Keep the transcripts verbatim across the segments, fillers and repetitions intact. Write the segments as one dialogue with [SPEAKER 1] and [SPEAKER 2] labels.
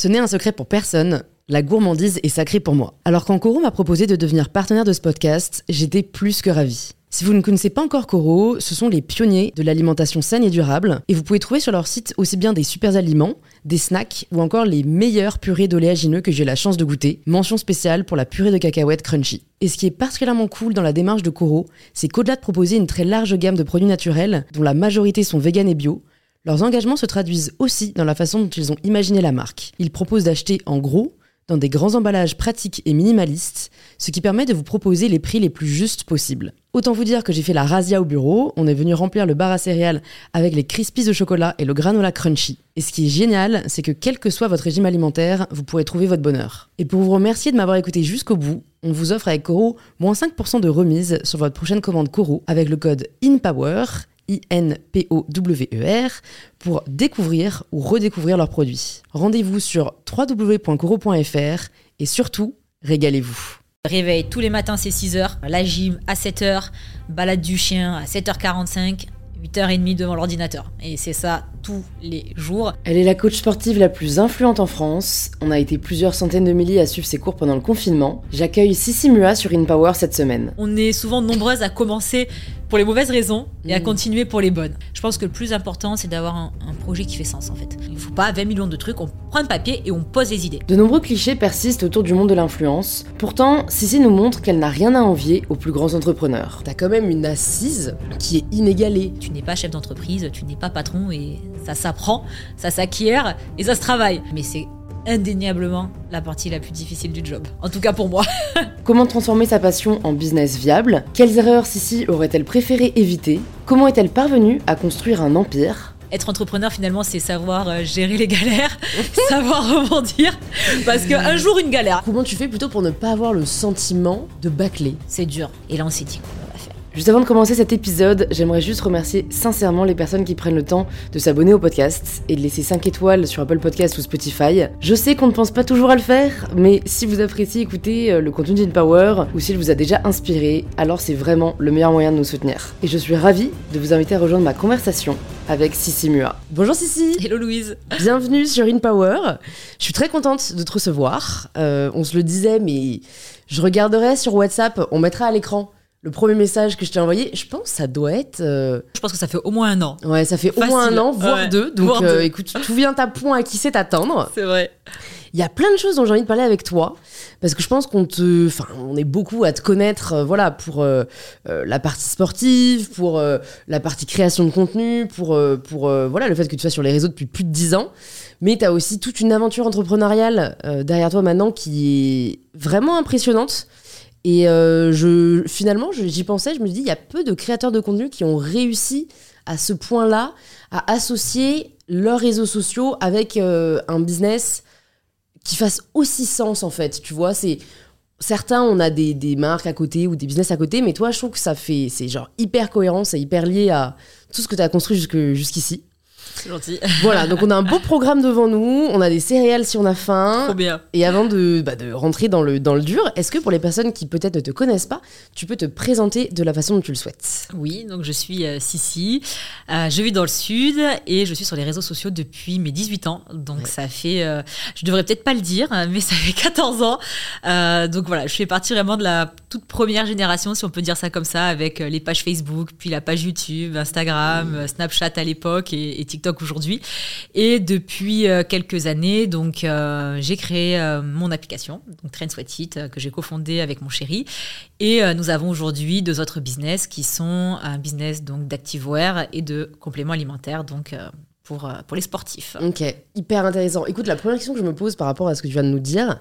[SPEAKER 1] Ce n'est un secret pour personne, la gourmandise est sacrée pour moi. Alors quand Coro m'a proposé de devenir partenaire de ce podcast, j'étais plus que ravie. Si vous ne connaissez pas encore Coro, ce sont les pionniers de l'alimentation saine et durable, et vous pouvez trouver sur leur site aussi bien des super aliments, des snacks ou encore les meilleures purées d'oléagineux que j'ai eu la chance de goûter. Mention spéciale pour la purée de cacahuètes crunchy. Et ce qui est particulièrement cool dans la démarche de Coro, c'est qu'au-delà de proposer une très large gamme de produits naturels, dont la majorité sont véganes et bio, leurs engagements se traduisent aussi dans la façon dont ils ont imaginé la marque. Ils proposent d'acheter en gros, dans des grands emballages pratiques et minimalistes, ce qui permet de vous proposer les prix les plus justes possibles. Autant vous dire que j'ai fait la razzia au bureau, on est venu remplir le bar à céréales avec les Crispies au chocolat et le granola crunchy. Et ce qui est génial, c'est que quel que soit votre régime alimentaire, vous pourrez trouver votre bonheur. Et pour vous remercier de m'avoir écouté jusqu'au bout, on vous offre avec Coro moins cinq pour cent de remise sur votre prochaine commande Coro avec le code INPOWER, I N P O W E R, pour découvrir ou redécouvrir leurs produits. Rendez-vous sur w w w point coro point f r et surtout, régalez-vous.
[SPEAKER 2] Réveil tous les matins, c'est six heures, la gym à sept heures, balade du chien à sept heures quarante-cinq, huit heures trente devant l'ordinateur. Et c'est ça tous les jours.
[SPEAKER 1] Elle est la coach sportive la plus influente en France. On a été plusieurs centaines de milliers à suivre ses cours pendant le confinement. J'accueille Sissi Mua sur InPower cette semaine.
[SPEAKER 2] On est souvent nombreuses à commencer pour les mauvaises raisons et à continuer pour les bonnes. Je pense que le plus important, c'est d'avoir un, un projet qui fait sens en fait. Il ne faut pas vingt millions de trucs, on prend un papier et on pose les idées.
[SPEAKER 1] De nombreux clichés persistent autour du monde de l'influence. Pourtant, Sissi nous montre qu'elle n'a rien à envier aux plus grands entrepreneurs. T'as quand même une assise qui est inégalée.
[SPEAKER 2] Tu n'es pas chef d'entreprise, tu n'es pas patron et ça s'apprend, ça s'acquiert et ça se travaille. Mais c'est indéniablement la partie la plus difficile du job. En tout cas pour moi.
[SPEAKER 1] Comment transformer sa passion en business viable? Quelles erreurs Sissi aurait-elle préféré éviter? Comment est-elle parvenue à construire un empire?
[SPEAKER 2] Être entrepreneur, finalement, c'est savoir euh, gérer les galères, savoir rebondir, parce qu'un jour, une galère.
[SPEAKER 1] Comment tu fais plutôt pour ne pas avoir le sentiment de bâcler?
[SPEAKER 2] C'est dur. Et là, on s'est dit qu'on va faire.
[SPEAKER 1] Juste avant de commencer cet épisode, j'aimerais juste remercier sincèrement les personnes qui prennent le temps de s'abonner au podcast et de laisser cinq étoiles sur Apple Podcasts ou Spotify. Je sais qu'on ne pense pas toujours à le faire, mais si vous appréciez écouter le contenu d'InPower ou s'il vous a déjà inspiré, alors c'est vraiment le meilleur moyen de nous soutenir. Et je suis ravie de vous inviter à rejoindre ma conversation avec Sissi Mua. Bonjour Sissi.
[SPEAKER 2] Hello Louise.
[SPEAKER 1] Bienvenue sur InPower. Je suis très contente de te recevoir. Euh, on se le disait, mais je regarderai sur WhatsApp, on mettra à l'écran le premier message que je t'ai envoyé. Je pense que ça doit être... Euh...
[SPEAKER 2] Je pense que ça fait au moins un an.
[SPEAKER 1] Ouais, ça fait
[SPEAKER 2] Facile.
[SPEAKER 1] Au moins un an, voire
[SPEAKER 2] ouais.
[SPEAKER 1] deux. Donc
[SPEAKER 2] voire
[SPEAKER 1] euh,
[SPEAKER 2] deux.
[SPEAKER 1] Écoute, tout vient à point à qui sait t'attendre.
[SPEAKER 2] C'est vrai.
[SPEAKER 1] Il y a plein de choses dont j'ai envie de parler avec toi, parce que je pense qu'on te, enfin, on est beaucoup à te connaître, euh, voilà, pour euh, euh, la partie sportive, pour euh, la partie création de contenu, pour, euh, pour euh, voilà, le fait que tu sois sur les réseaux depuis plus de dix ans. Mais tu as aussi toute une aventure entrepreneuriale euh, derrière toi maintenant qui est vraiment impressionnante. Et euh, je, finalement, je, j'y pensais, je me dis, il y a peu de créateurs de contenu qui ont réussi à ce point-là à associer leurs réseaux sociaux avec euh, un business qui fasse aussi sens, en fait. Tu vois, c'est... Certains, on a des, des marques à côté ou des business à côté, mais toi, je trouve que ça fait... C'est genre hyper cohérent, c'est hyper lié à tout ce que tu as construit jusque, jusqu'ici.
[SPEAKER 2] C'est gentil.
[SPEAKER 1] Voilà, donc on a un beau programme devant nous, on a des céréales si on a faim.
[SPEAKER 2] Trop bien.
[SPEAKER 1] Et avant de, bah, de rentrer dans le, dans le dur, est-ce que pour les personnes qui peut-être ne te connaissent pas, tu peux te présenter de la façon dont tu le souhaites?
[SPEAKER 2] Oui, donc je suis euh, Sissi, euh, je vis dans le sud et je suis sur les réseaux sociaux depuis mes dix-huit ans. Donc ouais. ça fait, euh, je devrais peut-être pas le dire, mais ça fait quatorze ans. Euh, donc voilà, je fais partie vraiment de la toute première génération, si on peut dire ça comme ça, avec les pages Facebook, puis la page YouTube, Instagram, mmh. Snapchat à l'époque et, et TikTok aujourd'hui. Et depuis euh, quelques années, donc, euh, j'ai créé euh, mon application, donc Train Sweat It, euh, que j'ai cofondée avec mon chéri. Et euh, nous avons aujourd'hui deux autres business qui sont un business donc, d'activewear et de compléments alimentaires, donc euh, pour, euh, pour les sportifs.
[SPEAKER 1] Ok, hyper intéressant. Écoute, la première question que je me pose par rapport à ce que tu viens de nous dire,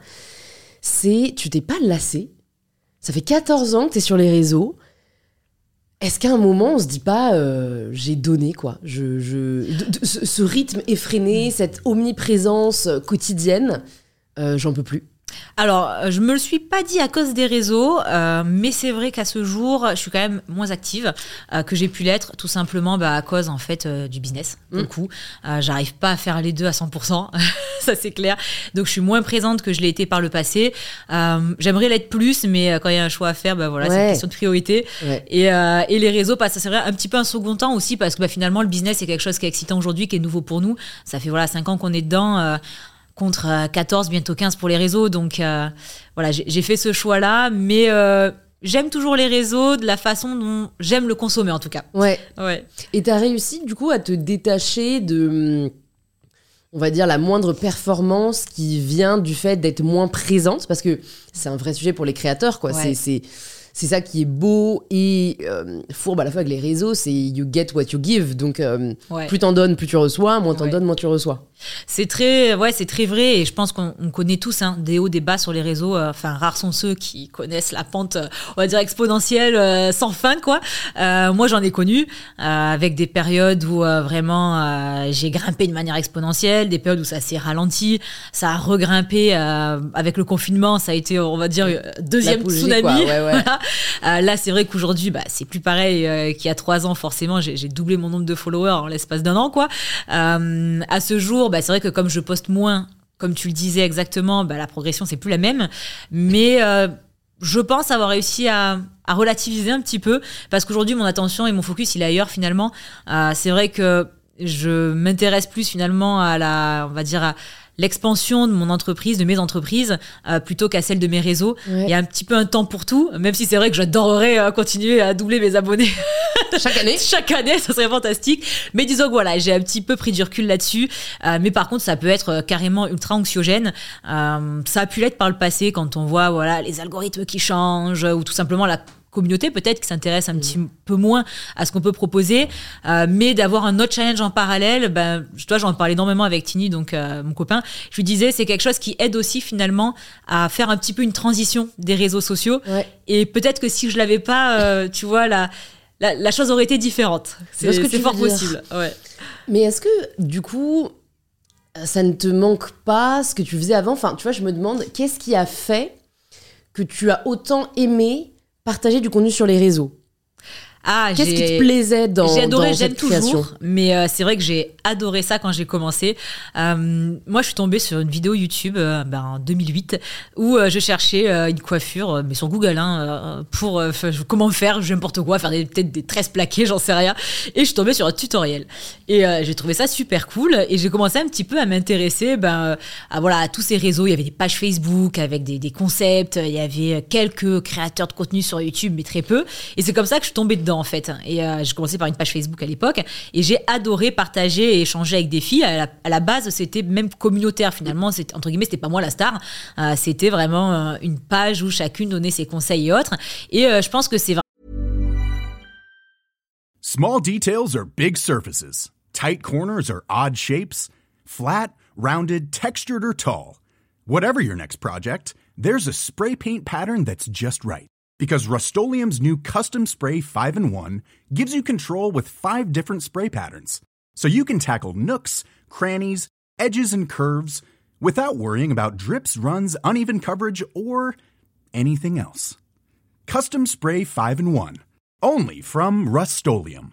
[SPEAKER 1] c'est, tu t'es pas lassé? Ça fait quatorze ans que t'es sur les réseaux. Est-ce qu'à un moment, on se dit pas, euh, j'ai donné, quoi, je, je, de, de, ce, ce rythme effréné, cette omniprésence quotidienne, euh, j'en peux plus?
[SPEAKER 2] Alors, je me le suis pas dit à cause des réseaux, euh, mais c'est vrai qu'à ce jour, je suis quand même moins active euh, que j'ai pu l'être, tout simplement bah, à cause en fait euh, du business. Mmh. Du coup, euh, j'arrive pas à faire les deux à cent pour cent, ça c'est clair. Donc, je suis moins présente que je l'ai été par le passé. Euh, j'aimerais l'être plus, mais quand il y a un choix à faire, bah voilà, ouais. c'est une question de priorité. Ouais. Et, euh, et les réseaux, bah, ça serait un petit peu un second temps aussi, parce que bah, finalement, le business c'est quelque chose qui est excitant aujourd'hui, qui est nouveau pour nous. Ça fait voilà cinq ans qu'on est dedans. Euh, contre quatorze, bientôt quinze pour les réseaux. Donc euh, voilà, j'ai, j'ai fait ce choix-là, mais euh, j'aime toujours les réseaux de la façon dont j'aime le consommer en tout cas.
[SPEAKER 1] Ouais.
[SPEAKER 2] ouais.
[SPEAKER 1] Et t'as réussi du coup à te détacher de, on va dire, la moindre performance qui vient du fait d'être moins présente, parce que c'est un vrai sujet pour les créateurs, quoi.
[SPEAKER 2] Ouais.
[SPEAKER 1] C'est, c'est, c'est ça qui est beau et euh, fourbe à la fois avec les réseaux, c'est you get what you give. Donc euh,
[SPEAKER 2] Ouais.
[SPEAKER 1] plus t'en donnes, plus tu reçois, moins t'en
[SPEAKER 2] Ouais.
[SPEAKER 1] donnes, moins tu reçois.
[SPEAKER 2] C'est très, ouais, c'est très vrai et je pense qu'on on connaît tous hein, des hauts, des bas sur les réseaux. euh, Enfin, rares sont ceux qui connaissent la pente, euh, on va dire exponentielle, euh, sans fin, quoi. Euh, moi, j'en ai connu euh, avec des périodes où euh, vraiment euh, j'ai grimpé de manière exponentielle, des périodes où ça s'est ralenti, ça a regrimpé euh, avec le confinement, ça a été, on va dire, euh, deuxième
[SPEAKER 1] L'apogée,
[SPEAKER 2] tsunami.
[SPEAKER 1] quoi, ouais, ouais.
[SPEAKER 2] Voilà. Euh, là, c'est vrai qu'aujourd'hui, bah, c'est plus pareil euh, qu'il y a trois ans. Forcément, j'ai, j'ai doublé mon nombre de followers en l'espace d'un an, quoi. Euh, à ce jour, bah, c'est vrai que comme je poste moins, comme tu le disais exactement, bah, la progression c'est plus la même. Mais euh, je pense avoir réussi à, à relativiser un petit peu parce qu'aujourd'hui mon attention et mon focus il est ailleurs finalement. Euh, c'est vrai que je m'intéresse plus finalement à la, on va dire à l'expansion de mon entreprise, de mes entreprises, euh, plutôt qu'à celle de mes réseaux.
[SPEAKER 1] Ouais.
[SPEAKER 2] Il y a un petit peu un temps pour tout, même si c'est vrai que j'adorerais euh, continuer à doubler mes abonnés
[SPEAKER 1] Chaque année.
[SPEAKER 2] chaque année, ça serait fantastique. Mais disons que voilà, j'ai un petit peu pris du recul là-dessus. Euh, mais par contre, ça peut être euh, carrément ultra anxiogène. Euh, ça a pu l'être par le passé quand on voit voilà les algorithmes qui changent ou tout simplement la communauté peut-être qui s'intéresse un petit peu moins à ce qu'on peut proposer, euh, mais d'avoir un autre challenge en parallèle, ben, je dois, j'en parlais énormément avec Tini, donc euh, mon copain, je lui disais c'est quelque chose qui aide aussi finalement à faire un petit peu une transition des réseaux sociaux,
[SPEAKER 1] Ouais.
[SPEAKER 2] et peut-être que si je l'avais pas, euh, tu vois, la, la, la chose aurait été différente.
[SPEAKER 1] Je vois
[SPEAKER 2] C'est,
[SPEAKER 1] ce que
[SPEAKER 2] c'est
[SPEAKER 1] tu
[SPEAKER 2] fort
[SPEAKER 1] veux dire.
[SPEAKER 2] possible. Ouais.
[SPEAKER 1] Mais est-ce que, du coup, ça ne te manque pas ce que tu faisais avant ? Enfin, tu vois, je me demande, qu'est-ce qui a fait que tu as autant aimé partager du contenu sur les réseaux ?
[SPEAKER 2] Ah,
[SPEAKER 1] Qu'est-ce
[SPEAKER 2] j'ai...
[SPEAKER 1] qui te plaisait dans,
[SPEAKER 2] J'ai adoré,
[SPEAKER 1] dans
[SPEAKER 2] j'aime
[SPEAKER 1] cette création ?
[SPEAKER 2] toujours, mais euh, c'est vrai que j'ai adoré ça quand j'ai commencé. Euh, moi, je suis tombée sur une vidéo YouTube euh, ben, en deux mille huit où euh, je cherchais euh, une coiffure, euh, mais sur Google, hein, euh, pour euh, f- comment faire, je n'importe quoi, faire des, peut-être des tresses plaquées, j'en sais rien. Et je suis tombée sur un tutoriel. Et euh, j'ai trouvé ça super cool. Et j'ai commencé un petit peu à m'intéresser ben, euh, à, voilà, à tous ces réseaux. Il y avait des pages Facebook avec des, des concepts. Il y avait quelques créateurs de contenu sur YouTube, mais très peu. Et c'est comme ça que je suis tombée dedans, en fait. Et euh, j'ai commencé par une page Facebook à l'époque et j'ai adoré partager et échanger avec des filles. À la, à la base, c'était même communautaire finalement. C'était, entre guillemets, c'était pas moi la star. Euh, c'était vraiment euh, une page où chacune donnait ses conseils et autres. Et euh, je pense que c'est
[SPEAKER 3] Small details are big surfaces. Tight corners are odd shapes. Flat, rounded, textured, or tall. Whatever your next project, there's a spray paint pattern that's just right. Because Rust-Oleum's new Custom Spray five in one gives you control with five different spray patterns. So you can tackle nooks, crannies, edges, and curves without worrying about drips, runs, uneven coverage, or anything else. Custom Spray five in one. Only from Rust-Oleum.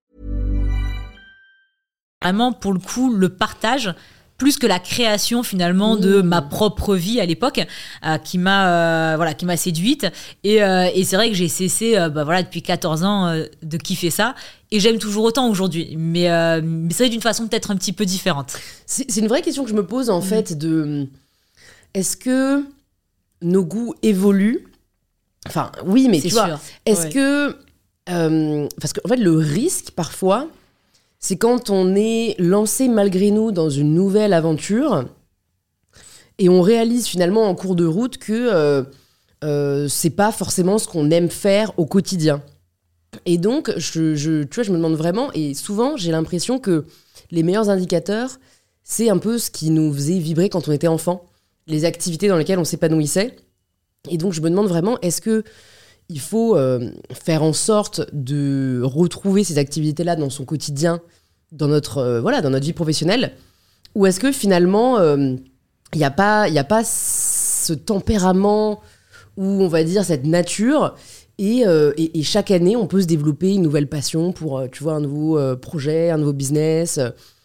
[SPEAKER 2] vraiment pour le coup le partage plus que la création finalement de ma propre vie à l'époque euh, qui m'a euh, voilà qui m'a séduite et, euh, et c'est vrai que j'ai cessé euh, bah, voilà depuis quatorze ans euh, de kiffer ça et j'aime toujours autant aujourd'hui mais, euh, mais c'est vrai d'une façon peut-être un petit peu différente.
[SPEAKER 1] C'est, c'est une vraie question que je me pose en mmh. fait de est-ce que nos goûts évoluent ? Enfin oui mais
[SPEAKER 2] c'est
[SPEAKER 1] tu
[SPEAKER 2] sûr.
[SPEAKER 1] vois est-ce ouais. que euh, parce qu'en fait le risque parfois c'est quand on est lancé malgré nous dans une nouvelle aventure et on réalise finalement en cours de route que euh, euh, c'est pas forcément ce qu'on aime faire au quotidien. Et donc, je, je, tu vois, je me demande vraiment, et souvent j'ai l'impression que les meilleurs indicateurs, c'est un peu ce qui nous faisait vibrer quand on était enfant, les activités dans lesquelles on s'épanouissait. Et donc, je me demande vraiment, est-ce que il faut euh, faire en sorte de retrouver ces activités-là dans son quotidien, dans notre, euh, voilà, dans notre vie professionnelle, ou est-ce que finalement, il euh, n'y a pas, y a pas ce tempérament ou on va dire cette nature, et, euh, et, et chaque année, on peut se développer une nouvelle passion pour, euh, tu vois, un nouveau euh, projet, un nouveau business,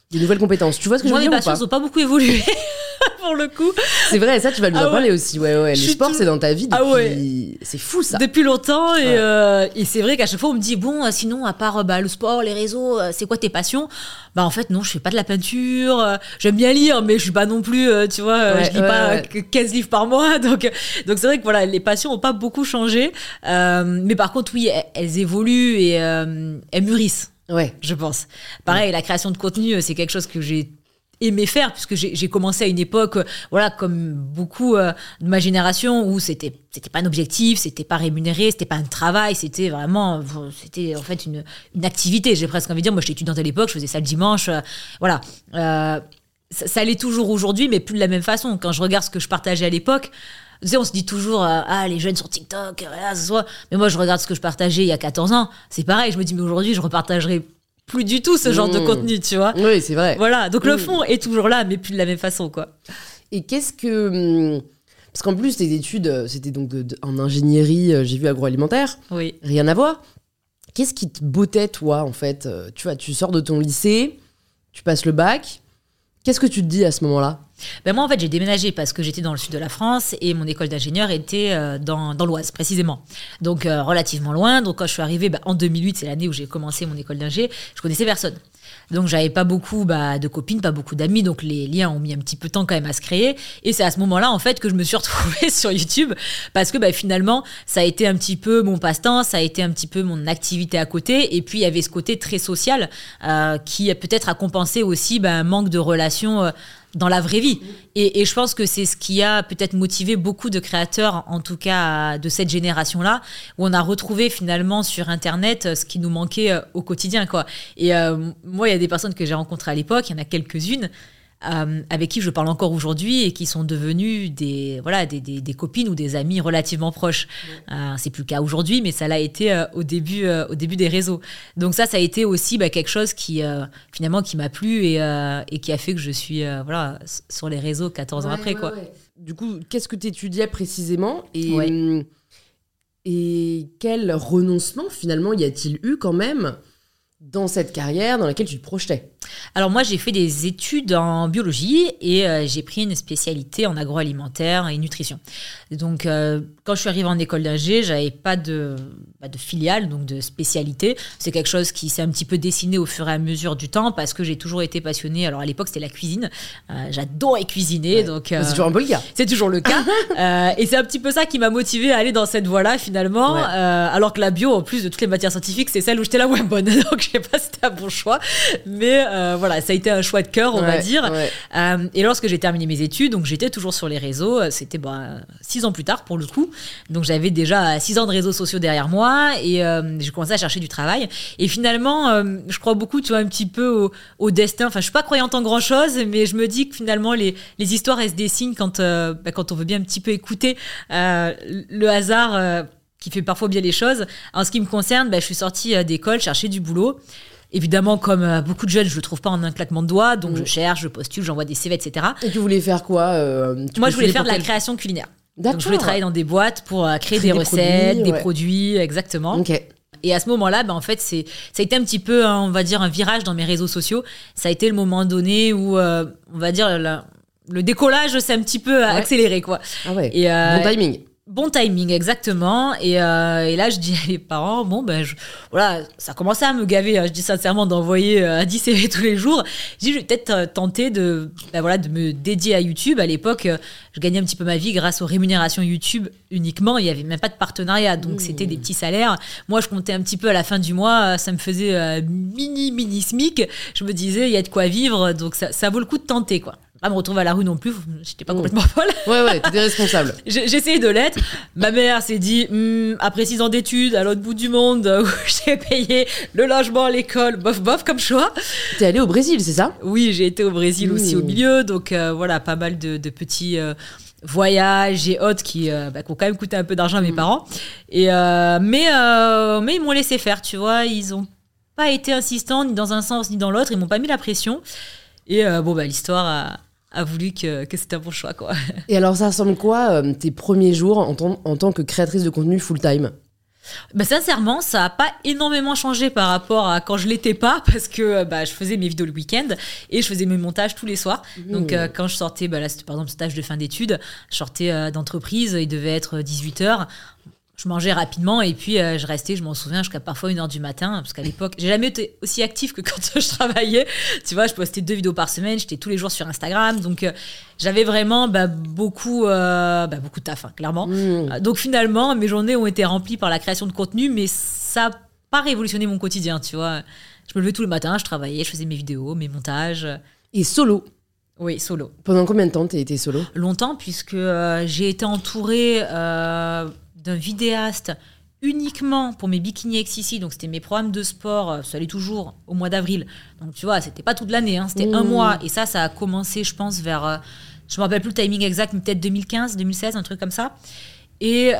[SPEAKER 1] Des nouvelles compétences. Tu vois ce que
[SPEAKER 2] Moi,
[SPEAKER 1] je veux
[SPEAKER 2] mes
[SPEAKER 1] dire ou pas?
[SPEAKER 2] passions n'ont pas beaucoup évolué. Pour le coup.
[SPEAKER 1] C'est vrai, ça tu vas nous
[SPEAKER 2] ah
[SPEAKER 1] en
[SPEAKER 2] ouais.
[SPEAKER 1] parler aussi. Ouais, ouais. Le sport, tout... c'est dans ta vie depuis. Ah ouais. C'est fou ça.
[SPEAKER 2] Depuis longtemps. Et, ouais. euh, et c'est vrai qu'à chaque fois, on me dit bon, sinon, à part bah, le sport, les réseaux, c'est quoi tes passions? Bah en fait, non, je fais pas de la peinture. Euh, j'aime bien lire, mais je suis pas non plus, euh, tu vois, ouais, je lis ouais, pas ouais. quinze livres par mois. Donc, donc c'est vrai que voilà, les passions ont pas beaucoup changé. Euh, mais par contre, oui, elles, elles évoluent et euh, elles mûrissent. Ouais. Je pense. Pareil, ouais. La création de contenu, c'est quelque chose que j'ai aimé faire puisque j'ai, j'ai commencé à une époque euh, voilà comme beaucoup euh, de ma génération où c'était c'était pas un objectif, c'était pas rémunéré, c'était pas un travail, c'était vraiment c'était en fait une une activité, j'ai presque envie de dire. Moi j'étais étudiante à l'époque, je faisais ça le dimanche, euh, voilà euh, ça, ça l'est toujours aujourd'hui mais plus de la même façon. Quand je regarde ce que je partageais à l'époque, tu sais, on se dit toujours euh, ah les jeunes sur TikTok voilà ce soit, mais moi je regarde ce que je partageais il y a quatorze ans, c'est pareil, je me dis mais aujourd'hui je repartagerai plus du tout ce genre mmh. de contenu, tu vois.
[SPEAKER 1] Oui, c'est vrai.
[SPEAKER 2] Voilà, donc mmh. le fond est toujours là, mais plus de la même façon, quoi.
[SPEAKER 1] Et qu'est-ce que... Parce qu'en plus, tes études, c'était donc de, de, en ingénierie, j'ai vu agroalimentaire.
[SPEAKER 2] Oui.
[SPEAKER 1] Rien à voir. Qu'est-ce qui te bottait, toi, en fait? Tu vois, tu sors de ton lycée, tu passes le bac. Qu'est-ce que tu te dis à ce moment-là?
[SPEAKER 2] Ben moi, en fait, j'ai déménagé parce que j'étais dans le sud de la France et mon école d'ingénieur était euh, dans, dans l'Oise, précisément. Donc, euh, relativement loin. Donc, quand je suis arrivée, ben, en deux mille huit, c'est l'année où j'ai commencé mon école d'ingé, je connaissais personne. Donc, j'avais pas beaucoup bah, de copines, pas beaucoup d'amis. Donc, les liens ont mis un petit peu de temps quand même à se créer. Et c'est à ce moment-là, en fait, que je me suis retrouvée sur YouTube parce que bah, finalement, ça a été un petit peu mon passe-temps, ça a été un petit peu mon activité à côté. Et puis, il y avait ce côté très social euh, qui peut-être a compensé aussi bah, un manque de relations euh, dans la vraie vie. Et, et je pense que c'est ce qui a peut-être motivé beaucoup de créateurs, en tout cas de cette génération-là, où on a retrouvé finalement sur Internet ce qui nous manquait au quotidien, quoi. Et euh, moi, il y a des personnes que j'ai rencontrées à l'époque, il y en a quelques-unes, Euh, avec qui je parle encore aujourd'hui et qui sont devenues des, voilà, des, des, des copines ou des amis relativement proches. Ouais. Euh, c'est plus le cas aujourd'hui, mais ça l'a été euh, au, début, euh, au début des réseaux. Donc ça, ça a été aussi bah, quelque chose qui, euh, finalement, qui m'a plu et, euh, et qui a fait que je suis euh, voilà, sur les réseaux quatorze ouais, ans après. Ouais, quoi. Ouais.
[SPEAKER 1] Du coup, qu'est-ce que tu étudiais précisément et,
[SPEAKER 2] ouais.
[SPEAKER 1] et quel renoncement, finalement, y a-t-il eu quand même dans cette carrière dans laquelle tu te projetais?
[SPEAKER 2] Alors moi, j'ai fait des études en biologie et euh, j'ai pris une spécialité en agroalimentaire et nutrition. Donc, euh, quand je suis arrivée en école d'ingé, j'avais pas de, bah, de filiale, donc de spécialité. C'est quelque chose qui s'est un petit peu dessiné au fur et à mesure du temps parce que j'ai toujours été passionnée. Alors, à l'époque, c'était la cuisine. Euh, j'adorais cuisiner. Ouais. Donc, euh,
[SPEAKER 1] c'est toujours un peu le cas.
[SPEAKER 2] C'est toujours le cas. euh, et c'est un petit peu ça qui m'a motivée à aller dans cette voie-là, finalement. Ouais. Euh, alors que la bio, en plus de toutes les matières scientifiques, c'est celle où j'étais la moins bonne. Donc, je sais pas si c'était un bon choix. Mais euh, voilà, ça a été un choix de cœur, on ouais, va dire. Ouais. Euh, et lorsque j'ai terminé mes études, donc j'étais toujours sur les réseaux. C'était bah, six ans plus tard, pour le coup. Donc, j'avais déjà six ans de réseaux sociaux derrière moi et euh, j'ai commencé à chercher du travail. Et finalement, euh, je crois beaucoup, tu vois, un petit peu au, au destin. Enfin, je suis pas croyante en grand-chose, mais je me dis que finalement, les, les histoires, elles se dessinent quand, euh, bah, quand on veut bien un petit peu écouter euh, le hasard euh, qui fait parfois bien les choses. En ce qui me concerne, bah, je suis sortie d'école, chercher du boulot. Évidemment, comme euh, beaucoup de jeunes, je le trouve pas en un claquement de doigts, donc mmh. je cherche, je postule, j'envoie des C V, et cetera.
[SPEAKER 1] Et tu voulais faire quoi euh,
[SPEAKER 2] Moi, je voulais faire de la quel... création culinaire. D'accord. Donc, je voulais travailler dans des boîtes pour euh, créer, créer des, des recettes, produits, des ouais. produits, exactement.
[SPEAKER 1] Ok.
[SPEAKER 2] Et à ce moment-là, ben, en fait, c'est, ça a été un petit peu, hein, on va dire, un virage dans mes réseaux sociaux. Ça a été le moment donné où, euh, on va dire, la, le décollage s'est un petit peu ouais. accéléré, quoi.
[SPEAKER 1] Ah ouais. Et, euh, bon timing.
[SPEAKER 2] Bon timing, exactement. Et, euh, et là, je dis à mes parents, bon, ben, je, voilà, ça commençait à me gaver, hein, je dis sincèrement, d'envoyer euh, dix C V tous les jours. Je dis, je vais peut-être euh, tenter de, ben, voilà, de me dédier à YouTube. À l'époque, euh, je gagnais un petit peu ma vie grâce aux rémunérations YouTube uniquement. Il n'y avait même pas de partenariat, donc mmh. c'était des petits salaires. Moi, je comptais un petit peu à la fin du mois, ça me faisait euh, mini, mini SMIC. Je me disais, il y a de quoi vivre, donc ça, ça vaut le coup de tenter, quoi. Pas me retrouver à la rue non plus, j'étais pas mmh. complètement folle.
[SPEAKER 1] Ouais, ouais, t'étais responsable.
[SPEAKER 2] J'ai, j'ai essayé de l'être. Ma mère s'est dit, hm, après six ans d'études, à l'autre bout du monde, où j'ai payé le logement, l'école, bof, bof, comme choix.
[SPEAKER 1] T'es allée au Brésil, c'est ça?
[SPEAKER 2] Oui, j'ai été au Brésil mmh. aussi au milieu, donc euh, voilà, pas mal de, de petits euh, voyages et autres qui, euh, bah, qui ont quand même coûté un peu d'argent à mes mmh. parents. Et, euh, mais, euh, mais ils m'ont laissé faire, tu vois, ils ont pas été insistants, ni dans un sens, ni dans l'autre, ils m'ont pas mis la pression. Et euh, bon, bah, l'histoire a... a voulu que, que c'était un bon choix, quoi.
[SPEAKER 1] Et alors, ça ressemble quoi, euh, tes premiers jours en, ton, en tant que créatrice de contenu full-time?
[SPEAKER 2] Bah, sincèrement, ça n'a pas énormément changé par rapport à quand je l'étais pas, parce que bah, je faisais mes vidéos le week-end et je faisais mes montages tous les soirs. Mmh. Donc euh, quand je sortais, bah, là c'était par exemple stage de fin d'études, je sortais euh, d'entreprise, il devait être dix-huit heures. Je mangeais rapidement et puis euh, je restais, je m'en souviens, jusqu'à parfois une heure du matin, parce qu'à l'époque, j'ai jamais été aussi active que quand je travaillais. Tu vois, je postais deux vidéos par semaine, j'étais tous les jours sur Instagram, donc euh, j'avais vraiment bah, beaucoup, euh, bah, beaucoup de taf, hein, clairement. Mmh. Donc finalement, mes journées ont été remplies par la création de contenu, mais ça n'a pas révolutionné mon quotidien, tu vois. Je me levais tout le matin, je travaillais, je faisais mes vidéos, mes montages.
[SPEAKER 1] Et solo?
[SPEAKER 2] Oui, solo.
[SPEAKER 1] Pendant combien de temps t'as été solo?
[SPEAKER 2] Longtemps, puisque euh, j'ai été entourée... Euh, d'un vidéaste uniquement pour mes Bikini X X I, donc c'était mes programmes de sport, ça allait toujours au mois d'avril. Donc tu vois, c'était pas toute l'année, hein, c'était mmh. un mois. Et ça, ça a commencé, je pense, vers, euh, je me rappelle plus le timing exact, mais peut-être deux mille quinze, deux mille seize, un truc comme ça. Et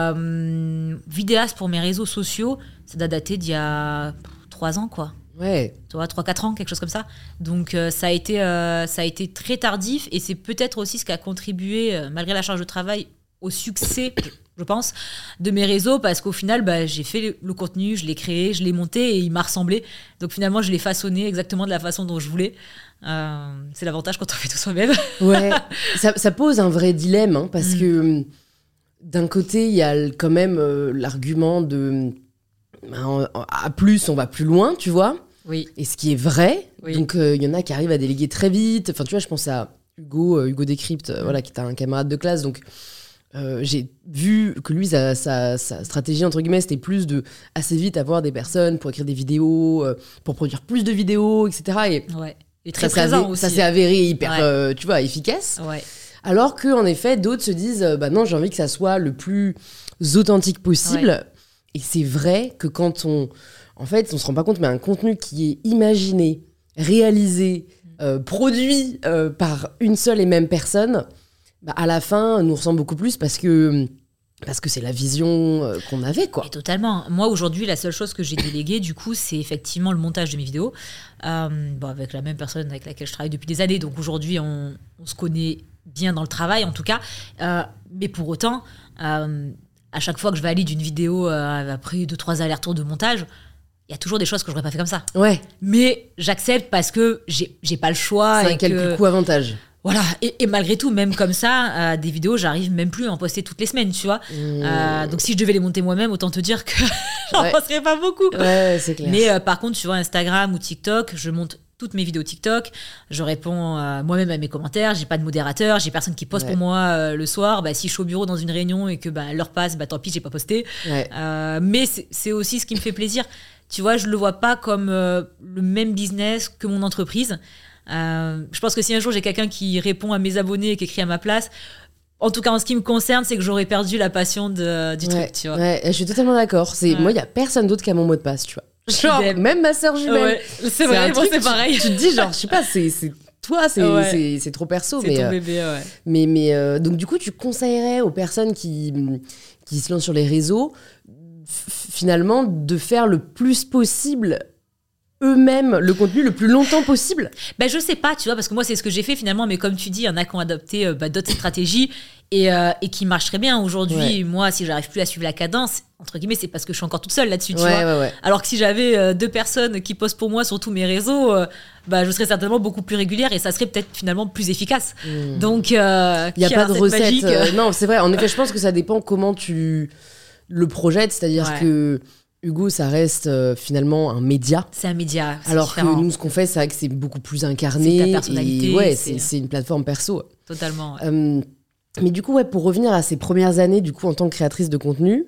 [SPEAKER 2] euh, vidéaste pour mes réseaux sociaux, ça doit dater d'il y a trois ans, quoi.
[SPEAKER 1] Ouais.
[SPEAKER 2] Tu vois, trois quatre ans, quelque chose comme ça. Donc euh, ça a été, euh, ça a été très tardif et c'est peut-être aussi ce qui a contribué, euh, malgré la charge de travail, au succès, je pense, de mes réseaux, parce qu'au final, bah, j'ai fait le contenu, je l'ai créé, je l'ai monté et il m'a ressemblé. Donc finalement, je l'ai façonné exactement de la façon dont je voulais. Euh, c'est l'avantage quand on fait tout soi-même.
[SPEAKER 1] Ouais, ça, ça pose un vrai dilemme, hein, parce mmh. que d'un côté, il y a quand même euh, l'argument de ben, à plus, on va plus loin, tu vois.
[SPEAKER 2] Oui.
[SPEAKER 1] Et ce qui est vrai.
[SPEAKER 2] Oui.
[SPEAKER 1] Donc il euh, y en a qui arrivent à déléguer très vite. Enfin, tu vois, je pense à Hugo, euh, Hugo Décrypte, euh, mmh. voilà, qui est un camarade de classe. Donc Euh, j'ai vu que lui, sa, sa, sa stratégie, entre guillemets, c'était plus de assez vite avoir des personnes pour écrire des vidéos, euh, pour produire plus de vidéos, et cetera. Et,
[SPEAKER 2] ouais. Et très
[SPEAKER 1] ça,
[SPEAKER 2] présent
[SPEAKER 1] s'est,
[SPEAKER 2] aussi.
[SPEAKER 1] Ça s'est avéré hyper,
[SPEAKER 2] ouais.
[SPEAKER 1] euh, tu vois, efficace.
[SPEAKER 2] Ouais.
[SPEAKER 1] Alors qu'en effet, d'autres se disent, euh, bah non, j'ai envie que ça soit le plus authentique possible. Ouais. Et c'est vrai que quand on... En fait, on se rend pas compte, mais un contenu qui est imaginé, réalisé, euh, produit euh, par une seule et même personne... Bah à la fin, nous ressemble beaucoup plus parce que, parce que c'est la vision euh, qu'on avait, quoi.
[SPEAKER 2] Et totalement. Moi, aujourd'hui, la seule chose que j'ai déléguée, du coup, c'est effectivement le montage de mes vidéos. Euh, bon, avec la même personne avec laquelle je travaille depuis des années. Donc aujourd'hui, on, on se connaît bien dans le travail, en tout cas. Euh, mais pour autant, euh, à chaque fois que je valide une vidéo, euh, après deux, trois allers-retours de montage, il y a toujours des choses que je n'aurais pas fait comme ça.
[SPEAKER 1] Ouais.
[SPEAKER 2] Mais j'accepte parce que j'ai, j'ai pas le choix.
[SPEAKER 1] C'est un calcul coût-avantage.
[SPEAKER 2] Voilà, et, et malgré tout, même comme ça, euh, des vidéos, j'arrive même plus à en poster toutes les semaines, tu vois. Mmh. Euh, donc si je devais les monter moi-même, autant te dire que j'en ouais. posterais pas beaucoup.
[SPEAKER 1] Ouais, c'est clair.
[SPEAKER 2] Mais euh, par contre, tu vois, Instagram ou TikTok, je monte toutes mes vidéos TikTok, je réponds euh, moi-même à mes commentaires, j'ai pas de modérateur, j'ai personne qui poste ouais. pour moi euh, le soir. Bah, si je suis au bureau dans une réunion et que bah, l'heure passe, bah, tant pis, j'ai pas posté.
[SPEAKER 1] Ouais.
[SPEAKER 2] Euh, mais c'est, c'est aussi ce qui me fait plaisir. Tu vois, je le vois pas comme euh, le même business que mon entreprise. Euh, je pense que si un jour j'ai quelqu'un qui répond à mes abonnés et qui écrit à ma place, en tout cas en ce qui me concerne, c'est que j'aurais perdu la passion de, du
[SPEAKER 1] ouais,
[SPEAKER 2] truc, tu vois.
[SPEAKER 1] Ouais, je suis totalement d'accord. C'est, ouais. Moi, il n'y a personne d'autre qui a mon mot de passe, tu vois. Genre, même, même ma sœur jumelle.
[SPEAKER 2] Ouais, c'est, c'est vrai, moi c'est pareil.
[SPEAKER 1] Tu, tu te dis, genre, je sais pas, c'est, c'est toi, c'est, ouais. c'est, c'est trop perso.
[SPEAKER 2] C'est
[SPEAKER 1] mais,
[SPEAKER 2] ton
[SPEAKER 1] euh,
[SPEAKER 2] bébé, ouais.
[SPEAKER 1] Mais, mais euh, donc, du coup, tu conseillerais aux personnes qui, qui se lancent sur les réseaux, f- finalement, de faire le plus possible eux-mêmes le contenu le plus longtemps possible?
[SPEAKER 2] Ben je sais pas, tu vois, parce que moi c'est ce que j'ai fait finalement, mais comme tu dis, il y en a qui ont adopté euh, bah, d'autres stratégies et, euh, et qui marchent très bien. Aujourd'hui, ouais. moi, si j'arrive plus à suivre la cadence, entre guillemets, c'est parce que je suis encore toute seule là-dessus, tu
[SPEAKER 1] ouais,
[SPEAKER 2] vois.
[SPEAKER 1] Ouais, ouais.
[SPEAKER 2] Alors que si j'avais euh, deux personnes qui postent pour moi sur tous mes réseaux, euh, bah, je serais certainement beaucoup plus régulière et ça serait peut-être finalement plus efficace. Mmh. Donc, euh,
[SPEAKER 1] il n'y a pas de recette. Euh, non, c'est vrai. En effet, je pense que ça dépend comment tu le projettes, c'est-à-dire ouais. que Hugo, ça reste euh, finalement un média.
[SPEAKER 2] C'est un média. C'est
[SPEAKER 1] alors
[SPEAKER 2] différent.
[SPEAKER 1] Que nous, ce qu'on fait, c'est vrai que c'est beaucoup plus incarné.
[SPEAKER 2] C'est ta personnalité.
[SPEAKER 1] Et ouais,
[SPEAKER 2] c'est...
[SPEAKER 1] C'est, c'est une plateforme perso.
[SPEAKER 2] Totalement. Ouais.
[SPEAKER 1] Euh, mais du coup, ouais, pour revenir à ces premières années, du coup, en tant que créatrice de contenu,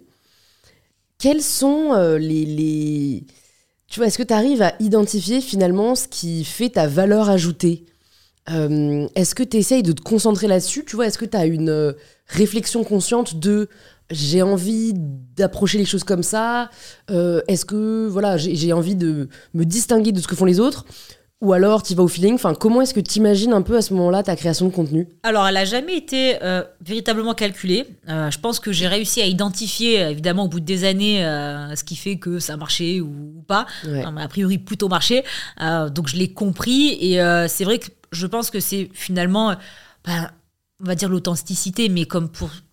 [SPEAKER 1] quels sont euh, les, les... Tu vois, est-ce que tu arrives à identifier finalement ce qui fait ta valeur ajoutée ? euh, Est-ce que tu essayes de te concentrer là-dessus ? Tu vois, est-ce que tu as une euh, réflexion consciente de... J'ai envie d'approcher les choses comme ça. Euh, est-ce que voilà, j'ai, j'ai envie de me distinguer de ce que font les autres ? Ou alors tu vas au feeling. Enfin, comment est-ce que tu imagines un peu à ce moment-là ta création de contenu ?
[SPEAKER 2] Alors, elle n'a jamais été euh, véritablement calculée. Euh, je pense que j'ai réussi à identifier, évidemment, au bout de des années, euh, ce qui fait que ça a marché ou, ou pas. Ouais. Enfin, a priori, plutôt marché. Euh, donc, je l'ai compris. Et euh, c'est vrai que je pense que c'est finalement, ben, on va dire l'authenticité, mais comme pour...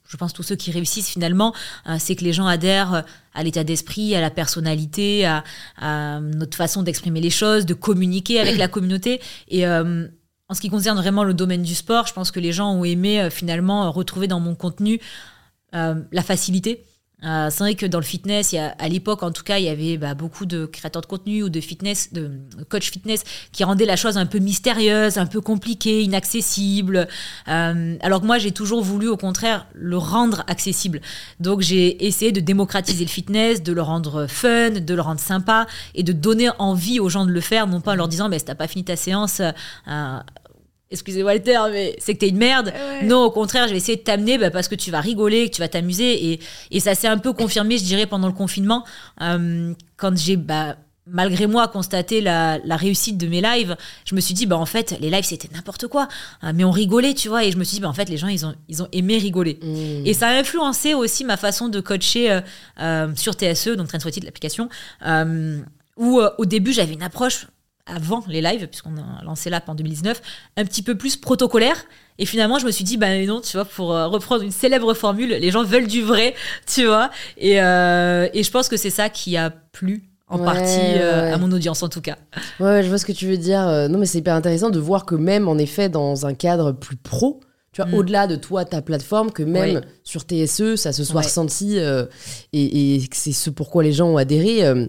[SPEAKER 2] je pense tous ceux qui réussissent finalement, euh, c'est que les gens adhèrent à l'état d'esprit, à la personnalité, à, à notre façon d'exprimer les choses, de communiquer avec la communauté. Et euh, en ce qui concerne vraiment le domaine du sport, je pense que les gens ont aimé euh, finalement retrouver dans mon contenu euh, la facilité. Euh, c'est vrai que dans le fitness, il y a, à l'époque en tout cas, il y avait bah, beaucoup de créateurs de contenu ou de fitness, de coach fitness qui rendaient la chose un peu mystérieuse, un peu compliquée, inaccessible. Euh, alors que moi, j'ai toujours voulu au contraire le rendre accessible. Donc j'ai essayé de démocratiser le fitness, de le rendre fun, de le rendre sympa et de donner envie aux gens de le faire, non pas en leur disant mais si t'as pas fini ta séance, euh, excusez-moi le terme, mais c'est que t'es une merde. Ouais. Non, au contraire, je vais essayer de t'amener bah, parce que tu vas rigoler, que tu vas t'amuser. Et, et ça s'est un peu confirmé, je dirais, pendant le confinement. Euh, quand j'ai, bah, malgré moi, constaté la, la réussite de mes lives, je me suis dit, bah, en fait, les lives, c'était n'importe quoi. Euh, mais on rigolait, tu vois. Et je me suis dit, bah, en fait, les gens, ils ont, ils ont aimé rigoler. Mmh. Et ça a influencé aussi ma façon de coacher euh, euh, sur T S E, donc Trend Sweaty, l'application, euh, où euh, au début, j'avais une approche avant les lives, puisqu'on a lancé l'app en deux mille dix-neuf, un petit peu plus protocolaire. Et finalement, je me suis dit, bah non, tu vois, pour euh, reprendre une célèbre formule, les gens veulent du vrai, tu vois. Et, euh, et je pense que c'est ça qui a plu en ouais, partie euh, ouais. à mon audience, en tout cas.
[SPEAKER 1] Ouais, je vois ce que tu veux dire. Non, mais c'est hyper intéressant de voir que même, en effet, dans un cadre plus pro, tu vois, mmh. au-delà de toi, ta plateforme, que même ouais. sur T S E, ça se soit ouais. ressenti euh, et, et c'est ce pourquoi les gens ont adhéré. Euh,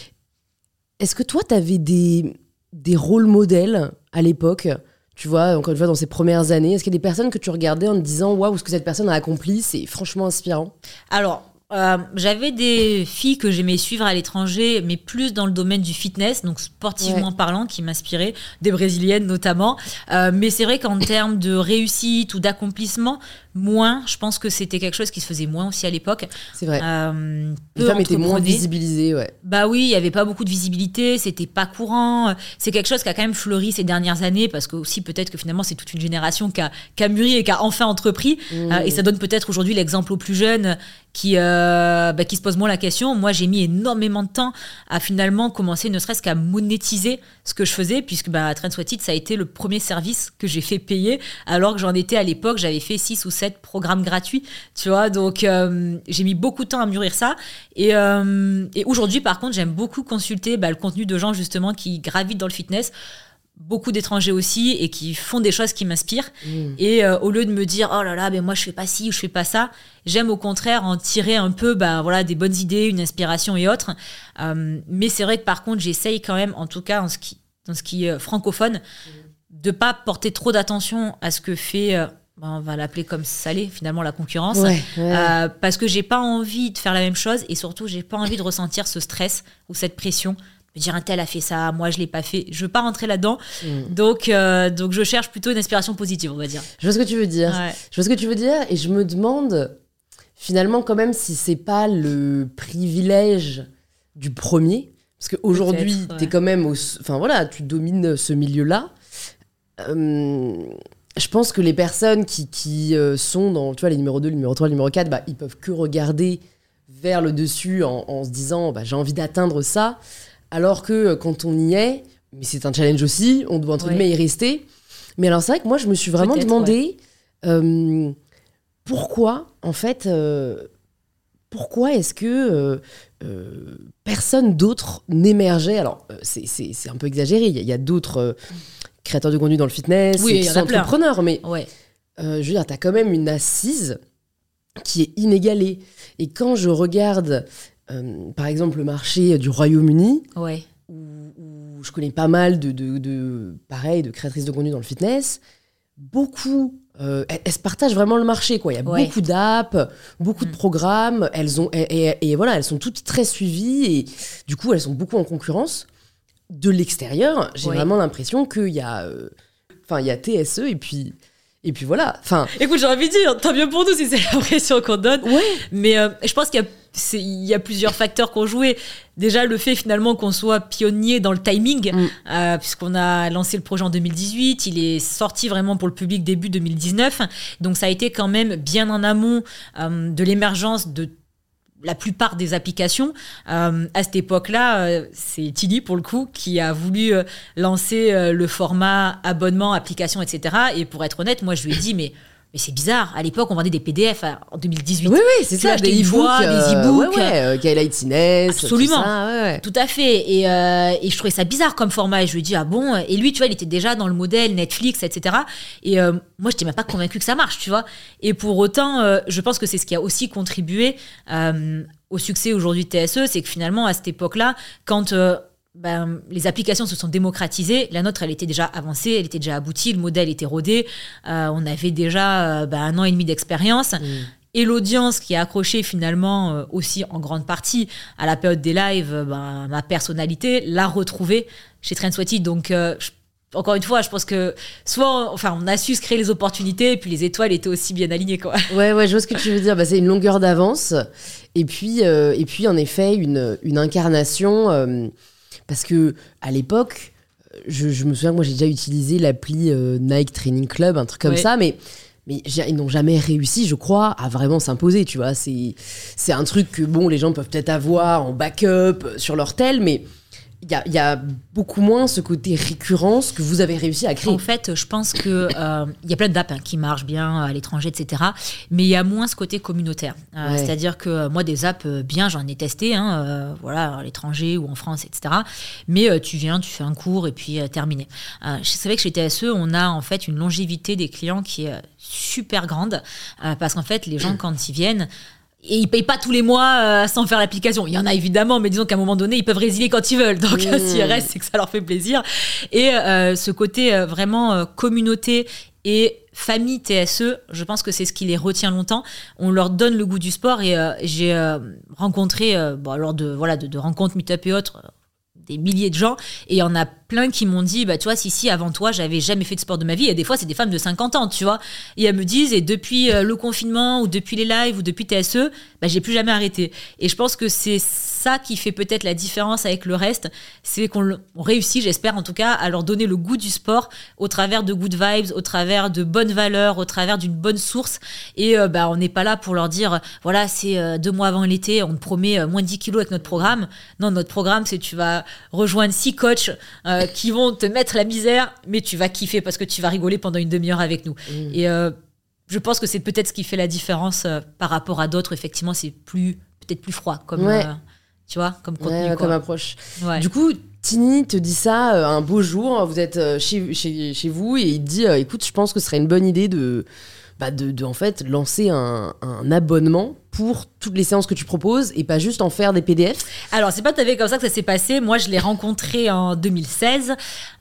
[SPEAKER 1] Est-ce que toi, t'avais des... des rôles modèles à l'époque, tu vois, encore une fois, dans ces premières années? Est-ce qu'il y a des personnes que tu regardais en te disant « Waouh, ce que cette personne a accompli, c'est franchement inspirant ».
[SPEAKER 2] Alors, euh, j'avais des filles que j'aimais suivre à l'étranger, mais plus dans le domaine du fitness, donc sportivement ouais. parlant, qui m'inspiraient, des Brésiliennes notamment. Euh, mais c'est vrai qu'en termes de réussite ou d'accomplissement, moins, je pense que c'était quelque chose qui se faisait moins aussi à l'époque.
[SPEAKER 1] C'est vrai.
[SPEAKER 2] Euh,
[SPEAKER 1] Les femmes étaient moins visibilisées, ouais.
[SPEAKER 2] Bah oui, il n'y avait pas beaucoup de visibilité, c'était pas courant. C'est quelque chose qui a quand même fleuri ces dernières années, parce que aussi peut-être que finalement c'est toute une génération qui a, qui a mûri et qui a enfin entrepris. Mmh. Euh, et ça donne peut-être aujourd'hui l'exemple aux plus jeunes qui, euh, bah, qui se posent moins la question. Moi, j'ai mis énormément de temps à finalement commencer ne serait-ce qu'à monétiser ce que je faisais, puisque bah, Trend Sweaty, ça a été le premier service que j'ai fait payer, alors que j'en étais à l'époque, j'avais fait six ou sept programmes gratuits, tu vois. Donc, euh, j'ai mis beaucoup de temps à mûrir ça. Et, euh, et aujourd'hui, par contre, j'aime beaucoup consulter bah, le contenu de gens, justement, qui gravitent dans le fitness, beaucoup d'étrangers aussi, et qui font des choses qui m'inspirent. Mmh. Et euh, au lieu de me dire « Oh là là, ben moi, je fais pas ci ou je fais pas ça », j'aime au contraire en tirer un peu ben, voilà, des bonnes idées, une inspiration et autres. Euh, mais c'est vrai que par contre, j'essaye quand même, en tout cas en ce qui, dans ce qui est francophone, mmh. de pas porter trop d'attention à ce que fait... Euh, on va l'appeler comme ça l'est, finalement, la concurrence.
[SPEAKER 1] Ouais, ouais.
[SPEAKER 2] Euh, parce que j'ai pas envie de faire la même chose, et surtout, j'ai pas envie de ressentir ce stress ou cette pression. Me dire un tel a fait ça, moi je l'ai pas fait. Je veux pas rentrer là-dedans. Mm. Donc, euh, donc je cherche plutôt une inspiration positive, on va dire.
[SPEAKER 1] Je vois ce que tu veux dire. Ouais. Je vois ce que tu veux dire, et je me demande finalement quand même si c'est pas le privilège du premier. Parce qu'aujourd'hui, ouais. t'es quand même au... Enfin voilà, tu domines ce milieu-là. Euh... Je pense que les personnes qui, qui euh, sont dans tu vois, les numéros deux, les numéros trois, les numéros quatre, bah, ils peuvent que regarder vers le dessus en, en se disant bah, j'ai envie d'atteindre ça. Alors que euh, quand on y est, mais c'est un challenge aussi, on doit entre guillemets ouais. y rester. Mais alors c'est vrai que moi je me suis vraiment Peut-être, demandé ouais. euh, pourquoi en fait euh, pourquoi est-ce que euh, euh, personne d'autre n'émergeait. Alors euh, c'est, c'est, c'est un peu exagéré, il y, y a d'autres euh, créateurs de contenu dans le fitness,
[SPEAKER 2] oui,
[SPEAKER 1] qui sont entrepreneurs, mais
[SPEAKER 2] ouais.
[SPEAKER 1] euh, je veux dire, t'as quand même une assise qui est inégalée. Et quand je regarde, euh, par exemple, le marché du Royaume-Uni,
[SPEAKER 2] ouais.
[SPEAKER 1] où, où je connais pas mal de, de, de, pareil, de créatrices de contenu dans le fitness, beaucoup, euh, elles, elles se partagent vraiment le marché, quoi. Il y a ouais. beaucoup d'apps, beaucoup mmh. de programmes, elles ont, et, et, et voilà, elles sont toutes très suivies, et du coup, elles sont beaucoup en concurrence. De l'extérieur, j'ai oui. vraiment l'impression qu'il y a, enfin, euh, il y a T S E et puis, et puis voilà. Enfin,
[SPEAKER 2] écoute, j'ai envie de dire, tant mieux pour nous si c'est l'impression qu'on donne.
[SPEAKER 1] Ouais.
[SPEAKER 2] Mais euh, je pense qu'il y a, c'est, il y a plusieurs facteurs qui ont joué. Déjà, le fait finalement qu'on soit pionnier dans le timing, mm. euh, puisqu'on a lancé le projet en deux mille dix-huit, il est sorti vraiment pour le public début deux mille dix-neuf. Donc, ça a été quand même bien en amont euh, de l'émergence de la plupart des applications. Euh, à cette époque-là, euh, c'est Tilly, pour le coup, qui a voulu euh, lancer euh, le format abonnement, application, et cetera. Et pour être honnête, moi, je lui ai dit, mais Mais c'est bizarre. À l'époque, on vendait des P D F en deux mille dix-huit.
[SPEAKER 1] Oui, oui, c'est
[SPEAKER 2] tu
[SPEAKER 1] ça.
[SPEAKER 2] vois,
[SPEAKER 1] Des
[SPEAKER 2] des
[SPEAKER 1] e-books,
[SPEAKER 2] e-books,
[SPEAKER 1] euh,
[SPEAKER 2] des e-books.
[SPEAKER 1] Ouais, ouais. Euh, Kayla Itinès.
[SPEAKER 2] Absolument.
[SPEAKER 1] Tout ça, ouais, ouais.
[SPEAKER 2] Tout à fait. Et, euh, et je trouvais ça bizarre comme format. Et je lui ai dit, ah bon. Et lui, tu vois, il était déjà dans le modèle Netflix, et cetera. Et euh, moi, je n'étais même pas convaincue que ça marche, tu vois. Et pour autant, euh, je pense que c'est ce qui a aussi contribué euh, au succès aujourd'hui de T S E. C'est que finalement, à cette époque-là, quand. Euh, Ben, les applications se sont démocratisées. La nôtre, elle était déjà avancée, elle était déjà aboutie, le modèle était rodé. Euh, on avait déjà euh, ben, un an et demi d'expérience. Mmh. Et l'audience qui a accroché finalement euh, aussi en grande partie à la période des lives, euh, ben, ma personnalité, l'a retrouvée chez Trend Swati. Donc, euh, je, encore une fois, je pense que soit enfin, on a su se créer les opportunités, et puis les étoiles étaient aussi bien alignées, quoi.
[SPEAKER 1] Ouais, ouais, je vois ce que tu veux dire. Bah, c'est une longueur d'avance. Et puis, euh, et puis en effet, une, une incarnation... Euh, Parce que à l'époque, je, je me souviens que moi j'ai déjà utilisé l'appli euh, Nike Training Club, un truc comme ouais. ça, mais, mais ils n'ont jamais réussi, je crois, à vraiment s'imposer, tu vois. C'est, c'est un truc que bon, les gens peuvent peut-être avoir en backup sur leur tel, mais il y a, y a beaucoup moins ce côté récurrence que vous avez réussi à créer.
[SPEAKER 2] En fait, je pense qu'il euh, y a plein d'apps hein, qui marchent bien à l'étranger, et cetera. Mais il y a moins ce côté communautaire. Euh, ouais. C'est-à-dire que euh, moi, des apps euh, bien, j'en ai testé, hein, euh, voilà, à l'étranger ou en France, et cetera. Mais euh, tu viens, tu fais un cours et puis euh, terminé. Euh, je savais que chez T S E, on a en fait une longévité des clients qui est euh, super grande euh, parce qu'en fait, les gens, quand ils viennent, et ils payent pas tous les mois euh, sans faire l'application. Il y en a évidemment, mais disons qu'à un moment donné, ils peuvent résilier quand ils veulent. Donc, mmh. s'ils restent, c'est que ça leur fait plaisir. Et euh, ce côté euh, vraiment euh, communauté et famille T S E, je pense que c'est ce qui les retient longtemps. On leur donne le goût du sport et euh, j'ai euh, rencontré, euh, bon, lors de, voilà, de, de rencontres, meet-up et autres, euh, des milliers de gens, et il y en a plein qui m'ont dit, bah tu vois, si, si, avant toi, j'avais jamais fait de sport de ma vie, et des fois, c'est des femmes de cinquante ans, tu vois, et elles me disent, et depuis euh, le confinement, ou depuis les lives, ou depuis T S E, bah j'ai plus jamais arrêté. Et je pense que c'est ça qui fait peut-être la différence avec le reste, c'est qu'on on réussit, j'espère en tout cas, à leur donner le goût du sport au travers de good vibes, au travers de bonnes valeurs, au travers d'une bonne source, et euh, bah on n'est pas là pour leur dire, voilà, c'est euh, deux mois avant l'été, on te promet euh, moins de dix kilos avec notre programme. Non, notre programme, c'est tu vas rejoindre six coachs euh, qui vont te mettre la misère, mais tu vas kiffer parce que tu vas rigoler pendant une demi-heure avec nous. Mmh. Et euh, je pense que c'est peut-être ce qui fait la différence euh, par rapport à d'autres. Effectivement, c'est plus, peut-être plus froid, comme,
[SPEAKER 1] ouais.
[SPEAKER 2] euh, tu vois, comme contenu.
[SPEAKER 1] Ouais,
[SPEAKER 2] quoi.
[SPEAKER 1] Comme approche.
[SPEAKER 2] Ouais.
[SPEAKER 1] Du coup, Tini te dit ça euh, un beau jour, vous êtes euh, chez, chez, chez vous, et il te dit, euh, écoute, je pense que ce serait une bonne idée de... Bah de, de en fait lancer un, un abonnement pour toutes les séances que tu proposes et pas juste en faire des P D F.
[SPEAKER 2] Alors c'est pas tout à fait comme ça que ça s'est passé. Moi je l'ai rencontré en deux mille seize.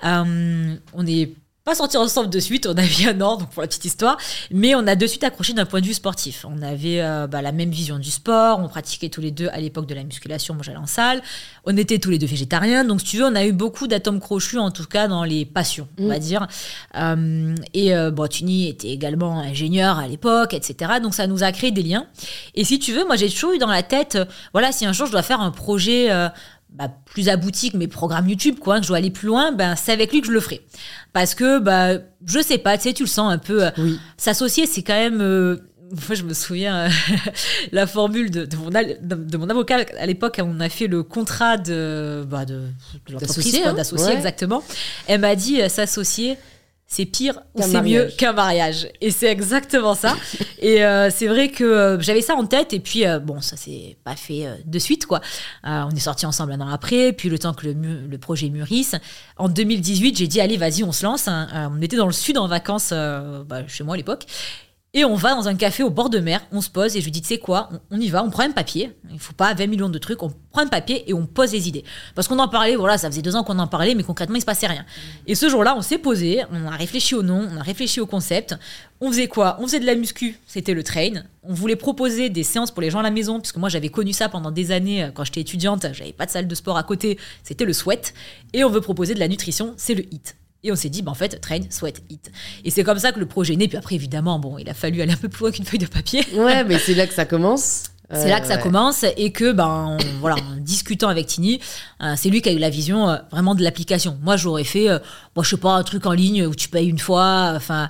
[SPEAKER 2] Euh, on est pas sortis ensemble de suite, on a vu un an, donc pour la petite histoire, mais on a de suite accroché d'un point de vue sportif. On avait euh, bah, la même vision du sport, on pratiquait tous les deux à l'époque de la musculation, moi j'allais en salle, on était tous les deux végétariens, donc si tu veux, on a eu beaucoup d'atomes crochus, en tout cas dans les passions, mmh. on va dire. Euh, et euh, bon, Tini était également ingénieur à l'époque, et cetera. Donc ça nous a créé des liens. Et si tu veux, moi j'ai toujours eu dans la tête, euh, voilà, si un jour je dois faire un projet... Euh, Bah, plus abouti que mes programmes YouTube, quoi, que je dois aller plus loin, ben, c'est avec lui que je le ferai. Parce que, bah, je sais pas, tu sais, tu le sens un peu. Euh, oui. S'associer, c'est quand même. Euh, moi, je me souviens euh, la formule de, de, mon, de, de mon avocat à l'époque, on a fait le contrat de, bah, de, de l'entreprise, quoi, hein, d'associer, ouais. exactement. Elle m'a dit euh, s'associer. C'est pire ou c'est mariage. mieux qu'un mariage. Et c'est exactement ça. Et euh, c'est vrai que euh, j'avais ça en tête. Et puis, euh, bon, ça s'est pas fait euh, de suite, quoi. Euh, on est sortis ensemble un an après. Puis, le temps que le, le projet mûrisse, en deux mille dix-huit, j'ai dit, allez, vas-y, on se lance. Hein. Euh, on était dans le sud en vacances, euh, bah, chez moi à l'époque. Et on va dans un café au bord de mer, on se pose et je lui dis, tu sais quoi, on, on y va, on prend un papier, il faut pas vingt millions de trucs, on prend un papier et on pose les idées. Parce qu'on en parlait, voilà, ça faisait deux ans qu'on en parlait, mais concrètement, il se passait rien. Et ce jour-là, on s'est posé, on a réfléchi au nom, on a réfléchi au concept. On faisait quoi ? On faisait de la muscu, c'était le train. On voulait proposer des séances pour les gens à la maison, puisque moi, j'avais connu ça pendant des années, quand j'étais étudiante, j'avais pas de salle de sport à côté, c'était le sweat. Et on veut proposer de la nutrition, c'est le hit. Et on s'est dit, bah en fait, train, sweat, hit. Et c'est comme ça que le projet est né. Puis après, évidemment, bon, il a fallu aller un peu plus loin qu'une feuille de papier.
[SPEAKER 1] Ouais, mais c'est là que ça commence.
[SPEAKER 2] C'est euh, là que ça ouais. commence. Et que, ben, on, voilà, en discutant avec Tini, euh, c'est lui qui a eu la vision euh, vraiment de l'application. Moi, j'aurais fait, euh, bon, je sais pas, un truc en ligne où tu payes une fois. Enfin,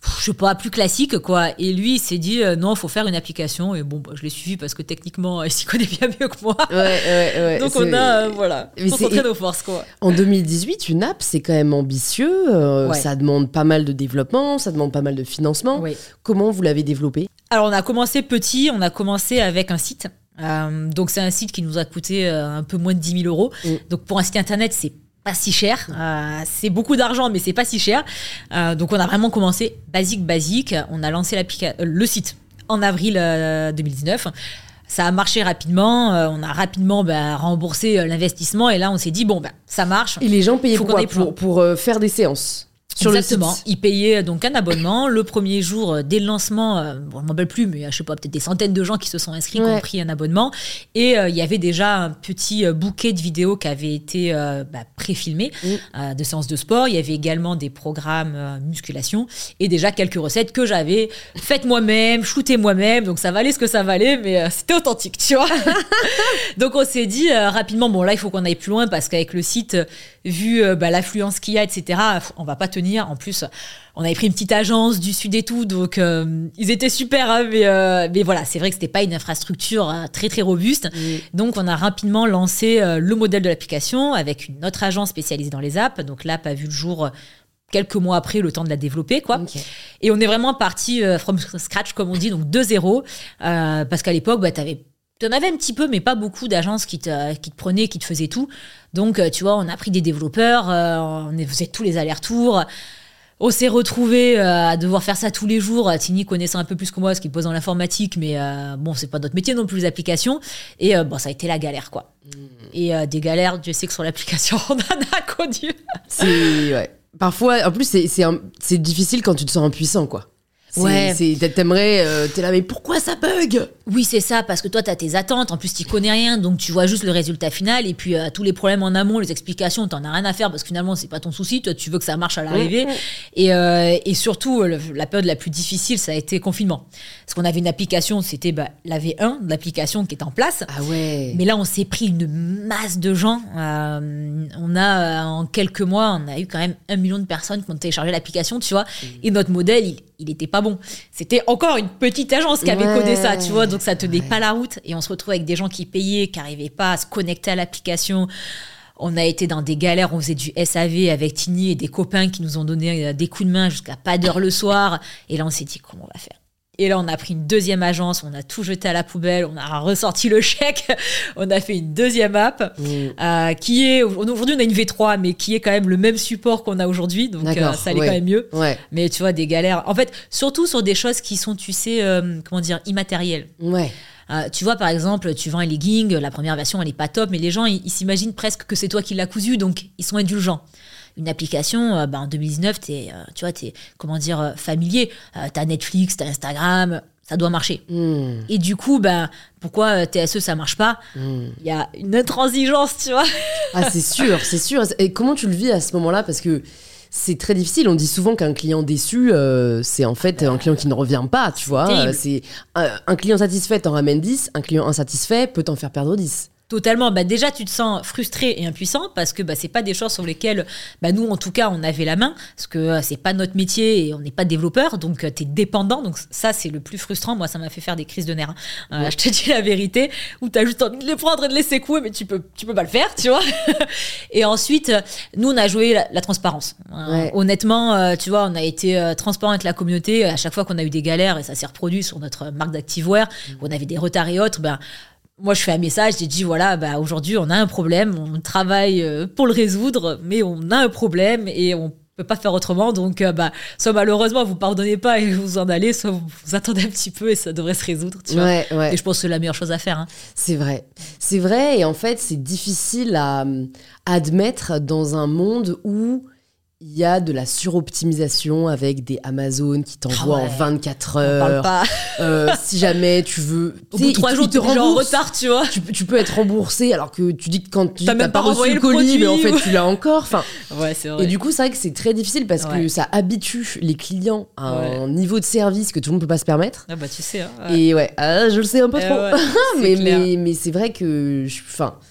[SPEAKER 2] je sais pas, plus classique, quoi. Et lui, il s'est dit, euh, non, il faut faire une application. Et bon, bah, je l'ai suivi parce que techniquement, il s'y connaît bien mieux que moi.
[SPEAKER 1] Ouais, ouais, ouais.
[SPEAKER 2] Donc,
[SPEAKER 1] c'est...
[SPEAKER 2] on a, euh, voilà,
[SPEAKER 1] Mais
[SPEAKER 2] concentré
[SPEAKER 1] c'est...
[SPEAKER 2] nos forces, quoi.
[SPEAKER 1] En deux mille dix-huit, une app, c'est quand même ambitieux. Euh,
[SPEAKER 2] Ouais.
[SPEAKER 1] Ça demande pas mal de développement, ça demande pas mal de financement.
[SPEAKER 2] Oui.
[SPEAKER 1] Comment vous l'avez développé ?
[SPEAKER 2] Alors, on a commencé petit, on a commencé avec un site. Euh, donc, c'est un site qui nous a coûté euh, un peu moins de dix mille euros.
[SPEAKER 1] Mm.
[SPEAKER 2] Donc, pour un site internet, c'est pas si cher. Euh, c'est beaucoup d'argent, mais c'est pas si cher. Euh, donc, on a vraiment commencé basique, basique. On a lancé l'applica- euh, le site en avril euh, deux mille dix-neuf. Ça a marché rapidement. Euh, on a rapidement bah, remboursé euh, l'investissement. Et là, on s'est dit, bon, bah, ça marche.
[SPEAKER 1] Et les gens payaient
[SPEAKER 2] Faut
[SPEAKER 1] pour
[SPEAKER 2] qu'on
[SPEAKER 1] quoi ?
[SPEAKER 2] ait plein.
[SPEAKER 1] Pour, pour euh, faire des séances sur
[SPEAKER 2] Exactement.
[SPEAKER 1] le site.
[SPEAKER 2] Ils payaient donc un abonnement. Le premier jour, euh, dès le lancement, euh, bon, je ne me rappelle plus, mais euh, je sais pas, peut-être des centaines de gens qui se sont inscrits, qui
[SPEAKER 1] Ouais.
[SPEAKER 2] ont pris un abonnement. Et euh, il y avait déjà un petit euh, bouquet de vidéos qui avait été euh, bah, pré-filmé
[SPEAKER 1] Mm.
[SPEAKER 2] euh, de séances de sport. Il y avait également des programmes euh, musculation et déjà quelques recettes que j'avais faites moi-même, shootées moi-même. Donc ça valait ce que ça valait, mais euh, c'était authentique, tu vois. Donc on s'est dit euh, rapidement, bon là, il faut qu'on aille plus loin parce qu'avec le site, euh, vu euh, bah, l'affluence qu'il y a, et cetera, on va pas tenir. En plus, on avait pris une petite agence du Sud et tout, donc euh, ils étaient super, hein, mais, euh, mais voilà, c'est vrai que c'était pas une infrastructure euh, très très robuste.
[SPEAKER 1] Mm.
[SPEAKER 2] Donc on a rapidement lancé euh, le modèle de l'application avec une autre agence spécialisée dans les apps. Donc l'app a vu le jour euh, quelques mois après, le temps de la développer, quoi.
[SPEAKER 1] Ok.
[SPEAKER 2] Et on est vraiment parti euh, from scratch, comme on dit, donc de zéro, euh, parce qu'à l'époque, bah, t'avais T'en avais un petit peu, mais pas beaucoup d'agences qui te, qui te prenaient, qui te faisaient tout. Donc, euh, tu vois, on a pris des développeurs, euh, on faisait tous les allers-retours. On s'est retrouvés euh, à devoir faire ça tous les jours. Tini connaissant un peu plus que moi, ce qui pose dans l'informatique, mais euh, bon, c'est pas notre métier non plus, les applications. Et euh, bon, ça a été la galère, quoi. Mmh. Et euh, des galères, Dieu sait que sur l'application, on en a connu.
[SPEAKER 1] C'est... Ouais. Parfois, en plus, c'est, c'est, un- c'est difficile quand tu te sens impuissant, quoi. C'est,
[SPEAKER 2] Ouais.
[SPEAKER 1] c'est, t'aimerais, euh, t'es là, mais pourquoi ça bug ?
[SPEAKER 2] Oui, c'est ça, parce que toi, tu as tes attentes. En plus, tu connais rien, donc tu vois juste le résultat final. Et puis, euh, tous les problèmes en amont, les explications, t'en as rien à faire parce que finalement, c'est pas ton souci. Toi, tu veux que ça marche à l'arrivée. Et, euh, et surtout, le- la période la plus difficile, ça a été confinement. Parce qu'on avait une application, c'était bah, la V un, l'application qui est en place.
[SPEAKER 1] Ah ouais.
[SPEAKER 2] Mais là, on s'est pris une masse de gens. Euh, on a, euh, en quelques mois, on a eu quand même un million de personnes qui ont téléchargé l'application, tu vois. Et notre modèle, il, il était pas bon. C'était encore une petite agence qui avait
[SPEAKER 1] Ouais.
[SPEAKER 2] codé ça, tu vois. Donc, ça tenait
[SPEAKER 1] Ouais.
[SPEAKER 2] pas la route. Et on se retrouve avec des gens qui payaient, qui n'arrivaient pas à se connecter à l'application. On a été dans des galères, on faisait du S A V avec Tini et des copains qui nous ont donné euh, des coups de main jusqu'à pas d'heure le soir. Et là, on s'est dit, comment on va faire ? Et là, on a pris une deuxième agence, on a tout jeté à la poubelle, on a ressorti le chèque, on a fait une deuxième app,
[SPEAKER 1] Mm.
[SPEAKER 2] euh, qui est, aujourd'hui on a une V trois, mais qui est quand même le même support qu'on a aujourd'hui, donc
[SPEAKER 1] D'accord,
[SPEAKER 2] euh, ça allait
[SPEAKER 1] ouais.
[SPEAKER 2] quand même mieux.
[SPEAKER 1] Ouais.
[SPEAKER 2] Mais tu vois, des galères, en fait, surtout sur des choses qui sont, tu sais, euh, comment dire, immatérielles.
[SPEAKER 1] Ouais.
[SPEAKER 2] Euh, tu vois, par exemple, tu vends un legging, la première version, elle est pas top, mais les gens, ils, ils s'imaginent presque que c'est toi qui l'as cousu, donc ils sont indulgents. Une application, euh, bah, en deux mille dix-neuf, t'es, euh, tu vois, t'es, comment dire, euh, familier. Euh, t'as Netflix, t'as Instagram, ça doit marcher.
[SPEAKER 1] Mm.
[SPEAKER 2] Et du coup, ben, pourquoi euh, T S E, ça marche pas ?
[SPEAKER 1] Mm.
[SPEAKER 2] Il y a une intransigeance, tu vois.
[SPEAKER 1] Ah, c'est sûr, c'est sûr. Et comment tu le vis à ce moment-là ? Parce que c'est très difficile. On dit souvent qu'un client déçu, euh, c'est en fait un client qui ne revient pas, tu vois.
[SPEAKER 2] terrible.
[SPEAKER 1] Euh, C'est un, un client satisfait t'en ramène dix, un client insatisfait peut t'en faire perdre dix.
[SPEAKER 2] Totalement. Bah, déjà, tu te sens frustré et impuissant parce que bah, c'est pas des choses sur lesquelles, bah, nous, en tout cas, on avait la main parce que euh, c'est pas notre métier et on n'est pas développeur. Donc, euh, t'es dépendant. Donc, ça, c'est le plus frustrant. Moi, ça m'a fait faire des crises de nerfs. hein. Euh,
[SPEAKER 1] Ouais.
[SPEAKER 2] Je te dis la vérité. Où t'as juste envie de les prendre et de les secouer, mais tu peux, tu peux pas le faire, tu vois. Et ensuite, euh, nous, on a joué la, la transparence. Euh,
[SPEAKER 1] Ouais.
[SPEAKER 2] Honnêtement, euh, tu vois, on a été euh, transparent avec la communauté. À chaque fois qu'on a eu des galères, et ça s'est reproduit sur notre marque d'Activewear, où on avait des retards et autres, ben, moi, je fais un message, j'ai dit, voilà, bah, aujourd'hui, on a un problème, on travaille euh, pour le résoudre, mais on a un problème et on peut pas faire autrement. Donc, euh, bah, soit malheureusement, vous pardonnez pas et vous en allez, soit vous, vous attendez un petit peu et ça devrait se résoudre, tu vois.
[SPEAKER 1] Ouais, ouais.
[SPEAKER 2] Et je pense que c'est la meilleure chose à faire. hein.
[SPEAKER 1] C'est vrai. C'est vrai, et en fait, c'est difficile à euh, admettre dans un monde où il y a de la suroptimisation avec des Amazon qui t'envoient
[SPEAKER 2] Ah ouais.
[SPEAKER 1] en vingt-quatre
[SPEAKER 2] On parle
[SPEAKER 1] heures.
[SPEAKER 2] pas.
[SPEAKER 1] Euh, si jamais tu veux...
[SPEAKER 2] Au
[SPEAKER 1] tu
[SPEAKER 2] bout
[SPEAKER 1] sais,
[SPEAKER 2] de trois
[SPEAKER 1] ils-
[SPEAKER 2] jours,
[SPEAKER 1] ils te
[SPEAKER 2] t'es déjà en
[SPEAKER 1] remboursent.
[SPEAKER 2] retard, tu vois.
[SPEAKER 1] Tu, peux- tu peux être remboursé alors que tu dis que quand tu dis
[SPEAKER 2] T'as
[SPEAKER 1] que
[SPEAKER 2] même
[SPEAKER 1] t'as
[SPEAKER 2] pas
[SPEAKER 1] pas reçu
[SPEAKER 2] envoyé
[SPEAKER 1] le
[SPEAKER 2] le
[SPEAKER 1] colis,
[SPEAKER 2] produit,
[SPEAKER 1] mais en fait
[SPEAKER 2] ou-
[SPEAKER 1] tu l'as encore. Enfin,
[SPEAKER 2] Ouais, c'est vrai.
[SPEAKER 1] et du coup, c'est vrai que c'est très difficile parce que
[SPEAKER 2] Ouais.
[SPEAKER 1] ça habitue les clients à
[SPEAKER 2] Ouais.
[SPEAKER 1] un niveau de service que tout le monde peut pas se permettre.
[SPEAKER 2] Ah bah, tu sais. Hein, ouais.
[SPEAKER 1] Et ouais, ah, je le sais un peu
[SPEAKER 2] Eh
[SPEAKER 1] trop.
[SPEAKER 2] ouais, c'est
[SPEAKER 1] mais,
[SPEAKER 2] clair.
[SPEAKER 1] mais, mais c'est vrai que, je- enfin,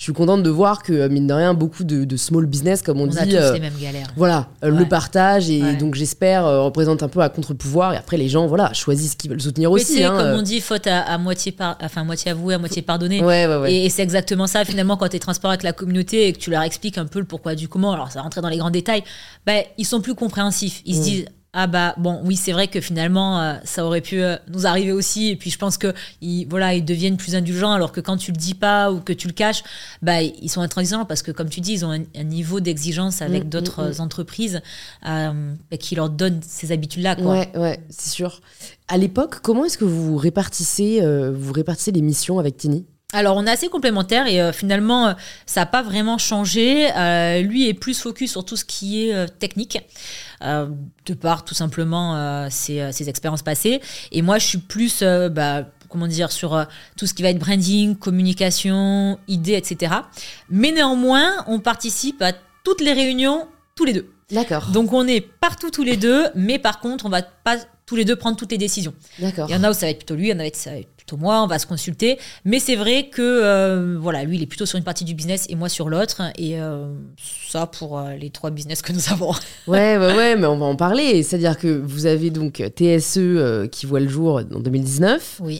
[SPEAKER 1] je suis contente de voir que, mine de rien, beaucoup de, de small business, comme on,
[SPEAKER 2] on
[SPEAKER 1] dit...
[SPEAKER 2] On a tous
[SPEAKER 1] euh,
[SPEAKER 2] les mêmes galères.
[SPEAKER 1] Voilà, euh,
[SPEAKER 2] ouais.
[SPEAKER 1] le partage, et
[SPEAKER 2] ouais.
[SPEAKER 1] donc j'espère euh, représente un peu à contre-pouvoir, et après les gens, voilà, choisissent ce qu'ils veulent soutenir
[SPEAKER 2] Mais
[SPEAKER 1] aussi.
[SPEAKER 2] tu sais,
[SPEAKER 1] hein,
[SPEAKER 2] comme
[SPEAKER 1] euh...
[SPEAKER 2] on dit, faute à, à moitié par... enfin, moitié avouée, à moitié pardonnée.
[SPEAKER 1] Ouais, ouais, ouais.
[SPEAKER 2] Et, et c'est exactement ça, finalement, quand tu es transparent avec la communauté et que tu leur expliques un peu le pourquoi du comment, alors ça va rentrer dans les grands détails, bah, ils sont plus compréhensifs. Ils mmh. se disent... Ah bah bon oui c'est vrai que finalement euh, ça aurait pu euh, nous arriver aussi, et puis je pense que ils, voilà, ils deviennent plus indulgents, alors que quand tu le dis pas ou que tu le caches, bah ils sont intransigeants, parce que comme tu dis, ils ont un, un niveau d'exigence avec mmh, d'autres mmh, entreprises euh, qui leur donnent ces habitudes là quoi.
[SPEAKER 1] Ouais ouais c'est sûr. À l'époque, comment est-ce que vous répartissez euh, vous répartissez les missions avec Tini?
[SPEAKER 2] Alors, on est assez complémentaires et euh, finalement, euh, ça n'a pas vraiment changé. Euh, lui est plus focus sur tout ce qui est euh, technique, euh, de par tout simplement euh, ses, euh, ses expériences passées. Et moi, je suis plus, euh, bah, comment dire, sur euh, tout ce qui va être branding, communication, idées, et cetera. Mais néanmoins, on participe à toutes les réunions, tous les deux.
[SPEAKER 1] D'accord.
[SPEAKER 2] Donc, on est partout tous les deux, mais par contre, on ne va pas tous les deux prendre toutes les décisions.
[SPEAKER 1] D'accord.
[SPEAKER 2] Il y en a où ça va être plutôt lui, il y en a où ça va être plutôt moi, on va se consulter. Mais c'est vrai que euh, voilà, lui, il est plutôt sur une partie du business et moi sur l'autre. Et euh, ça pour euh, les trois business que nous avons.
[SPEAKER 1] Ouais, ouais, ouais, mais on va en parler. C'est-à-dire que vous avez donc T S E euh, qui voit le jour en deux mille dix-neuf.
[SPEAKER 2] Oui.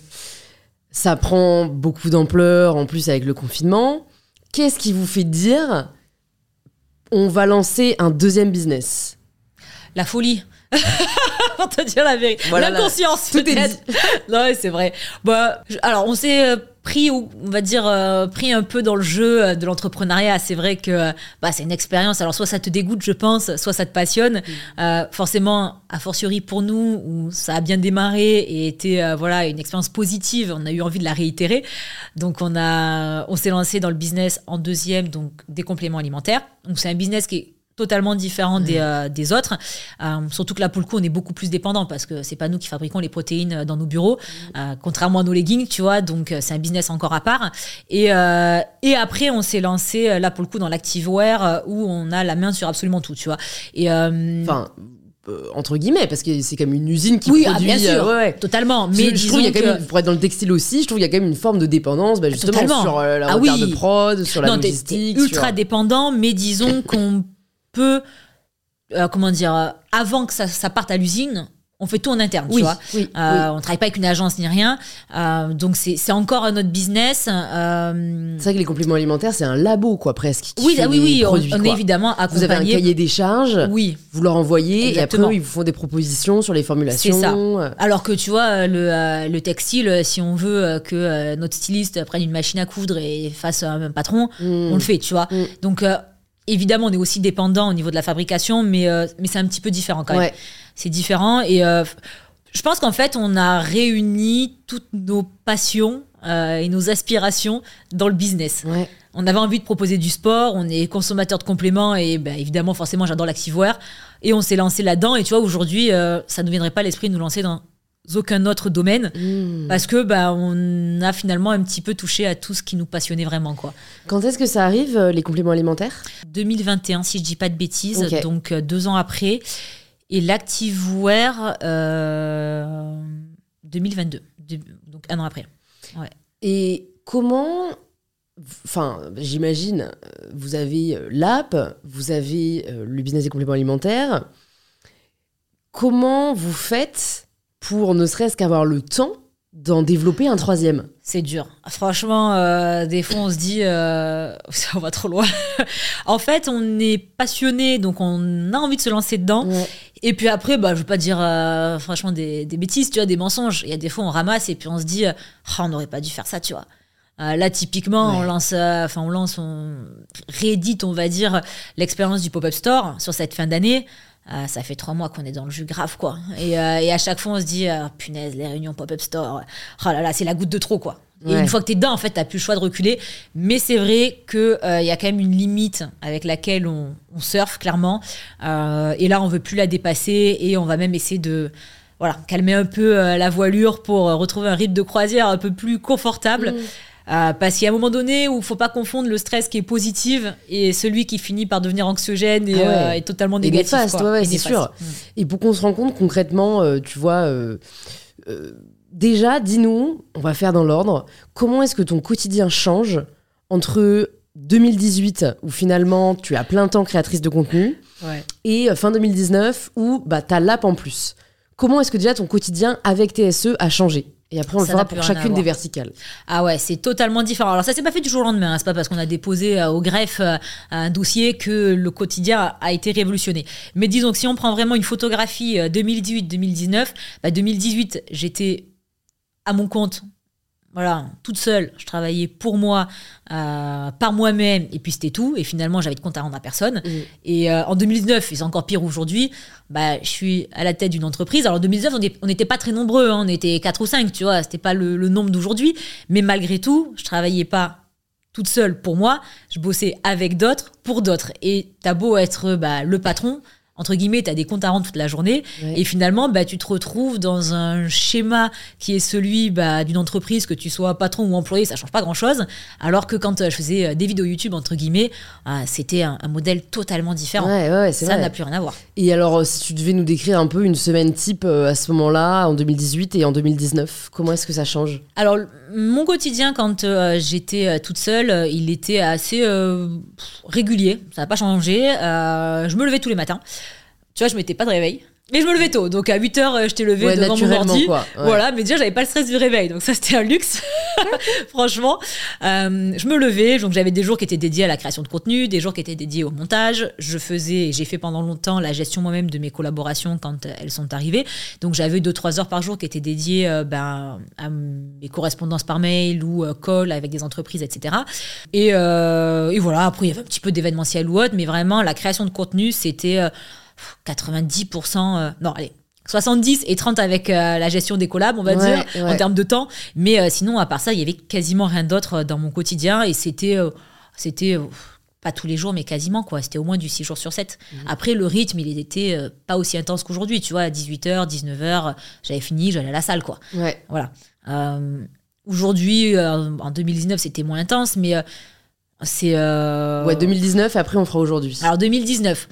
[SPEAKER 1] Ça prend beaucoup d'ampleur, en plus avec le confinement. Qu'est-ce qui vous fait dire on va lancer un deuxième business?
[SPEAKER 2] La folie. Pour te dire la vérité. Voilà, l'inconscience,
[SPEAKER 1] tout
[SPEAKER 2] peut-être. Non, c'est vrai. Bah, je, alors, on s'est euh, pris, on va dire, euh, pris un peu dans le jeu euh, de l'entrepreneuriat. C'est vrai que bah, c'est une expérience. Alors, soit ça te dégoûte, je pense, soit ça te passionne. Mmh. Euh, forcément, a fortiori pour nous, où ça a bien démarré et été euh, voilà, une expérience positive, on a eu envie de la réitérer. Donc, on, a, on s'est lancé dans le business en deuxième, donc des compléments alimentaires. Donc, c'est un business qui est totalement différent mmh. des, euh, des autres. Euh, surtout que là, pour le coup, on est beaucoup plus dépendant parce que c'est pas nous qui fabriquons les protéines dans nos bureaux, mmh. euh, contrairement à nos leggings, tu vois. Donc, euh, c'est un business encore à part. Et, euh, et après, on s'est lancé, là, pour le coup, dans l'activewear euh, où on a la main sur absolument tout, tu vois. Et, euh,
[SPEAKER 1] enfin, euh, entre guillemets, parce que c'est comme une usine qui
[SPEAKER 2] oui,
[SPEAKER 1] produit...
[SPEAKER 2] Oui, ah, bien sûr,
[SPEAKER 1] euh, ouais, ouais.
[SPEAKER 2] totalement. Mais
[SPEAKER 1] je, je trouve qu'il y a quand
[SPEAKER 2] que...
[SPEAKER 1] même, pour être dans le textile aussi, je trouve qu'il y a quand même une forme de dépendance, bah, justement,
[SPEAKER 2] totalement.
[SPEAKER 1] sur euh, la
[SPEAKER 2] ah,
[SPEAKER 1] retard
[SPEAKER 2] oui.
[SPEAKER 1] de prod, sur la
[SPEAKER 2] non,
[SPEAKER 1] logistique.
[SPEAKER 2] T'es, t'es ultra
[SPEAKER 1] sur...
[SPEAKER 2] dépendant, mais disons qu'on peut... Euh, comment dire, euh, avant que ça, ça parte à l'usine, on fait tout en interne,
[SPEAKER 1] oui,
[SPEAKER 2] tu vois.
[SPEAKER 1] Oui,
[SPEAKER 2] euh,
[SPEAKER 1] oui.
[SPEAKER 2] On ne travaille pas avec une agence ni rien. Euh, donc, c'est, c'est encore un autre business. Euh...
[SPEAKER 1] C'est vrai que les compléments alimentaires, c'est un labo, quoi, presque. Qui
[SPEAKER 2] oui,
[SPEAKER 1] fait
[SPEAKER 2] ah, oui, oui,
[SPEAKER 1] produits,
[SPEAKER 2] on, on est évidemment accompagné.
[SPEAKER 1] Vous avez un cahier des charges,
[SPEAKER 2] oui.
[SPEAKER 1] vous leur envoyez,
[SPEAKER 2] Exactement.
[SPEAKER 1] et après, ils vous font des propositions sur les formulations.
[SPEAKER 2] C'est ça. Alors que, tu vois, le, euh, le textile, si on veut euh, que euh, notre styliste prenne une machine à coudre et fasse un patron, mmh. on le fait, tu vois. Mmh. Donc... Euh, évidemment, on est aussi dépendant au niveau de la fabrication, mais, euh, mais c'est un petit peu différent quand même.
[SPEAKER 1] Ouais.
[SPEAKER 2] C'est différent. Et euh, je pense qu'en fait, on a réuni toutes nos passions euh, et nos aspirations dans le business.
[SPEAKER 1] Ouais.
[SPEAKER 2] On avait envie de proposer du sport, on est consommateur de compléments et ben, évidemment, forcément, j'adore l'activewear. Et on s'est lancé là-dedans. Et tu vois, aujourd'hui, euh, ça ne nous viendrait pas à l'esprit de nous lancer dans aucun autre domaine mmh. parce que bah on a finalement un petit peu touché à tout ce qui nous passionnait vraiment quoi.
[SPEAKER 1] Quand est-ce que ça arrive les compléments alimentaires?
[SPEAKER 2] deux mille vingt et un si je dis pas de bêtises,
[SPEAKER 1] okay.
[SPEAKER 2] donc euh, deux ans après, et l'activewear euh, deux mille vingt-deux, donc un an après. Ouais.
[SPEAKER 1] Et comment, enfin j'imagine vous avez l'app, vous avez le business des compléments alimentaires, comment vous faites pour ne serait-ce qu'avoir le temps d'en développer un troisième?
[SPEAKER 2] C'est dur. Franchement, euh, des fois, on se dit, euh, ça va trop loin. En fait, on est passionné, donc on a envie de se lancer dedans. Ouais. Et puis après, bah, je veux pas dire, euh, franchement, des, des bêtises, tu vois, des mensonges. Il y a des fois, on ramasse et puis on se dit, oh, on n'aurait pas dû faire ça, tu vois. Euh, là, typiquement, ouais. on lance, enfin, euh, on lance, on réédite, on va dire, l'expérience du pop-up store sur cette fin d'année. Euh, ça fait trois mois qu'on est dans le jus grave, quoi. Et, euh, et à chaque fois, on se dit, euh, punaise, les réunions pop-up store, oh là là, c'est la goutte de trop, quoi. Ouais. Et une fois que t'es dedans, en fait, t'as plus le choix de reculer. Mais c'est vrai qu'il euh, y a quand même une limite avec laquelle on, on surfe, clairement. Euh, et là, on veut plus la dépasser et on va même essayer de voilà, calmer un peu euh, la voilure pour euh, retrouver un rythme de croisière un peu plus confortable. Mmh. Euh, parce qu'il y a un moment donné où il ne faut pas confondre le stress qui est positif et celui qui finit par devenir anxiogène et, ah ouais. euh, et totalement négatif.
[SPEAKER 1] Et néfaste, ouais, ouais,
[SPEAKER 2] et
[SPEAKER 1] c'est
[SPEAKER 2] néfaste.
[SPEAKER 1] sûr. Mmh. Et pour qu'on se rende compte concrètement, euh, tu vois, euh, euh, déjà, dis-nous, on va faire dans l'ordre, comment est-ce que ton quotidien change entre deux mille dix-huit où finalement tu es à plein temps créatrice de contenu
[SPEAKER 2] ouais.
[SPEAKER 1] et fin deux mille dix-neuf où bah, tu as l'app en plus. Comment est-ce que déjà ton quotidien avec T S E a changé ? Et après, on le fera pour chacune des verticales.
[SPEAKER 2] Ah ouais, c'est totalement différent. Alors ça s'est pas fait du jour au lendemain. Hein. C'est pas parce qu'on a déposé euh, au greffe euh, un dossier que le quotidien a, a été révolutionné. Mais disons que si on prend vraiment une photographie euh, deux mille dix-huit deux mille dix-neuf, bah deux mille dix-huit, j'étais à mon compte. Voilà, toute seule, je travaillais pour moi, euh, par moi-même, et puis c'était tout. Et finalement, j'avais de compte à rendre à personne. Mmh. Et euh, en deux mille dix-neuf, et c'est encore pire aujourd'hui, bah, je suis à la tête d'une entreprise. Alors en deux mille dix-neuf, on n'était pas très nombreux, hein, on était quatre ou cinq, tu vois, c'était pas le, le nombre d'aujourd'hui. Mais malgré tout, je travaillais pas toute seule pour moi, je bossais avec d'autres, pour d'autres. Et t'as beau être bah, le patron, entre guillemets, tu as des comptes à rendre toute la journée ouais. et finalement, bah, tu te retrouves dans un schéma qui est celui bah, d'une entreprise, que tu sois patron ou employé, ça change pas grand-chose. Alors que quand euh, je faisais des vidéos YouTube, entre guillemets, euh, c'était un, un modèle totalement différent.
[SPEAKER 1] Ouais, ouais, c'est
[SPEAKER 2] ça
[SPEAKER 1] vrai.
[SPEAKER 2] n'a plus rien à voir.
[SPEAKER 1] Et alors, si tu devais nous décrire un peu une semaine type euh, à ce moment-là, en deux mille dix-huit et en deux mille dix-neuf, comment est-ce que ça change ?
[SPEAKER 2] Alors, mon quotidien, quand euh, j'étais euh, toute seule, euh, il était assez euh, régulier. Ça n'a pas changé. Euh, je me levais tous les matins. Tu vois, je mettais pas de réveil. Mais je me levais tôt, donc à huit heures, je t'ai levé
[SPEAKER 1] ouais,
[SPEAKER 2] devant mon ordi.
[SPEAKER 1] Quoi. Ouais.
[SPEAKER 2] Voilà, mais déjà, j'avais pas le stress du réveil, donc ça, c'était un luxe, franchement. Euh, je me levais, donc j'avais des jours qui étaient dédiés à la création de contenu, des jours qui étaient dédiés au montage. Je faisais, et j'ai fait pendant longtemps, la gestion moi-même de mes collaborations quand elles sont arrivées. Donc j'avais deux trois heures par jour qui étaient dédiées euh, ben, à mes correspondances par mail ou euh, call avec des entreprises, et cetera. Et, euh, et voilà, après, il y avait un petit peu d'événementiel ou autre, mais vraiment, la création de contenu, c'était... Euh, quatre-vingt-dix pour cent, euh, non, allez, soixante-dix et trente avec euh, la gestion des collabs, on va
[SPEAKER 1] ouais,
[SPEAKER 2] dire,
[SPEAKER 1] ouais.
[SPEAKER 2] en termes de temps. Mais euh, sinon, à part ça, il y avait quasiment rien d'autre dans mon quotidien et c'était, euh, c'était euh, pas tous les jours, mais quasiment, quoi. C'était au moins du six jours sur sept. Mmh. Après, le rythme, il était euh, pas aussi intense qu'aujourd'hui. Tu vois, à dix-huit heures, dix-neuf heures, j'avais fini, j'allais à la salle, quoi.
[SPEAKER 1] Ouais.
[SPEAKER 2] Voilà. Euh, aujourd'hui, euh, en deux mille dix-neuf, c'était moins intense, mais euh, c'est... Euh...
[SPEAKER 1] Ouais, deux mille dix-neuf, et après, on fera aujourd'hui.
[SPEAKER 2] Alors, deux mille dix-neuf...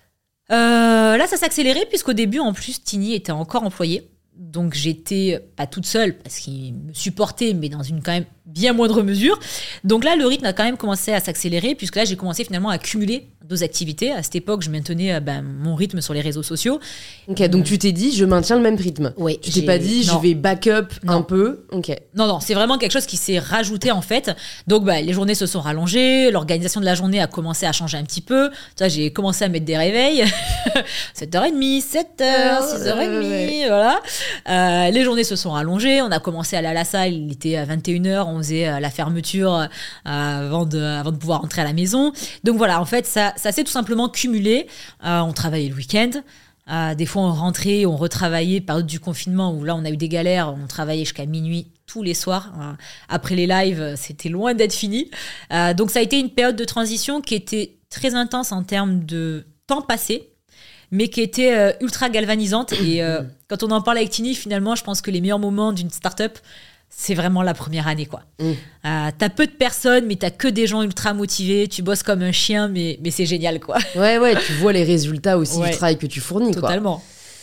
[SPEAKER 2] Euh, là, ça s'est accéléré puisqu'au début, en plus, Tini était encore employé. Donc, j'étais pas toute seule parce qu'il me supportait, mais dans une quand même bien moindre mesure. Donc là, le rythme a quand même commencé à s'accélérer puisque là, j'ai commencé finalement à cumuler deux activités. À cette époque, je maintenais ben, mon rythme sur les réseaux sociaux.
[SPEAKER 1] Ok, donc tu t'es dit, je maintiens le même rythme.
[SPEAKER 2] Oui.
[SPEAKER 1] Tu t'es pas dit, non. je vais back-up non. un peu. Ok.
[SPEAKER 2] Non, non, c'est vraiment quelque chose qui s'est rajouté en fait. Donc, bah, les journées se sont rallongées, l'organisation de la journée a commencé à changer un petit peu. Tu vois, j'ai commencé à mettre des réveils. sept heures trente, sept heures, six heures trente, euh, ouais. voilà. Euh, les journées se sont rallongées. On a commencé à aller à la salle, il était à vingt et une heures, on faisait la fermeture euh, avant, de, avant de pouvoir rentrer à la maison. Donc voilà, en fait, ça, ça s'est tout simplement cumulé. Euh, on travaillait le week-end. Euh, des fois, on rentrait, on retravaillait, période du confinement où là, on a eu des galères. On travaillait jusqu'à minuit tous les soirs. Euh, après les lives, c'était loin d'être fini. Euh, donc, ça a été une période de transition qui était très intense en termes de temps passé, mais qui était euh, ultra galvanisante. Et euh, quand on en parle avec Tini, finalement, je pense que les meilleurs moments d'une start-up, c'est vraiment la première année, quoi. Mm. Euh, t'as peu de personnes, mais t'as que des gens ultra motivés. Tu bosses comme un chien, mais, mais c'est génial, quoi.
[SPEAKER 1] Ouais, ouais, tu vois les résultats aussi ouais. du travail que tu fournis,
[SPEAKER 2] Totalement.
[SPEAKER 1] quoi.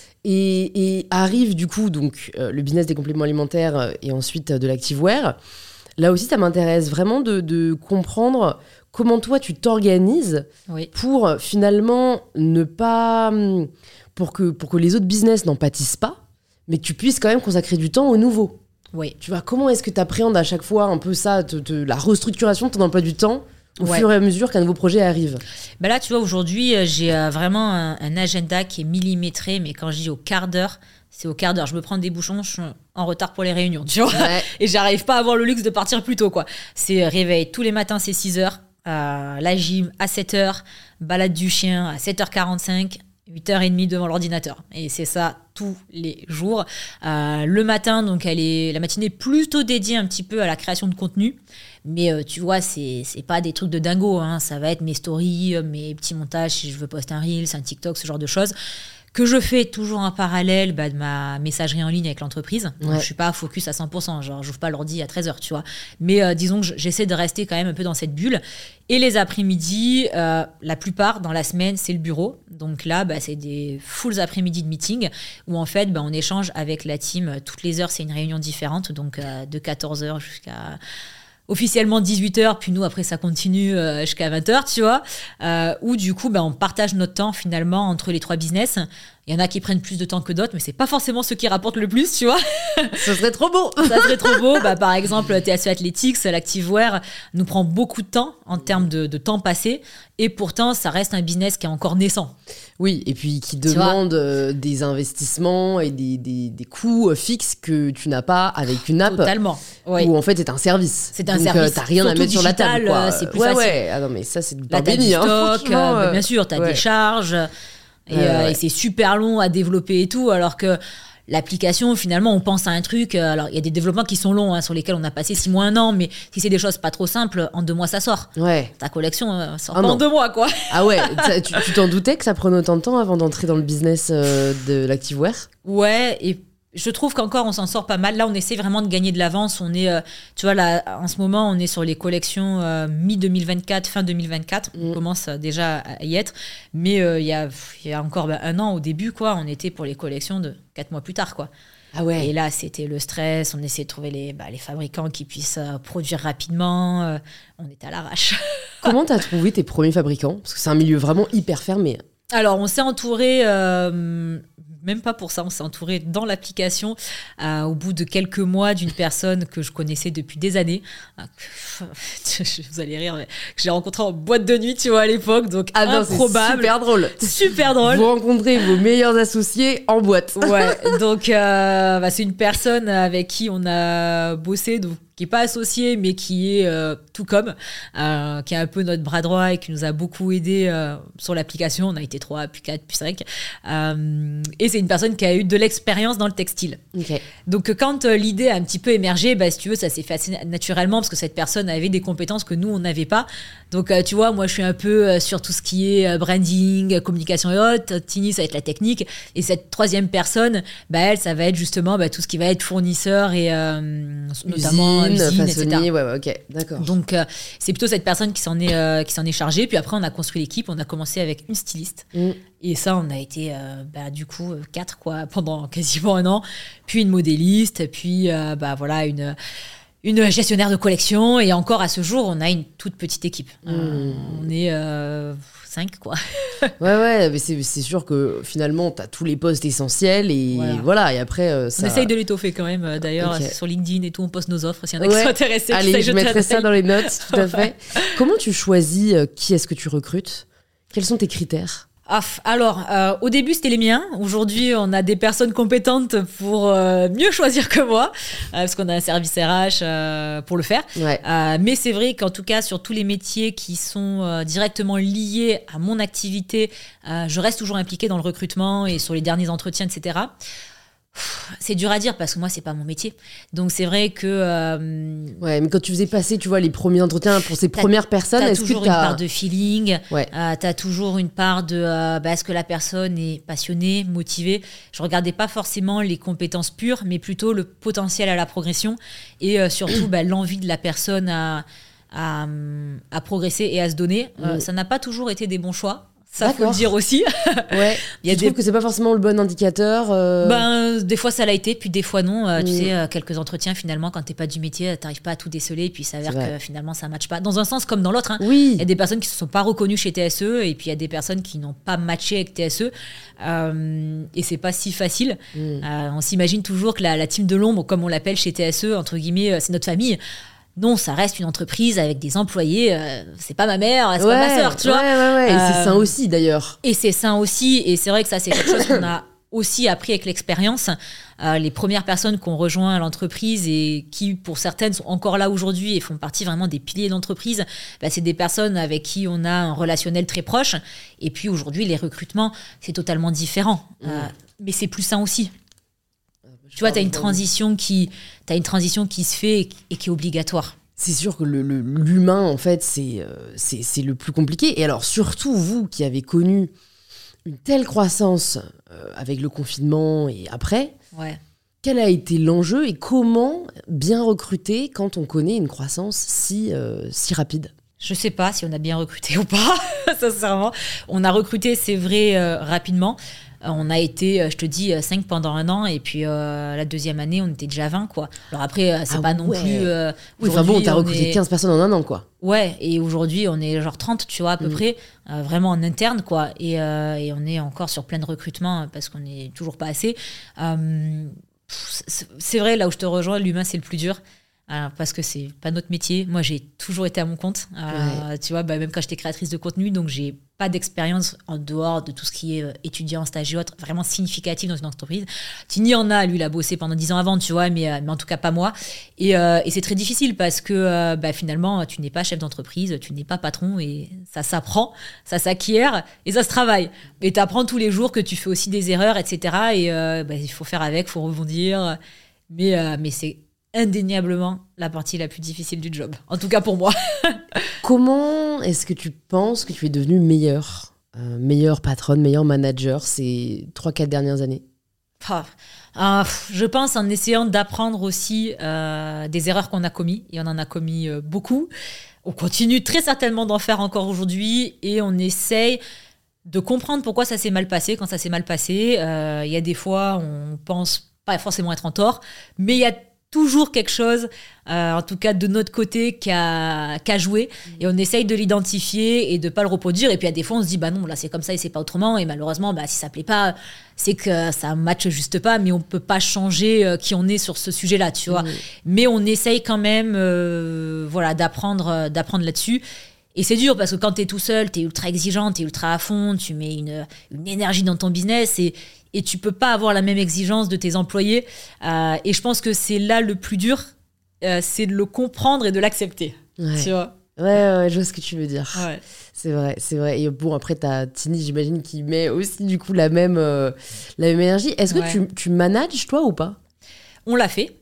[SPEAKER 1] Et, et arrive, du coup, donc, euh, le business des compléments alimentaires euh, et ensuite euh, de l'activewear. Là aussi, ça m'intéresse vraiment de, de comprendre comment toi, tu t'organises oui. pour euh, finalement ne pas... Pour que, pour que les autres business n'en pâtissent pas, mais que tu puisses quand même consacrer du temps au nouveau.
[SPEAKER 2] Oui.
[SPEAKER 1] Tu vois, comment est-ce que tu appréhendes à chaque fois un peu ça, te, te, la restructuration de ton emploi du temps au ouais. fur et à mesure qu'un nouveau projet arrive?
[SPEAKER 2] Ben là, tu vois, aujourd'hui, j'ai euh, vraiment un, un agenda qui est millimétré, mais quand je dis au quart d'heure, c'est au quart d'heure. Je me prends des bouchons, je suis en retard pour les réunions, tu vois. Ouais. Et j'arrive pas à avoir le luxe de partir plus tôt, quoi. C'est réveil tous les matins, c'est six heures. Euh, la gym à sept heures, balade du chien à sept heures quarante-cinq, huit heures trente devant l'ordinateur. Et c'est ça tous les jours. Euh, le matin, donc elle est, la matinée est plutôt dédiée un petit peu à la création de contenu. Mais euh, tu vois, c'est, c'est pas des trucs de dingo, hein. Ça va être mes stories, mes petits montages si je veux poster un Reels, un TikTok, ce genre de choses. Que je fais toujours en parallèle bah, de ma messagerie en ligne avec l'entreprise. Ouais. Donc, je suis pas focus à cent pour cent, genre j'ouvre pas l'ordi à treize heures, tu vois. Mais euh, disons que j'essaie de rester quand même un peu dans cette bulle. Et les après-midi, euh, la plupart dans la semaine, c'est le bureau. Donc là, bah, c'est des full après-midi de meeting où en fait, bah, on échange avec la team. Toutes les heures, c'est une réunion différente. Donc euh, de quatorze heures jusqu'à officiellement dix-huit heures, puis nous, après, ça continue euh, jusqu'à vingt heures, tu vois, euh, où du coup, bah, on partage notre temps finalement entre les trois business. Il y en a qui prennent plus de temps que d'autres, mais c'est pas forcément ceux qui rapportent le plus, tu vois.
[SPEAKER 1] Ça serait trop beau.
[SPEAKER 2] Ça serait trop beau. Bah, par exemple, T S E Athletics, l'Activewear nous prend beaucoup de temps en termes de, de temps passé, et pourtant, ça reste un business qui est encore naissant.
[SPEAKER 1] Oui, et puis qui demande euh, des investissements et des, des, des coûts euh, fixes que tu n'as pas avec une app.
[SPEAKER 2] Totalement. Ouais.
[SPEAKER 1] Où en fait, c'est un service.
[SPEAKER 2] C'est un
[SPEAKER 1] Donc,
[SPEAKER 2] service.
[SPEAKER 1] Euh, t'as rien
[SPEAKER 2] Surtout
[SPEAKER 1] à mettre sur la table.
[SPEAKER 2] digital,
[SPEAKER 1] Quoi.
[SPEAKER 2] euh, c'est plus
[SPEAKER 1] ouais,
[SPEAKER 2] facile.
[SPEAKER 1] Ouais, ah non, mais ça, c'est du
[SPEAKER 2] Là,
[SPEAKER 1] pain
[SPEAKER 2] t'as
[SPEAKER 1] béni.
[SPEAKER 2] du
[SPEAKER 1] Hein,
[SPEAKER 2] stock, euh, bah, bien sûr, t'as
[SPEAKER 1] ouais.
[SPEAKER 2] des charges. Et,
[SPEAKER 1] Ouais, ouais,
[SPEAKER 2] euh,
[SPEAKER 1] ouais.
[SPEAKER 2] et c'est super long à développer et tout, alors que l'application, finalement, on pense à un truc. euh, Alors, il y a des développements qui sont longs, hein, sur lesquels on a passé six mois, un an, mais si c'est des choses pas trop simples, en deux mois, ça sort.
[SPEAKER 1] Ouais.
[SPEAKER 2] Ta collection euh, sort
[SPEAKER 1] Ah
[SPEAKER 2] pas
[SPEAKER 1] non.
[SPEAKER 2] en deux mois, quoi.
[SPEAKER 1] Ah ouais, ça, tu tu t'en doutais que ça prenait autant de temps avant d'entrer dans le business euh, de l'Activewear?
[SPEAKER 2] Ouais, et je trouve qu'encore on s'en sort pas mal. Là, on essaie vraiment de gagner de l'avance. On est, euh, tu vois, là, en ce moment, on est sur les collections euh, mi deux mille vingt-quatre, fin deux mille vingt-quatre.
[SPEAKER 1] Mm.
[SPEAKER 2] On commence euh, déjà à y être. Mais euh, il y, a, il y a encore bah, un an, au début, quoi, on était pour les collections de quatre mois plus tard, quoi.
[SPEAKER 1] Ah ouais.
[SPEAKER 2] Et là, c'était le stress. On essayait de trouver les, bah, les fabricants qui puissent euh, produire rapidement. Euh, on était à l'arrache.
[SPEAKER 1] Comment t'as trouvé tes premiers fabricants? Parce que c'est un milieu vraiment hyper fermé.
[SPEAKER 2] Alors, on s'est entouré, euh, même pas pour ça, on s'est entouré dans l'application euh, au bout de quelques mois d'une personne que je connaissais depuis des années. Vous allez rire, mais que j'ai rencontré en boîte de nuit, tu vois, à l'époque, donc
[SPEAKER 1] Ah non, c'est
[SPEAKER 2] improbable.
[SPEAKER 1] super drôle.
[SPEAKER 2] Super drôle.
[SPEAKER 1] Vous rencontrez vos meilleurs associés en boîte.
[SPEAKER 2] Ouais, donc euh, bah, c'est une personne avec qui on a bossé, donc qui est pas associé, mais qui est euh, tout comme, euh, qui est un peu notre bras droit et qui nous a beaucoup aidé euh, sur l'application. On a été trois, puis quatre, puis cinq. Euh, et c'est une personne qui a eu de l'expérience dans le textile.
[SPEAKER 1] Ok.
[SPEAKER 2] Donc quand euh, l'idée a un petit peu émergé, bah, si tu veux, ça s'est fait assez naturellement parce que cette personne avait des compétences que nous, on n'avait pas. Donc euh, tu vois, moi, je suis un peu euh, sur tout ce qui est euh, branding, communication et autres. Tini, ça va être la technique. Et cette troisième personne, bah, elle, ça va être justement bah, tout ce qui va être fournisseur et euh, notamment
[SPEAKER 1] Usine,
[SPEAKER 2] usine,
[SPEAKER 1] façonnier,
[SPEAKER 2] et cetera.
[SPEAKER 1] ouais, ouais, ok, d'accord.
[SPEAKER 2] Donc euh, c'est plutôt cette personne qui s'en est euh, qui s'en est chargée. Puis après, on a construit l'équipe. On a commencé avec une styliste.
[SPEAKER 1] Mm.
[SPEAKER 2] Et ça, on a été, euh, bah, du coup, euh, quatre, quoi, pendant quasiment un an. Puis une modéliste, puis, euh, bah, voilà, une, une gestionnaire de collection. Et encore, à ce jour, on a une toute petite équipe.
[SPEAKER 1] Mm.
[SPEAKER 2] Euh, on est euh, cinq, quoi.
[SPEAKER 1] Ouais, ouais, mais c'est, c'est sûr que finalement, t'as tous les postes essentiels et voilà.
[SPEAKER 2] Voilà.
[SPEAKER 1] Et après, euh, ça...
[SPEAKER 2] On essaye de l'étoffer quand même. D'ailleurs,
[SPEAKER 1] Ok.
[SPEAKER 2] sur LinkedIn et tout, on poste nos offres. S'il y en a
[SPEAKER 1] Ouais.
[SPEAKER 2] qui sont intéressés,
[SPEAKER 1] Allez,
[SPEAKER 2] qui
[SPEAKER 1] je mettrai ça dans les notes, tout à fait. Comment tu choisis euh, qui est-ce que tu recrutes? Quels sont tes critères?
[SPEAKER 2] Ah, f- alors, euh, au début, c'était les miens. Aujourd'hui, on a des personnes compétentes pour euh, mieux choisir que moi, euh, parce qu'on a un service R H euh, pour le faire.
[SPEAKER 1] Ouais.
[SPEAKER 2] Euh, mais c'est vrai qu'en tout cas, sur tous les métiers qui sont euh, directement liés à mon activité, euh, je reste toujours impliquée dans le recrutement et sur les derniers entretiens, et cetera. C'est dur à dire parce que moi, c'est pas mon métier. Donc, c'est vrai que... euh,
[SPEAKER 1] Ouais, mais quand tu faisais passer, tu vois, les premiers entretiens pour ces
[SPEAKER 2] T'as-
[SPEAKER 1] premières personnes,
[SPEAKER 2] T'as
[SPEAKER 1] est-ce que
[SPEAKER 2] toujours
[SPEAKER 1] t'as...
[SPEAKER 2] une part de feeling,
[SPEAKER 1] Ouais.
[SPEAKER 2] euh, t'as toujours une part de euh, bah, est-ce que la personne est passionnée, motivée. Je regardais pas forcément les compétences pures, mais plutôt le potentiel à la progression et euh, surtout bah, l'envie de la personne à, à, à progresser et à se donner. Euh,
[SPEAKER 1] Mm.
[SPEAKER 2] Ça n'a pas toujours été des bons choix. Ça, faut
[SPEAKER 1] D'accord.
[SPEAKER 2] le dire aussi.
[SPEAKER 1] Ouais.
[SPEAKER 2] Il y a
[SPEAKER 1] tu
[SPEAKER 2] des-
[SPEAKER 1] trouves que c'est pas forcément le bon indicateur euh,
[SPEAKER 2] Ben, des fois, ça l'a été, puis des fois, non. Euh, Tu
[SPEAKER 1] Mm.
[SPEAKER 2] sais, euh, quelques entretiens, finalement, quand t'es pas du métier, t'arrives pas à tout déceler, puis ça s'avère
[SPEAKER 1] C'est vrai.
[SPEAKER 2] que finalement, ça matche pas. Dans un sens comme dans l'autre. Hein.
[SPEAKER 1] Oui.
[SPEAKER 2] Il y a des personnes qui ne se sont pas reconnues chez T S E, et puis il y a des personnes qui n'ont pas matché avec T S E. Euh, et c'est pas si facile.
[SPEAKER 1] Mm.
[SPEAKER 2] Euh, on s'imagine toujours que la, la team de l'ombre, comme on l'appelle chez T S E, entre guillemets, euh, c'est notre famille. Non, ça reste une entreprise avec des employés. euh, c'est pas ma mère, c'est
[SPEAKER 1] ouais,
[SPEAKER 2] pas ma sœur, tu
[SPEAKER 1] ouais,
[SPEAKER 2] vois.
[SPEAKER 1] ouais, ouais. Et c'est
[SPEAKER 2] Euh,
[SPEAKER 1] sain aussi, d'ailleurs.
[SPEAKER 2] Et c'est sain aussi. Et c'est vrai que ça, c'est quelque chose qu'on a aussi appris avec l'expérience. Euh, les premières personnes qui ont rejoint l'entreprise et qui, pour certaines, sont encore là aujourd'hui et font partie vraiment des piliers d'entreprise, bah, c'est des personnes avec qui on a un relationnel très proche. Et puis aujourd'hui, les recrutements, c'est totalement différent. Euh, mais c'est plus sain aussi. Tu vois, tu as une transition qui, t'as une transition qui se fait et, et qui est obligatoire.
[SPEAKER 1] C'est sûr que le, le- l'humain, en fait, c'est, euh, c'est, c'est le plus compliqué. Et alors, surtout, vous qui avez connu une telle croissance euh, avec le confinement et après,
[SPEAKER 2] Ouais.
[SPEAKER 1] quel a été l'enjeu et comment bien recruter quand on connaît une croissance si, euh, si rapide?
[SPEAKER 2] Je sais pas si on a bien recruté ou pas, sincèrement. On a recruté, c'est vrai, euh, rapidement. on a été, je te dis, cinq pendant un an, et puis euh, la deuxième année, on était déjà vingt, quoi. Alors après, c'est
[SPEAKER 1] ah,
[SPEAKER 2] pas non
[SPEAKER 1] ouais.
[SPEAKER 2] plus... Euh,
[SPEAKER 1] oui, enfin bon, t'as recruté
[SPEAKER 2] est...
[SPEAKER 1] quinze personnes en un an, quoi.
[SPEAKER 2] Ouais, et aujourd'hui, on est genre trente, tu vois, à peu
[SPEAKER 1] mmh.
[SPEAKER 2] près, euh, vraiment en interne, quoi. Et, euh, et on est encore sur plein de recrutements parce qu'on n'est toujours pas assez. Euh, c'est, c'est vrai, là où je te rejoins, l'humain, c'est le plus dur. Alors, parce que c'est pas notre métier. Moi, j'ai toujours été à mon compte. Euh, ouais. Tu vois, bah, même quand j'étais créatrice de contenu, donc j'ai pas d'expérience en dehors de tout ce qui est euh, étudiant, stage et autres, vraiment significatif dans une entreprise. Tini en a, lui, il a bossé pendant dix ans avant, tu vois, mais, euh, mais en tout cas pas moi. Et, euh, et c'est très difficile parce que euh, bah, finalement, tu n'es pas chef d'entreprise, tu n'es pas patron et ça s'apprend, ça s'acquiert et ça se travaille. Et tu apprends tous les jours que tu fais aussi des erreurs, et cetera. Et euh, bah, il faut faire avec, il faut rebondir. Mais, euh, mais c'est indéniablement la partie la plus difficile du job. En tout cas pour moi.
[SPEAKER 1] Comment est-ce que tu penses que tu es devenue meilleure euh, meilleure patronne, meilleure manager ces trois quatre dernières années?
[SPEAKER 2] ah, euh, Je pense en essayant d'apprendre aussi euh, des erreurs qu'on a commises. Et on en a commis euh, beaucoup. On continue très certainement d'en faire encore aujourd'hui. Et on essaye de comprendre pourquoi ça s'est mal passé quand ça s'est mal passé. Il euh, y a des fois, on pense pas forcément être en tort. Mais il y a toujours quelque chose, euh, en tout cas de notre côté, qui a, qui a joué. Et on essaye de l'identifier et de ne pas le reproduire. Et puis à des fois, on se dit, bah non, là c'est comme ça et c'est pas autrement. Et malheureusement, bah, si ça ne plaît pas, c'est que ça ne matche juste pas. Mais on ne peut pas changer euh, qui on est sur ce sujet-là, tu vois. Mmh. Mais on essaye quand même euh, voilà, d'apprendre, d'apprendre là-dessus. Et c'est dur parce que quand tu es tout seul, tu es ultra exigeant, tu es ultra à fond, tu mets une, une énergie dans ton business et, et tu peux pas avoir la même exigence de tes employés. Euh, et je pense que c'est là le plus dur, euh, c'est de le comprendre et de l'accepter.
[SPEAKER 1] Ouais.
[SPEAKER 2] Tu vois ?
[SPEAKER 1] Ouais, ouais, je vois ce que tu veux dire.
[SPEAKER 2] Ouais.
[SPEAKER 1] C'est vrai, c'est vrai. Et bon, après, t'as Tini, j'imagine, qui met aussi du coup la même, euh, la même énergie. Est-ce que ouais. tu, tu manages, toi, ou pas ?
[SPEAKER 2] On l'a fait.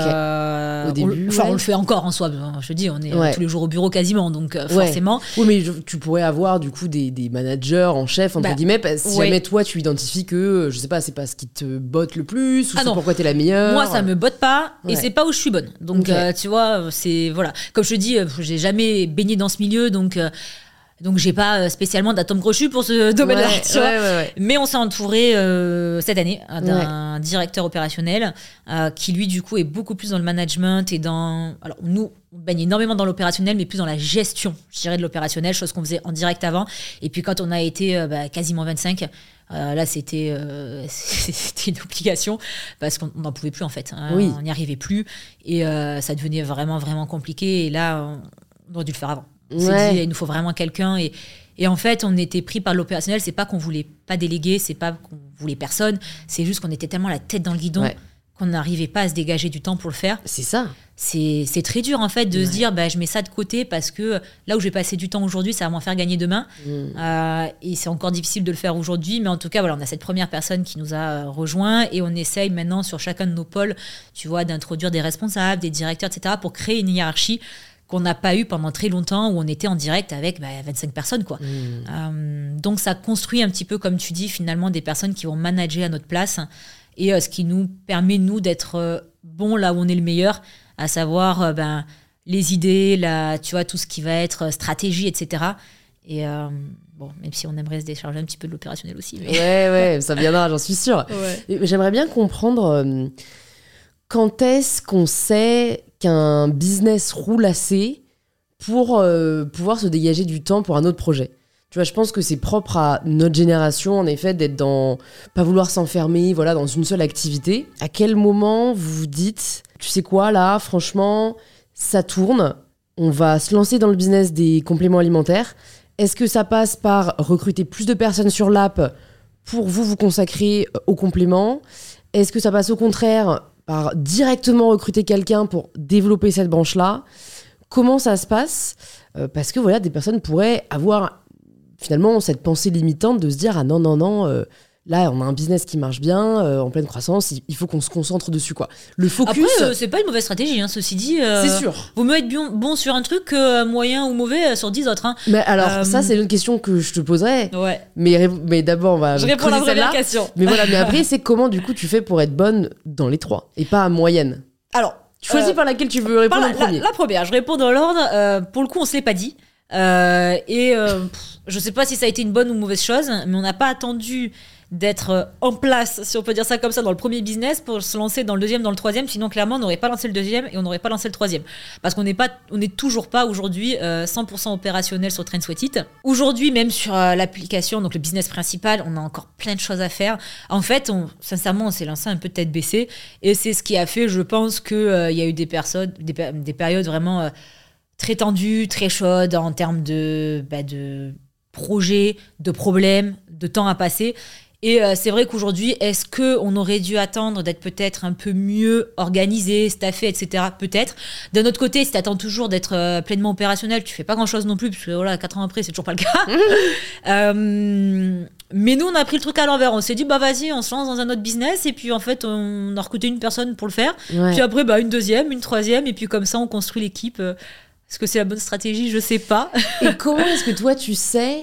[SPEAKER 2] Euh,
[SPEAKER 1] okay. Au début,
[SPEAKER 2] on, enfin,
[SPEAKER 1] ouais.
[SPEAKER 2] on le fait encore en soi. Je te dis, on est
[SPEAKER 1] ouais.
[SPEAKER 2] tous les jours au bureau quasiment, donc euh, forcément.
[SPEAKER 1] Ouais. Oui, mais je, tu pourrais avoir du coup des, des managers en chef entre bah, guillemets. Parce que si ouais. jamais toi tu identifies que je sais pas, c'est pas ce qui te botte le plus ou ah c'est non. pourquoi t'es la meilleure.
[SPEAKER 2] Moi, ça me botte pas ouais. et c'est pas où je suis bonne. Donc okay. euh, tu vois, c'est voilà. Comme je te dis, j'ai jamais baigné dans ce milieu, donc. Euh, Donc, j'ai pas spécialement d'atome crochu pour ce domaine-là,
[SPEAKER 1] ouais,
[SPEAKER 2] tu vois.
[SPEAKER 1] Ouais, ouais, ouais.
[SPEAKER 2] Mais on s'est entouré euh, cette année d'un ouais. directeur opérationnel euh, qui, lui, du coup, est beaucoup plus dans le management et dans... Alors, nous, on baigne énormément dans l'opérationnel, mais plus dans la gestion, je dirais, de l'opérationnel, chose qu'on faisait en direct avant. Et puis, quand on a été euh, bah, quasiment vingt-cinq, euh, là, c'était, euh, c'était une obligation parce qu'on n'en pouvait plus, en fait. Hein,
[SPEAKER 1] oui.
[SPEAKER 2] On n'y arrivait plus. Et euh, ça devenait vraiment, vraiment compliqué. Et là, on, on aurait dû le faire avant. On s'est ouais. dit, il nous faut vraiment quelqu'un. Et, et en fait, on était pris par l'opérationnel. C'est pas qu'on voulait pas déléguer, c'est pas qu'on voulait personne. C'est juste qu'on était tellement la tête dans le guidon ouais. qu'on n'arrivait pas à se dégager du temps pour le faire.
[SPEAKER 1] C'est ça.
[SPEAKER 2] C'est, c'est très dur, en fait, de ouais. se dire, bah, je mets ça de côté parce que là où je vais passer du temps aujourd'hui, ça va m'en faire gagner demain. Mmh. Euh, et c'est encore difficile de le faire aujourd'hui. Mais en tout cas, voilà, on a cette première personne qui nous a rejoints et on essaye maintenant sur chacun de nos pôles, tu vois, d'introduire des responsables, des directeurs, et cetera pour créer une hiérarchie qu'on n'a pas eu pendant très longtemps, où on était en direct avec bah, vingt-cinq personnes. Quoi. Mmh. Euh, donc, ça construit un petit peu, comme tu dis, finalement, des personnes qui vont manager à notre place, et euh, ce qui nous permet, nous, d'être euh, bons là où on est le meilleur, à savoir euh, ben, les idées, la, tu vois, tout ce qui va être stratégie, et cetera. Et euh, bon, même si on aimerait se décharger un petit peu de l'opérationnel aussi. Mais...
[SPEAKER 1] Ouais, ouais, ça viendra, j'en suis sûre.
[SPEAKER 2] Ouais.
[SPEAKER 1] J'aimerais bien comprendre euh, quand est-ce qu'on sait qu'un business roule assez pour euh, pouvoir se dégager du temps pour un autre projet. Tu vois, je pense que c'est propre à notre génération, en effet, d'être dans... pas vouloir s'enfermer, voilà, dans une seule activité. À quel moment vous vous dites, tu sais quoi, là, franchement, ça tourne, on va se lancer dans le business des compléments alimentaires. Est-ce que ça passe par recruter plus de personnes sur l'app pour vous vous consacrer aux compléments ? Est-ce que ça passe au contraire par directement recruter quelqu'un pour développer cette branche-là? Comment ça se passe? euh, Parce que voilà, des personnes pourraient avoir finalement cette pensée limitante de se dire « Ah non, non, non, euh, là, on a un business qui marche bien, euh, en pleine croissance, il, il faut qu'on se concentre dessus. » quoi. Le focus...
[SPEAKER 2] Après, euh, c'est pas une mauvaise stratégie, hein, ceci dit. Euh,
[SPEAKER 1] c'est sûr.
[SPEAKER 2] Vaut mieux être bon, bon sur un truc que moyen ou mauvais sur dix autres. Hein.
[SPEAKER 1] Mais alors, euh, ça, c'est une question que je te poserais.
[SPEAKER 2] Ouais.
[SPEAKER 1] Mais, mais d'abord, on va
[SPEAKER 2] je réponds à la première question.
[SPEAKER 1] Mais voilà, mais après, c'est comment, du coup, tu fais pour être bonne dans les trois et pas à moyenne?
[SPEAKER 2] Alors...
[SPEAKER 1] Tu choisis euh, par laquelle tu veux répondre
[SPEAKER 2] la,
[SPEAKER 1] en premier.
[SPEAKER 2] La, la première, je réponds dans l'ordre. Euh, pour le coup, on ne se l'est pas dit. Euh, et euh, pff, je ne sais pas si ça a été une bonne ou mauvaise chose, mais on n'a pas attendu d'être en place, si on peut dire ça comme ça, dans le premier business pour se lancer dans le deuxième, dans le troisième. Sinon, clairement, on n'aurait pas lancé le deuxième et on n'aurait pas lancé le troisième. Parce qu'on n'est pas, on n'est toujours pas aujourd'hui euh, cent pour cent opérationnel sur Train Sweat It. Aujourd'hui, même sur euh, l'application, donc le business principal, on a encore plein de choses à faire. En fait, on, sincèrement, on s'est lancé un peu de tête baissée et c'est ce qui a fait, je pense, qu'il euh, y a eu des, personnes, des, des périodes vraiment euh, très tendues, très chaudes en termes de, bah, de projets, de problèmes, de temps à passer. Et euh, c'est vrai qu'aujourd'hui, est-ce qu'on aurait dû attendre d'être peut-être un peu mieux organisé, staffé, et cetera. Peut-être. D'un autre côté, si tu attends toujours d'être euh, pleinement opérationnel, tu fais pas grand-chose non plus, parce que voilà, quatre ans après, c'est toujours pas le cas. euh, mais nous, on a pris le truc à l'envers. On s'est dit, bah vas-y, on se lance dans un autre business. Et puis en fait, on a recruté une personne pour le faire. Ouais. Puis après, bah, une deuxième, une troisième. Et puis comme ça, on construit l'équipe. Est-ce que c'est la bonne stratégie ? Je sais pas.
[SPEAKER 1] Et comment est-ce que toi, tu sais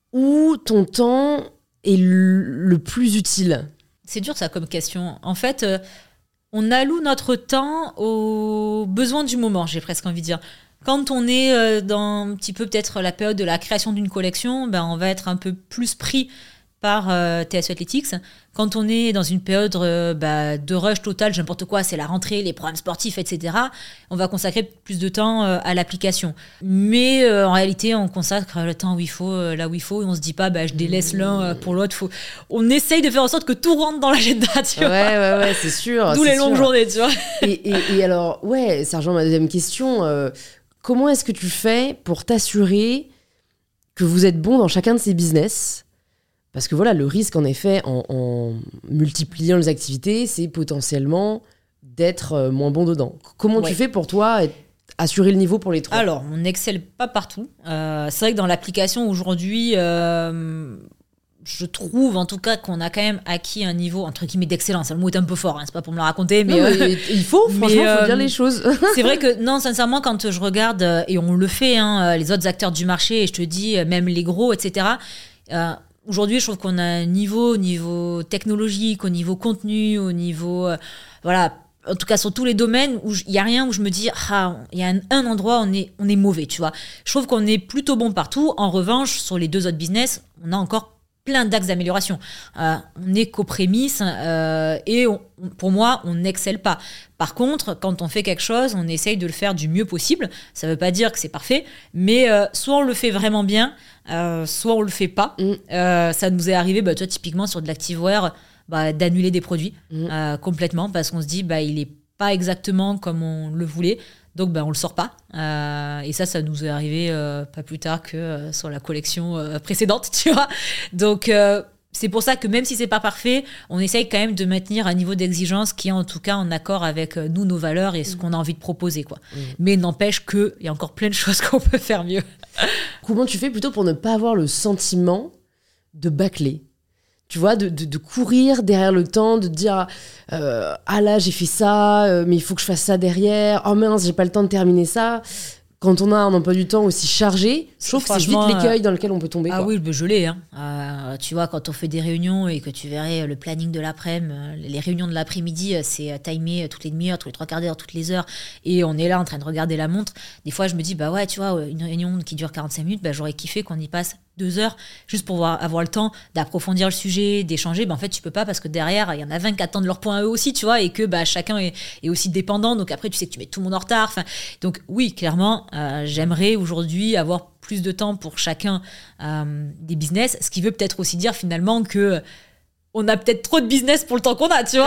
[SPEAKER 1] où ton temps est le plus utile ?
[SPEAKER 2] C'est dur ça comme question. En fait, euh, on alloue notre temps aux besoins du moment, j'ai presque envie de dire. Quand on est euh, dans un petit peu peut-être la période de la création d'une collection, ben, on va être un peu plus pris par euh, T S E Athletics. Quand on est dans une période euh, bah, de rush total, n'importe quoi, c'est la rentrée, les programmes sportifs, et cetera, on va consacrer plus de temps euh, à l'application. Mais euh, en réalité, on consacre le temps où il faut, euh, là où il faut, et on se dit pas, bah, je délaisse l'un euh, pour l'autre. Faut... On essaye de faire en sorte que tout rentre dans l'agenda, tu vois.
[SPEAKER 1] Ouais, ouais, ouais, c'est sûr.
[SPEAKER 2] D'où
[SPEAKER 1] c'est
[SPEAKER 2] les
[SPEAKER 1] sûr.
[SPEAKER 2] longues journées, tu vois.
[SPEAKER 1] Et, et, et alors, ouais, ça rejoint ma deuxième question. Euh, comment est-ce que tu fais pour t'assurer que vous êtes bon dans chacun de ces business ? Parce que voilà, le risque, en effet, en, en multipliant les activités, c'est potentiellement d'être euh, moins bon dedans. Comment ouais. tu fais pour toi être, assurer le niveau pour les trois ?
[SPEAKER 2] Alors, on n'excelle pas partout. Euh, c'est vrai que dans l'application, aujourd'hui, euh, je trouve en tout cas qu'on a quand même acquis un niveau, entre guillemets, d'excellence. Le mot est un peu fort, hein, c'est pas pour me le raconter. Mais,
[SPEAKER 1] non,
[SPEAKER 2] euh,
[SPEAKER 1] mais il faut, franchement, il euh, faut dire les choses.
[SPEAKER 2] C'est vrai que, non, sincèrement, quand je regarde, et on le fait, hein, les autres acteurs du marché, et je te dis, même les gros, et cetera, euh, aujourd'hui, je trouve qu'on a un niveau, au niveau technologique, au niveau contenu, au niveau... Euh, voilà, en tout cas sur tous les domaines, où il n'y a rien où je me dis, ah, il y a un, un endroit où on est, on est mauvais, tu vois. Je trouve qu'on est plutôt bon partout. En revanche, sur les deux autres business, on a encore plein d'axes d'amélioration. Euh, on n'est qu'aux prémices euh, et on, pour moi, on n'excelle pas. Par contre, quand on fait quelque chose, on essaye de le faire du mieux possible. Ça ne veut pas dire que c'est parfait, mais euh, soit on le fait vraiment bien, euh, soit on le fait pas. Mm. Euh, ça nous est arrivé, bah, toi, typiquement sur de l'activewear, bah, d'annuler des produits mm. euh, complètement parce qu'on se dit, bah, il n'est pas exactement comme on le voulait. Donc, ben, on le sort pas. Euh, et ça, ça nous est arrivé euh, pas plus tard que euh, sur la collection euh, précédente, tu vois. Donc, euh, c'est pour ça que même si c'est pas parfait, on essaye quand même de maintenir un niveau d'exigence qui est en tout cas en accord avec euh, nous, nos valeurs et ce mmh. qu'on a envie de proposer, quoi. Mmh. Mais n'empêche qu'il y a encore plein de choses qu'on peut faire mieux.
[SPEAKER 1] Comment tu fais plutôt pour ne pas avoir le sentiment de bâcler ? Tu vois, de, de, de courir derrière le temps, de dire euh, « Ah là, j'ai fait ça, euh, mais il faut que je fasse ça derrière. Oh mince, j'ai pas le temps de terminer ça. » Quand on a un emploi du temps aussi chargé, je trouve que c'est vite l'écueil dans lequel on peut tomber.
[SPEAKER 2] Ah
[SPEAKER 1] quoi.
[SPEAKER 2] oui, je l'ai. Hein. Euh, tu vois, quand on fait des réunions et que tu verrais le planning de l'après-midi, les réunions de l'après-midi, c'est timé toutes les demi-heures, tous les trois quarts d'heure, toutes les heures. Et on est là en train de regarder la montre. Des fois, je me dis, bah ouais, tu vois, une réunion qui dure quarante-cinq minutes, bah, j'aurais kiffé qu'on y passe deux heures juste pour voir, avoir le temps d'approfondir le sujet, d'échanger. Bah, en fait, tu peux pas parce que derrière, il y en a vingt qui attendent leur point à eux aussi, tu vois, et que bah, chacun est, est aussi dépendant. Donc après, tu sais que tu mets tout le monde en retard. Enfin, donc oui, clairement, euh, j'aimerais aujourd'hui avoir plus de temps pour chacun euh, des business, ce qui veut peut-être aussi dire finalement que on a peut-être trop de business pour le temps qu'on a, tu vois.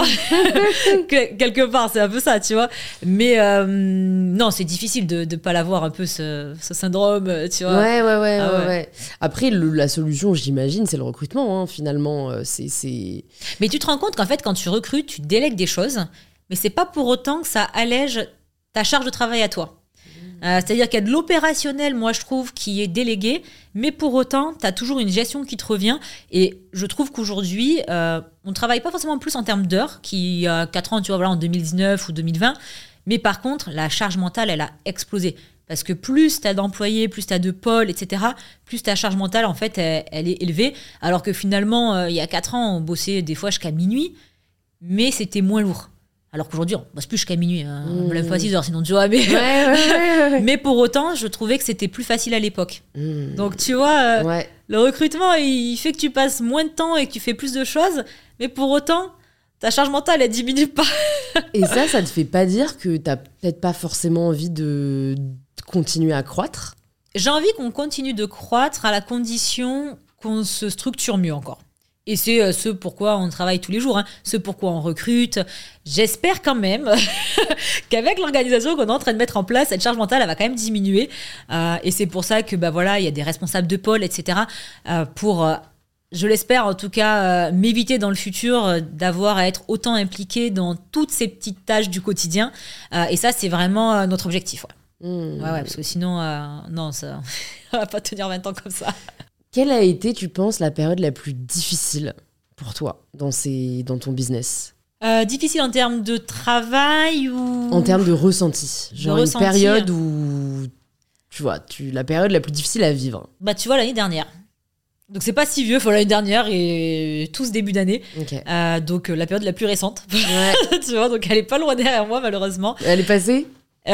[SPEAKER 2] que, quelque part, c'est un peu ça, tu vois. Mais euh, non, c'est difficile de ne pas l'avoir un peu ce, ce syndrome, tu vois.
[SPEAKER 1] Ouais, ouais, ouais. Ah, ouais. ouais, ouais. Après, le, la solution, j'imagine, c'est le recrutement, hein, finalement. C'est, c'est...
[SPEAKER 2] Mais tu te rends compte qu'en fait, quand tu recrutes, tu délègues des choses, mais c'est pas pour autant que ça allège ta charge de travail à toi. Euh, c'est-à-dire qu'il y a de l'opérationnel, moi je trouve, qui est délégué, mais pour autant, tu as toujours une gestion qui te revient. Et je trouve qu'aujourd'hui, euh, on ne travaille pas forcément plus en termes d'heures, qui il y a quatre ans, tu vois, voilà, en deux mille dix-neuf ou deux mille vingt, mais par contre, la charge mentale, elle a explosé. Parce que plus tu as d'employés, plus tu as de pôles, et cetera, plus ta charge mentale, en fait, elle, elle est élevée. Alors que finalement, euh, il y a quatre ans, on bossait des fois jusqu'à minuit, mais c'était moins lourd. Alors qu'aujourd'hui, on bosse plus jusqu'à minuit. Hein.
[SPEAKER 1] Mmh.
[SPEAKER 2] On me lève pas à six heures, sinon tu vois. Mais,
[SPEAKER 1] ouais, ouais, ouais, ouais.
[SPEAKER 2] mais pour autant, je trouvais que c'était plus facile à l'époque.
[SPEAKER 1] Mmh.
[SPEAKER 2] Donc tu vois, euh,
[SPEAKER 1] ouais.
[SPEAKER 2] le recrutement, il fait que tu passes moins de temps et que tu fais plus de choses. Mais pour autant, ta charge mentale, elle diminue pas.
[SPEAKER 1] Et ça, ça te fait pas dire que t'as peut-être pas forcément envie de, de continuer à croître?
[SPEAKER 2] J'ai envie qu'on continue de croître à la condition qu'on se structure mieux encore. Et c'est euh, ce pourquoi on travaille tous les jours, hein, ce pourquoi on recrute. J'espère quand même qu'avec l'organisation qu'on est en train de mettre en place, cette charge mentale, elle va quand même diminuer. Euh, et c'est pour ça que bah voilà, il y a des responsables de pôle, et cetera. Euh, pour, euh, je l'espère en tout cas, euh, m'éviter dans le futur euh, d'avoir à être autant impliquée dans toutes ces petites tâches du quotidien. Euh, et ça, c'est vraiment euh, notre objectif. Ouais.
[SPEAKER 1] Mmh.
[SPEAKER 2] Ouais, ouais, parce que sinon, euh, non, ça on va pas tenir vingt ans comme ça.
[SPEAKER 1] Quelle a été, tu penses, la période la plus difficile pour toi dans, ces, dans ton business?
[SPEAKER 2] Euh, difficile en termes de travail ou...
[SPEAKER 1] En termes de ressenti. Genre
[SPEAKER 2] de
[SPEAKER 1] une
[SPEAKER 2] ressenti.
[SPEAKER 1] période où, tu vois, tu, la période la plus difficile à vivre.
[SPEAKER 2] Bah, tu vois, l'année dernière. Donc, c'est pas si vieux, faut l'année dernière et tout ce début d'année.
[SPEAKER 1] Okay.
[SPEAKER 2] Euh, donc, euh, la période la plus récente.
[SPEAKER 1] Ouais.
[SPEAKER 2] Tu vois, donc elle est pas loin derrière moi, malheureusement.
[SPEAKER 1] Elle est passée?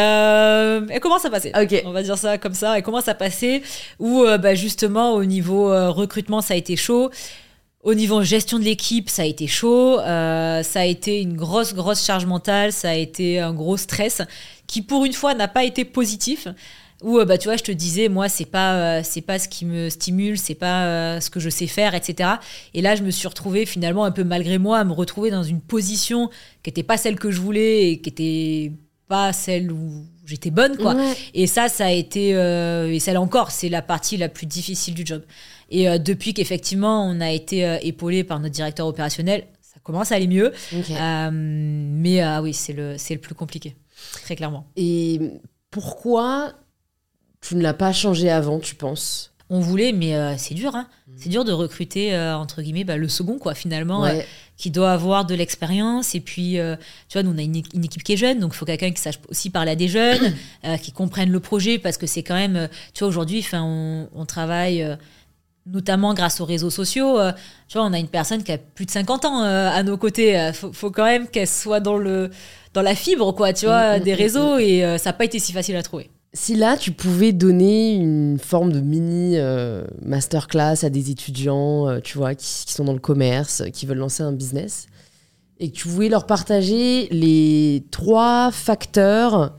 [SPEAKER 2] Euh, elle commence à passer.
[SPEAKER 1] Ok.
[SPEAKER 2] On va dire ça comme ça. Elle commence à passer où, euh, bah, justement, au niveau euh, recrutement, ça a été chaud. Au niveau gestion de l'équipe, ça a été chaud. Euh, ça a été une grosse, grosse charge mentale. Ça a été un gros stress qui, pour une fois, n'a pas été positif. Où, euh, bah, tu vois, je te disais, moi, c'est pas, euh, c'est pas ce qui me stimule, c'est pas euh, ce que je sais faire, et cetera. Et là, je me suis retrouvée, finalement, un peu malgré moi, à me retrouver dans une position qui n'était pas celle que je voulais et qui était pas celle où j'étais bonne, quoi.
[SPEAKER 1] Ouais.
[SPEAKER 2] Et ça, ça a été, euh, et celle encore, c'est la partie la plus difficile du job. Et euh, depuis qu'effectivement, on a été euh, épaulé par notre directeur opérationnel, ça commence à aller mieux.
[SPEAKER 1] Okay.
[SPEAKER 2] Euh, mais ah oui, c'est le, c'est le plus compliqué, très clairement.
[SPEAKER 1] Et pourquoi tu ne l'as pas changé avant, tu penses?
[SPEAKER 2] On voulait, mais euh, c'est dur, hein. C'est dur de recruter, euh, entre guillemets, bah, le second, quoi, finalement,
[SPEAKER 1] Ouais.
[SPEAKER 2] euh, qui doit avoir de l'expérience. Et puis, euh, tu vois, nous, on a une, é- une équipe qui est jeune, donc il faut quelqu'un qui sache aussi parler à des jeunes, euh, qui comprenne le projet, parce que c'est quand même, euh, tu vois, aujourd'hui, on, on travaille... Euh, notamment grâce aux réseaux sociaux. Euh, tu vois, on a une personne qui a plus de cinquante ans euh, à nos côtés. Il euh, faut, faut quand même qu'elle soit dans, le, dans la fibre, quoi, tu vois,
[SPEAKER 1] mmh,
[SPEAKER 2] des
[SPEAKER 1] mmh,
[SPEAKER 2] réseaux,
[SPEAKER 1] mmh.
[SPEAKER 2] et euh, ça n'a pas été si facile à trouver.
[SPEAKER 1] Si là, tu pouvais donner une forme de mini euh, masterclass à des étudiants, euh, tu vois, qui, qui sont dans le commerce, qui veulent lancer un business, et que tu voulais leur partager les trois facteurs,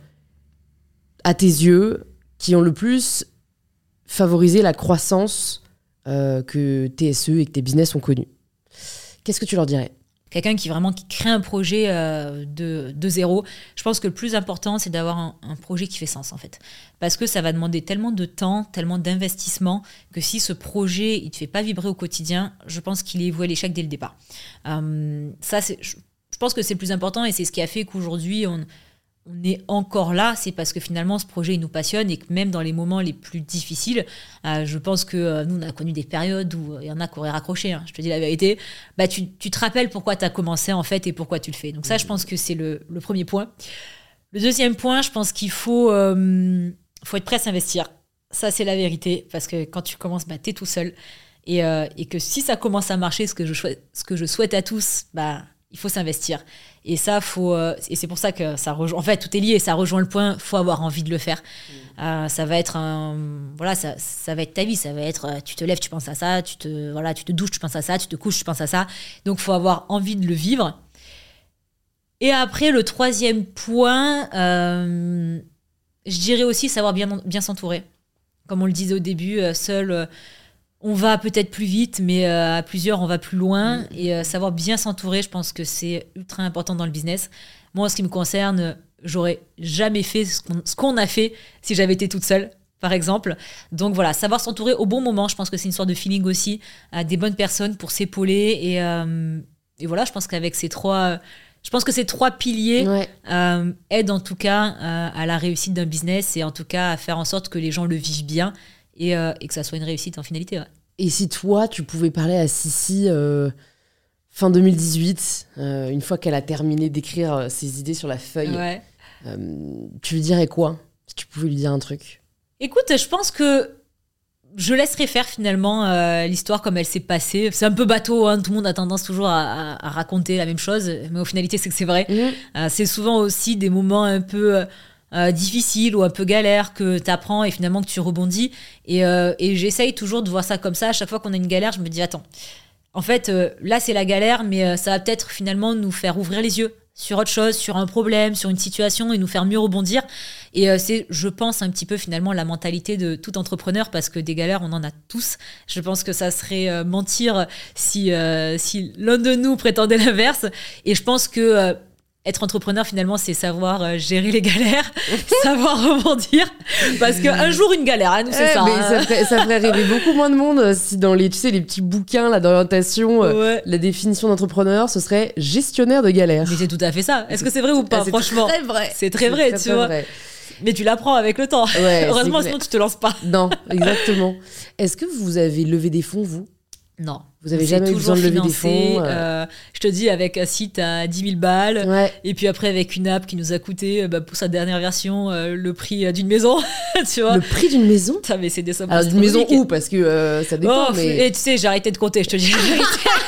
[SPEAKER 1] à tes yeux, qui ont le plus favorisé la croissance euh, que T S E et que tes business ont connu. Qu'est-ce que tu leur dirais ?
[SPEAKER 2] Quelqu'un qui vraiment qui crée un projet euh, de, de zéro. Je pense que le plus important, c'est d'avoir un, un projet qui fait sens, en fait. Parce que ça va demander tellement de temps, tellement d'investissement, que si ce projet, il ne te fait pas vibrer au quotidien, je pense qu'il est voué à l'échec dès le départ. Euh, ça, c'est, je, je pense que c'est le plus important, et c'est ce qui a fait qu'aujourd'hui, on, on est encore là. C'est parce que finalement, ce projet, il nous passionne, et que même dans les moments les plus difficiles, euh, je pense que euh, nous, on a connu des périodes où il y en a qui auraient raccroché, hein, je te dis la vérité. Bah, tu, tu te rappelles pourquoi tu as commencé, en fait, et pourquoi tu le fais. Donc ça, je pense que c'est le, le premier point. Le deuxième point, je pense qu'il faut, euh, faut être prêt à s'investir. Ça, c'est la vérité, parce que quand tu commences, bah, tu es tout seul. Et, euh, et que si ça commence à marcher, ce que je, chou- ce que je souhaite à tous, bah, il faut s'investir. Et ça, faut, euh, et c'est pour ça que ça rejoint. En fait, tout est lié. Ça rejoint le point. Faut avoir envie de le faire. Mmh. Euh, ça va être un, voilà, ça, ça va être ta vie. Ça va être, euh, tu te lèves, tu penses à ça. Tu te, voilà, tu te douches, tu penses à ça. Tu te couches, tu penses à ça. Donc, faut avoir envie de le vivre. Et après, le troisième point, euh, je dirais aussi savoir bien, bien s'entourer. Comme on le disait au début, euh, seul. Euh, On va peut-être plus vite, mais euh, à plusieurs, on va plus loin. Mmh. Et euh, savoir bien s'entourer, je pense que c'est ultra important dans le business. Moi, en ce qui me concerne, j'aurais jamais fait ce qu'on, ce qu'on a fait si j'avais été toute seule, par exemple. Donc voilà, savoir s'entourer au bon moment, je pense que c'est une sorte de feeling aussi, à des bonnes personnes pour s'épauler. Et, euh, et voilà, je pense qu'avec ces trois... Je pense que ces trois piliers ouais. euh, aident en tout cas euh, à la réussite d'un business, et en tout cas à faire en sorte que les gens le vivent bien. Et, euh, et que ça soit une réussite en finalité. Ouais.
[SPEAKER 1] Et si toi, tu pouvais parler à Sissi euh, fin deux mille dix-huit, euh, une fois qu'elle a terminé d'écrire euh, ses idées sur la feuille,
[SPEAKER 2] ouais.
[SPEAKER 1] euh, tu lui dirais quoi, si tu pouvais lui dire un truc ?
[SPEAKER 2] Écoute, je pense que je laisserai faire finalement euh, l'histoire comme elle s'est passée. C'est un peu bateau, hein, tout le monde a tendance toujours à, à, à raconter la même chose, mais au finalité c'est que c'est vrai. Mmh. Euh, c'est souvent aussi des moments un peu euh, difficiles ou un peu galères que tu apprends et finalement que tu rebondis. Et, euh, et j'essaye toujours de voir ça comme ça. À chaque fois qu'on a une galère, je me dis attends, en fait euh, là c'est la galère, mais euh, ça va peut-être finalement nous faire ouvrir les yeux sur autre chose, sur un problème, sur une situation et nous faire mieux rebondir. Et euh, c'est, je pense, un petit peu finalement la mentalité de tout entrepreneur parce que des galères, on en a tous. Je pense que ça serait euh, mentir si, euh, si l'un de nous prétendait l'inverse. Et je pense que euh, être entrepreneur, finalement, c'est savoir euh, gérer les galères, savoir rebondir. Parce qu'un jour, une galère, hein, nous, c'est
[SPEAKER 1] ouais,
[SPEAKER 2] ça.
[SPEAKER 1] Mais
[SPEAKER 2] hein.
[SPEAKER 1] ça, ferait, ça ferait rêver beaucoup moins de monde si dans les, tu sais, les petits bouquins là, d'orientation,
[SPEAKER 2] Ouais.
[SPEAKER 1] euh, la définition d'entrepreneur, ce serait gestionnaire de galères.
[SPEAKER 2] Mais c'est tout à fait ça. Est-ce que c'est vrai ou pas,
[SPEAKER 1] ah, c'est
[SPEAKER 2] franchement
[SPEAKER 1] très vrai.
[SPEAKER 2] C'est très vrai,
[SPEAKER 1] c'est très,
[SPEAKER 2] tu
[SPEAKER 1] très
[SPEAKER 2] vois.
[SPEAKER 1] vrai.
[SPEAKER 2] Mais tu l'apprends avec le temps.
[SPEAKER 1] Ouais,
[SPEAKER 2] Heureusement, sinon tu te lances pas.
[SPEAKER 1] Non, exactement. Est-ce que vous avez levé des fonds, vous ?
[SPEAKER 2] Non.
[SPEAKER 1] Vous avez jamais eu besoin de lever des fonds euh...
[SPEAKER 2] euh, Je te dis, avec un site à dix mille balles,
[SPEAKER 1] ouais.
[SPEAKER 2] Et puis après avec une app qui nous a coûté, bah, pour sa dernière version, euh, le prix d'une maison, tu vois.
[SPEAKER 1] Le prix d'une maison ?
[SPEAKER 2] Putain, mais c'est des sommes.
[SPEAKER 1] Alors d'une maison où ? Parce que euh, ça dépend.
[SPEAKER 2] Oh,
[SPEAKER 1] mais...
[SPEAKER 2] Et tu sais, j'ai arrêté de compter, je te dis la vérité.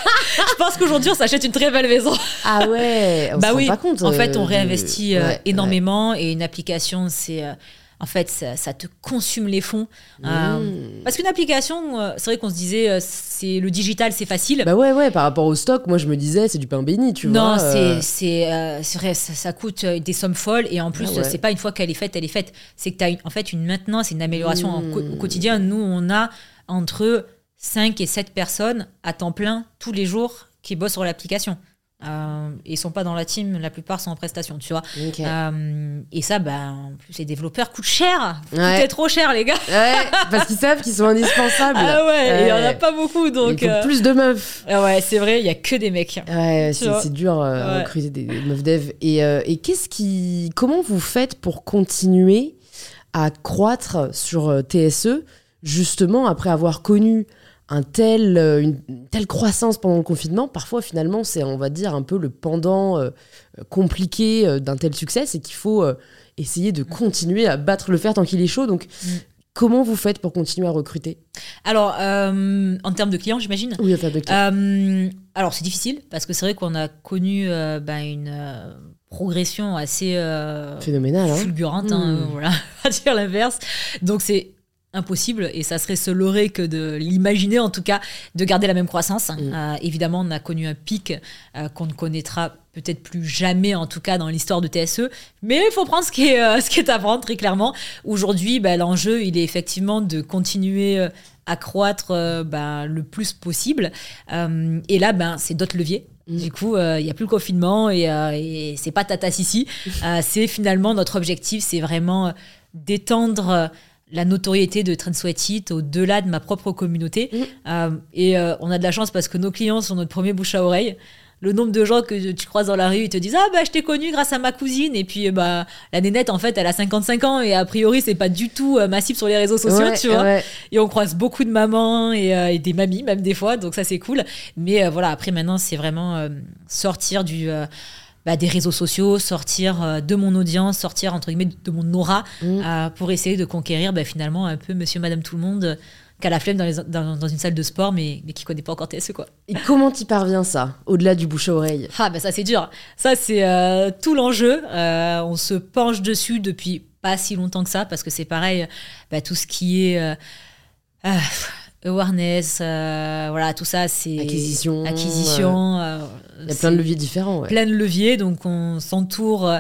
[SPEAKER 2] Je pense qu'aujourd'hui, on s'achète une très belle maison.
[SPEAKER 1] Ah ouais, on
[SPEAKER 2] bah
[SPEAKER 1] se
[SPEAKER 2] oui.
[SPEAKER 1] rend pas compte.
[SPEAKER 2] En fait, on
[SPEAKER 1] euh,
[SPEAKER 2] réinvestit
[SPEAKER 1] de...
[SPEAKER 2] euh,
[SPEAKER 1] ouais,
[SPEAKER 2] énormément ouais. Et une application, c'est... Euh, En fait, ça, ça te consume les fonds. Mmh. Euh, parce qu'une application, euh, c'est vrai qu'on se disait, euh, c'est le digital, c'est facile.
[SPEAKER 1] Bah ouais, ouais, par rapport au stock, moi je me disais, c'est du pain béni, tu
[SPEAKER 2] non,
[SPEAKER 1] vois.
[SPEAKER 2] Non,
[SPEAKER 1] euh...
[SPEAKER 2] c'est, c'est, euh, c'est vrai, ça, ça coûte des sommes folles. Et en plus, ah ouais. c'est pas une fois qu'elle est faite, elle est faite. C'est que tu as en fait une maintenance, c'est une amélioration mmh. en, au quotidien. Nous, on a entre cinq et sept personnes à temps plein tous les jours qui bossent sur l'application. Euh, ils sont pas dans la team, la plupart sont en prestation, tu vois.
[SPEAKER 1] Okay.
[SPEAKER 2] Euh, et ça, bah, en plus, les développeurs coûtent cher.
[SPEAKER 1] Ouais.
[SPEAKER 2] Coûtent trop cher, les gars.
[SPEAKER 1] Ouais, parce qu'ils savent qu'ils sont indispensables.
[SPEAKER 2] Ah ouais, et il ouais. y en a pas beaucoup, donc.
[SPEAKER 1] Il faut euh... plus de meufs.
[SPEAKER 2] Ah ouais, c'est vrai, il y a que des mecs.
[SPEAKER 1] Ouais, c'est, c'est dur à euh, ouais. recruter des, des meufs dev. Et, euh, et qu'est-ce qui, comment vous faites pour continuer à croître sur euh, T S E, justement après avoir connu un tel, une telle croissance pendant le confinement? Parfois, finalement, c'est, on va dire, un peu le pendant euh, compliqué euh, d'un tel succès, c'est qu'il faut euh, essayer de continuer à battre le fer tant qu'il est chaud. Donc, mm. comment vous faites pour continuer à recruter?
[SPEAKER 2] Alors, euh, en termes de clients, j'imagine?
[SPEAKER 1] Oui, en termes de clients.
[SPEAKER 2] Euh, alors, c'est difficile, parce que c'est vrai qu'on a connu euh, ben, une euh, progression assez euh,
[SPEAKER 1] phénoménale, hein.
[SPEAKER 2] fulgurante,
[SPEAKER 1] mm.
[SPEAKER 2] hein, voilà, à dire l'inverse. Donc, c'est impossible, et ça serait se leurrer que de l'imaginer, en tout cas, de garder la même croissance. Mm. Euh, évidemment, on a connu un pic euh, qu'on ne connaîtra peut-être plus jamais, en tout cas dans l'histoire de T S E, mais il faut prendre ce qui est, euh, ce qui est à prendre, très clairement. Aujourd'hui, bah, l'enjeu, il est effectivement de continuer euh, à croître euh, bah, le plus possible. Euh, et là, bah, c'est d'autres leviers. Mmh. Du coup, il euh, n'y a plus le confinement et, euh, et c'est pas tata sissi. Euh, c'est finalement notre objectif, c'est vraiment euh, d'étendre euh, la notoriété de Trend Sweat It au-delà de ma propre communauté. Mmh. Euh, et euh, on a de la chance parce que nos clients sont notre premier bouche à oreille. Le nombre de gens que tu croises dans la rue, ils te disent « Ah, bah, je t'ai connue grâce à ma cousine. » Et puis, bah, la nénette, en fait, elle a cinquante-cinq ans et a priori, c'est pas du tout euh, massif sur les réseaux sociaux,
[SPEAKER 1] ouais,
[SPEAKER 2] tu vois.
[SPEAKER 1] Ouais.
[SPEAKER 2] Et on croise beaucoup de mamans et, euh, et des mamies, même des fois. Donc, ça, c'est cool. Mais euh, voilà, après, maintenant, c'est vraiment euh, sortir du... Euh, Bah, des réseaux sociaux, sortir euh, de mon audience, sortir entre guillemets de mon aura mmh. euh, pour essayer de conquérir bah, finalement un peu monsieur, madame, tout le monde euh, qui a la flemme dans, les, dans, dans une salle de sport mais, mais qui connaît pas encore T S E, quoi.
[SPEAKER 1] Et comment t'y parviens ça, au-delà du bouche à oreille?
[SPEAKER 2] Ah bah ça c'est dur, ça c'est euh, tout l'enjeu, euh, on se penche dessus depuis pas si longtemps que ça parce que c'est pareil, bah, tout ce qui est... Euh, euh, awareness, euh, voilà, tout ça, c'est...
[SPEAKER 1] Acquisition.
[SPEAKER 2] Acquisition. Euh,
[SPEAKER 1] Il y a plein de leviers différents. Ouais.
[SPEAKER 2] Plein de leviers, donc on s'entoure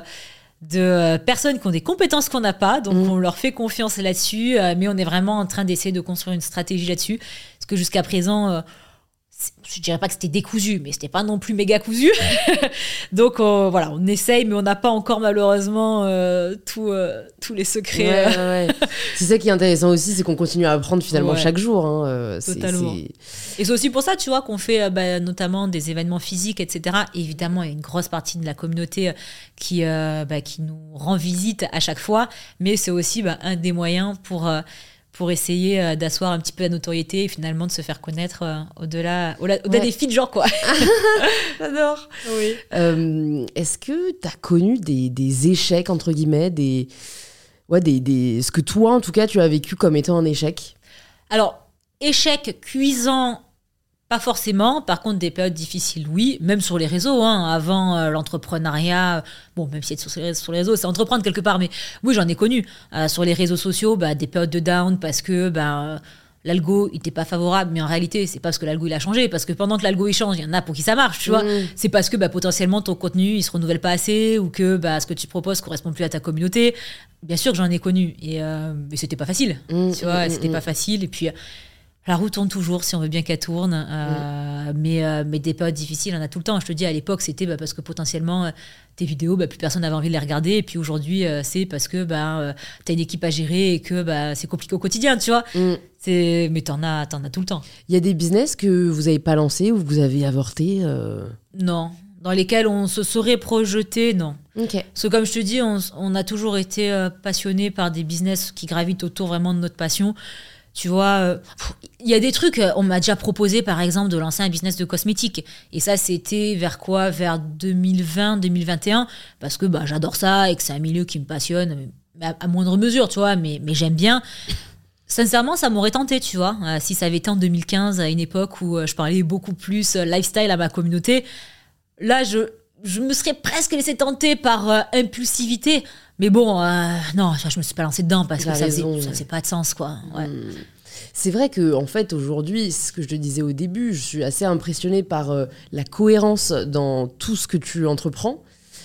[SPEAKER 2] de personnes qui ont des compétences qu'on n'a pas, donc mmh. on leur fait confiance là-dessus, euh, mais on est vraiment en train d'essayer de construire une stratégie là-dessus, parce que jusqu'à présent... Euh, je dirais pas que c'était décousu, mais c'était pas non plus méga cousu. Donc euh, voilà, on essaye, mais on n'a pas encore malheureusement euh, tout, euh, tous les secrets.
[SPEAKER 1] Ouais, ouais, ouais. C'est ça qui est intéressant aussi, c'est qu'on continue à apprendre finalement ouais. chaque jour. Hein. Euh,
[SPEAKER 2] Totalement.
[SPEAKER 1] C'est, c'est...
[SPEAKER 2] Et c'est aussi pour ça, tu vois, qu'on fait euh, bah, notamment des événements physiques, et cetera. Et évidemment, il y a une grosse partie de la communauté qui, euh, bah, qui nous rend visite à chaque fois, mais c'est aussi bah, un des moyens pour... Euh, pour essayer euh, d'asseoir un petit peu la notoriété et finalement de se faire connaître euh, au-delà, au-delà, au-delà ouais. des filles de genre, quoi.
[SPEAKER 1] J'adore.
[SPEAKER 2] Oui.
[SPEAKER 1] Euh, est-ce que tu as connu des, des échecs, entre guillemets, des, ouais, des, des... ce que toi, en tout cas, tu as vécu comme étant un échec?
[SPEAKER 2] Alors, échec cuisant, pas forcément. Par contre, des périodes difficiles, oui. Même sur les réseaux, hein, avant euh, l'entrepreneuriat. Bon, même si être sur les, sur les réseaux, c'est entreprendre quelque part. Mais oui, j'en ai connu. Euh, sur les réseaux sociaux, bah, des périodes de down parce que bah, l'algo n'était pas favorable. Mais en réalité, c'est pas parce que l'algo il a changé. Parce que pendant que l'algo il change, il y en a pour qui ça marche, tu vois. Mmh. C'est parce que bah, potentiellement ton contenu il se renouvelle pas assez ou que bah, ce que tu proposes correspond plus à ta communauté. Bien sûr que j'en ai connu. Et, euh, mais c'était pas facile. Mmh, tu vois, mmh, c'était mmh. pas facile. Et puis. La roue tourne toujours, si on veut bien qu'elle tourne. Euh, mmh. mais, euh, mais des périodes difficiles, on en a tout le temps. Je te dis, à l'époque, c'était bah, parce que potentiellement, euh, tes vidéos, bah, plus personne n'avait envie de les regarder. Et puis aujourd'hui, euh, c'est parce que bah, euh, tu as une équipe à gérer et que bah, c'est compliqué au quotidien, tu vois. Mmh. C'est... Mais t'en as, t'en as tout le temps.
[SPEAKER 1] Il y a des business que vous n'avez pas lancés ou que vous avez avortés euh...
[SPEAKER 2] Non. Dans lesquels on se serait projeté, non.
[SPEAKER 1] Okay.
[SPEAKER 2] Parce que comme je te dis, on, on a toujours été euh, passionnés par des business qui gravitent autour vraiment de notre passion. Tu vois, il euh, y a des trucs, on m'a déjà proposé par exemple de lancer un business de cosmétiques. Et ça, c'était vers quoi ? Vers deux mille vingt, deux mille vingt et un. Parce que bah, j'adore ça et que c'est un milieu qui me passionne, à, à moindre mesure, tu vois, mais, mais j'aime bien. Sincèrement, ça m'aurait tenté, tu vois. Euh, si ça avait été en deux mille quinze, à une époque où euh, je parlais beaucoup plus euh, lifestyle à ma communauté, là, je, je me serais presque laissé tenter par euh, impulsivité. Mais bon, euh, non, je me suis pas lancée dedans parce que ça faisait, ça faisait pas de sens, quoi. Ouais. Mmh.
[SPEAKER 1] C'est vrai que, en fait, aujourd'hui, c'est ce que je te disais au début, je suis assez impressionnée par euh, la cohérence dans tout ce que tu entreprends.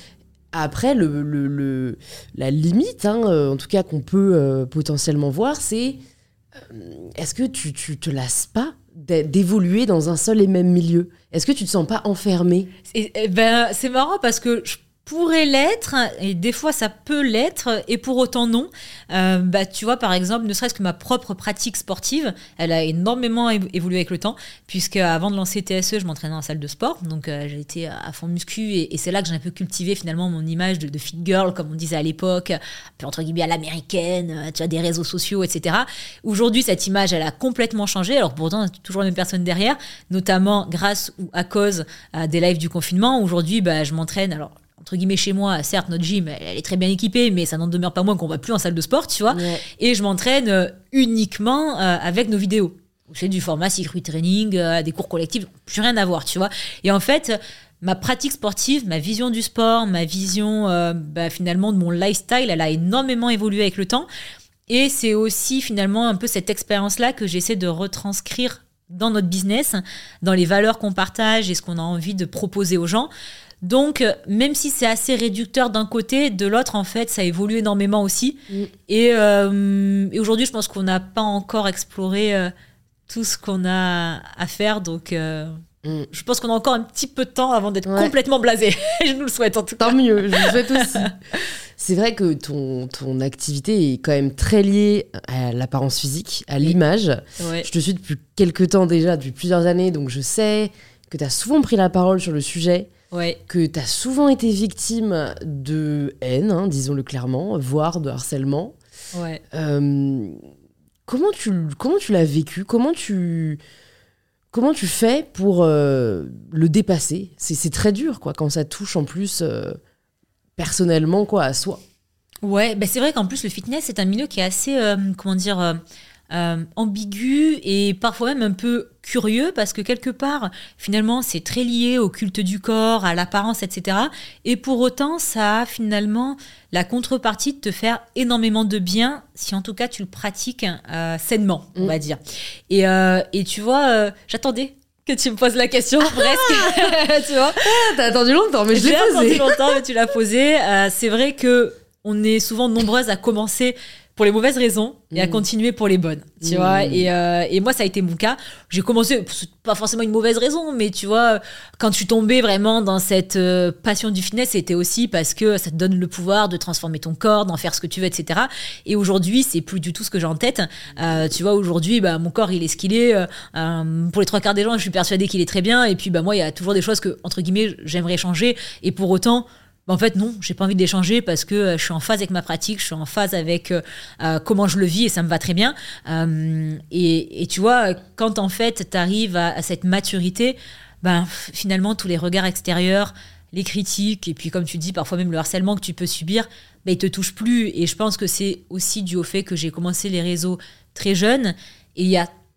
[SPEAKER 1] Après, le, le, le, la limite, hein, euh, en tout cas qu'on peut euh, potentiellement voir, c'est euh, est-ce que tu, tu te lasses pas d'évoluer dans un seul et même milieu ? Est-ce que tu te sens pas enfermée ?
[SPEAKER 2] et, et ben, c'est marrant parce que je pourrait l'être, et des fois ça peut l'être, et pour autant non. Euh, bah, tu vois, par exemple, ne serait-ce que ma propre pratique sportive, elle a énormément évolué avec le temps, puisque avant de lancer T S E, je m'entraînais en salle de sport, donc euh, j'ai été à fond muscu, et, et c'est là que j'ai un peu cultivé finalement mon image de, de fit girl, comme on disait à l'époque, un peu entre guillemets à l'américaine, tu as des réseaux sociaux, et cetera. Aujourd'hui, cette image, elle a complètement changé, alors pourtant, toujours la même personne derrière, notamment grâce ou à cause euh, des lives du confinement. Aujourd'hui, bah, je m'entraîne, alors entre guillemets chez moi, certes notre gym elle est très bien équipée, mais ça n'en demeure pas moins qu'on va plus en salle de sport, tu vois. Ouais. Et je m'entraîne euh, uniquement euh, avec nos vidéos. C'est du format circuit training, euh, des cours collectifs, plus rien à voir, tu vois. Et en fait, ma pratique sportive, ma vision du sport, ma vision euh, bah, finalement de mon lifestyle, elle a énormément évolué avec le temps. Et c'est aussi finalement un peu cette expérience-là que j'essaie de retranscrire dans notre business, dans les valeurs qu'on partage et ce qu'on a envie de proposer aux gens. Donc, même si c'est assez réducteur d'un côté, de l'autre, en fait, ça évolue énormément aussi. Mm. Et, euh, et aujourd'hui, je pense qu'on n'a pas encore exploré euh, tout ce qu'on a à faire. Donc, euh, mm. je pense qu'on a encore un petit peu de temps avant d'être ouais. complètement blasé. Je nous le souhaite, en tout cas.
[SPEAKER 1] Tant mieux, je le souhaite aussi. C'est vrai que ton, ton activité est quand même très liée à l'apparence physique, à l'image. Ouais. Je te suis depuis quelques temps déjà, depuis plusieurs années, donc je sais que tu as souvent pris la parole sur le sujet.
[SPEAKER 2] Ouais.
[SPEAKER 1] Que tu as souvent été victime de haine, hein, disons-le clairement, voire de harcèlement.
[SPEAKER 2] Ouais.
[SPEAKER 1] Euh, comment, tu, comment tu l'as vécu ? Comment tu, comment tu fais pour euh, le dépasser ? c'est, c'est très dur quoi, quand ça touche en plus euh, personnellement quoi, à soi.
[SPEAKER 2] Ouais, bah c'est vrai qu'en plus le fitness c'est un milieu qui est assez, euh, comment dire... Euh... Euh, ambigu et parfois même un peu curieux parce que quelque part finalement c'est très lié au culte du corps, à l'apparence, et cetera. Et pour autant ça a finalement la contrepartie de te faire énormément de bien si en tout cas tu le pratiques euh, sainement, on mmh. va dire. Et, euh, et tu vois, euh, j'attendais que tu me poses la question ah presque, tu vois.
[SPEAKER 1] Ah, t'as attendu longtemps mais je l'ai
[SPEAKER 2] posé. J'ai attendu longtemps mais tu l'as posé. Euh, c'est vrai que on est souvent nombreuses à commencer pour les mauvaises raisons et à continuer pour les bonnes, tu mmh. vois. Et, euh, et moi, ça a été mon cas. J'ai commencé, c'est pas forcément une mauvaise raison, mais tu vois, quand je suis tombée vraiment dans cette euh, passion du fitness, c'était aussi parce que ça te donne le pouvoir de transformer ton corps, d'en faire ce que tu veux, et cetera. Et aujourd'hui, c'est plus du tout ce que j'ai en tête. Euh, tu vois, aujourd'hui, bah, mon corps, il est ce qu'il est. Euh, pour les trois quarts des gens, je suis persuadée qu'il est très bien. Et puis, bah, moi, il y a toujours des choses que, entre guillemets, j'aimerais changer. Et pour autant... En fait, non, j'ai pas envie de les changer parce que euh, je suis en phase avec ma pratique, je suis en phase avec euh, euh, comment je le vis et ça me va très bien. Euh, et, et tu vois, quand en fait, t'arrives à, à cette maturité, ben, finalement, tous les regards extérieurs, les critiques et puis, comme tu dis, parfois même le harcèlement que tu peux subir, ben, ils te touchent plus. Et je pense que c'est aussi dû au fait que j'ai commencé les réseaux très jeune et il y a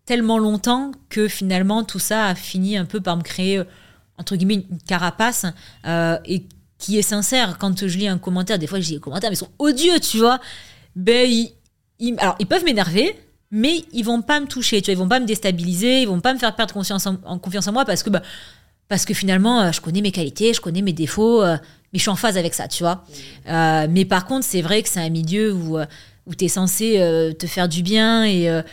[SPEAKER 2] tellement longtemps que finalement tout ça a fini un peu par me créer entre guillemets une carapace euh, et qui est sincère. Quand je lis un commentaire, des fois je lis les commentaires mais ils sont odieux, tu vois. Ben ils, ils, alors ils peuvent m'énerver, mais ils vont pas me toucher, tu vois, ils vont pas me déstabiliser, ils vont pas me faire perdre confiance en, en confiance en moi parce que bah, parce que finalement euh, je connais mes qualités, je connais mes défauts, euh, mais je suis en phase avec ça, tu vois. Euh, mais par contre c'est vrai que c'est un milieu où euh, où t'es censé euh, te faire du bien et, euh,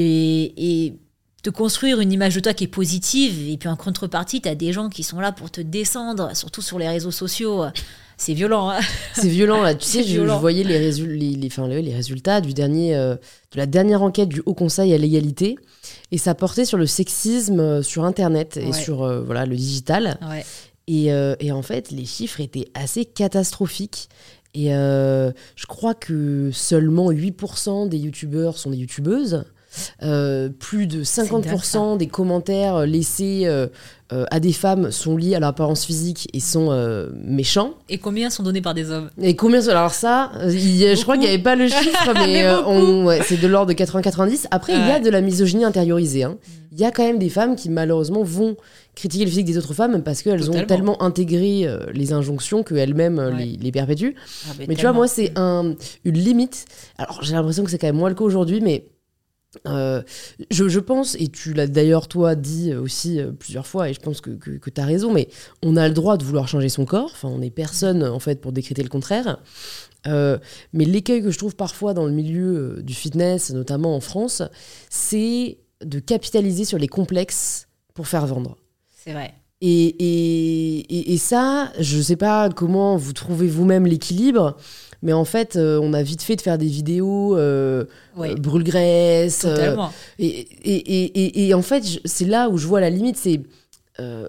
[SPEAKER 2] et, et te construire une image de toi qui est positive. Et puis en contrepartie, t'as des gens qui sont là pour te descendre, surtout sur les réseaux sociaux. C'est violent. Hein.
[SPEAKER 1] C'est violent, là. Tu sais, je, je voyais les, résul- les, les, enfin, les, les résultats du dernier, euh, de la dernière enquête du Haut Conseil à l'égalité. Et ça portait sur le sexisme euh, sur Internet et
[SPEAKER 2] ouais.
[SPEAKER 1] sur euh, voilà, le digital.
[SPEAKER 2] Ouais.
[SPEAKER 1] Et, euh, et en fait, les chiffres étaient assez catastrophiques. Et euh, je crois que seulement huit pour cent des youtubeurs sont des youtubeuses. Euh, plus de cinquante pour cent dingue, des commentaires laissés euh, euh, à des femmes sont liés à leur apparence physique et sont euh, méchants.
[SPEAKER 2] Et combien sont donnés par des hommes ?
[SPEAKER 1] Et combien sont... Alors ça, il, je crois qu'il n'y avait pas le chiffre, mais, mais euh, on, ouais, c'est de l'ordre de quatre-vingts à quatre-vingt-dix. Après, ouais. il y a de la misogynie intériorisée. Hein. Il y a quand même des femmes qui, malheureusement, vont critiquer le physique des autres femmes parce qu'elles Totalement. ont tellement intégré euh, les injonctions qu'elles-mêmes ouais. les, les perpétuent. Ah, mais mais tu vois, moi, c'est un, une limite. Alors, j'ai l'impression que c'est quand même moins le cas aujourd'hui, mais Euh, je, je pense, et tu l'as d'ailleurs toi dit aussi euh, plusieurs fois, et je pense que, que, que tu as raison, mais on a le droit de vouloir changer son corps, enfin on n'est personne en fait pour décréter le contraire, euh, mais l'écueil que je trouve parfois dans le milieu du fitness, notamment en France, c'est de capitaliser sur les complexes pour faire vendre.
[SPEAKER 2] C'est vrai.
[SPEAKER 1] Et, et, et, et ça, je sais pas comment vous trouvez vous-même l'équilibre, mais en fait, euh, on a vite fait de faire des vidéos euh, oui. euh, brûle-graisse. Euh, et, et, et, et, et en fait, je, c'est là où je vois la limite, c'est euh,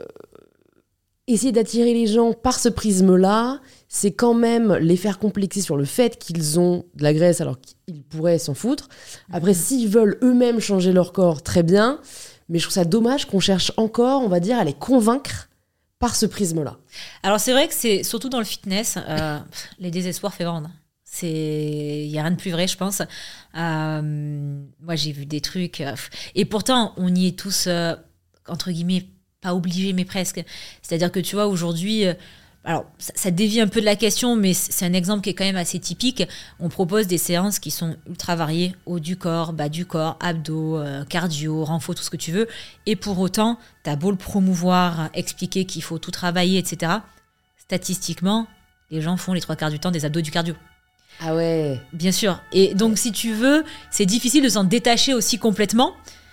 [SPEAKER 1] essayer d'attirer les gens par ce prisme-là, c'est quand même les faire complexer sur le fait qu'ils ont de la graisse alors qu'ils pourraient s'en foutre. Après, mmh. s'ils veulent eux-mêmes changer leur corps, très bien. Mais je trouve ça dommage qu'on cherche encore, on va dire, à les convaincre par ce prisme-là.
[SPEAKER 2] Alors c'est vrai que c'est surtout dans le fitness, euh, les désespoirs fait vendre. C'est, il y a rien de plus vrai, je pense. Euh, moi j'ai vu des trucs, euh, et pourtant on y est tous euh, entre guillemets pas obligés, mais presque. C'est-à-dire que tu vois aujourd'hui. Euh, Alors, ça, ça dévie un peu de la question, mais c'est un exemple qui est quand même assez typique. On propose des séances qui sont ultra variées, haut du corps, bas du corps, abdos, euh, cardio, renfo, tout ce que tu veux. Et pour autant, t'as beau le promouvoir, expliquer qu'il faut tout travailler, et cetera. Statistiquement, les gens font les trois quarts du temps des abdos du cardio.
[SPEAKER 1] Ah ouais.
[SPEAKER 2] Bien sûr. Et donc, si tu veux, c'est difficile de s'en détacher aussi complètement.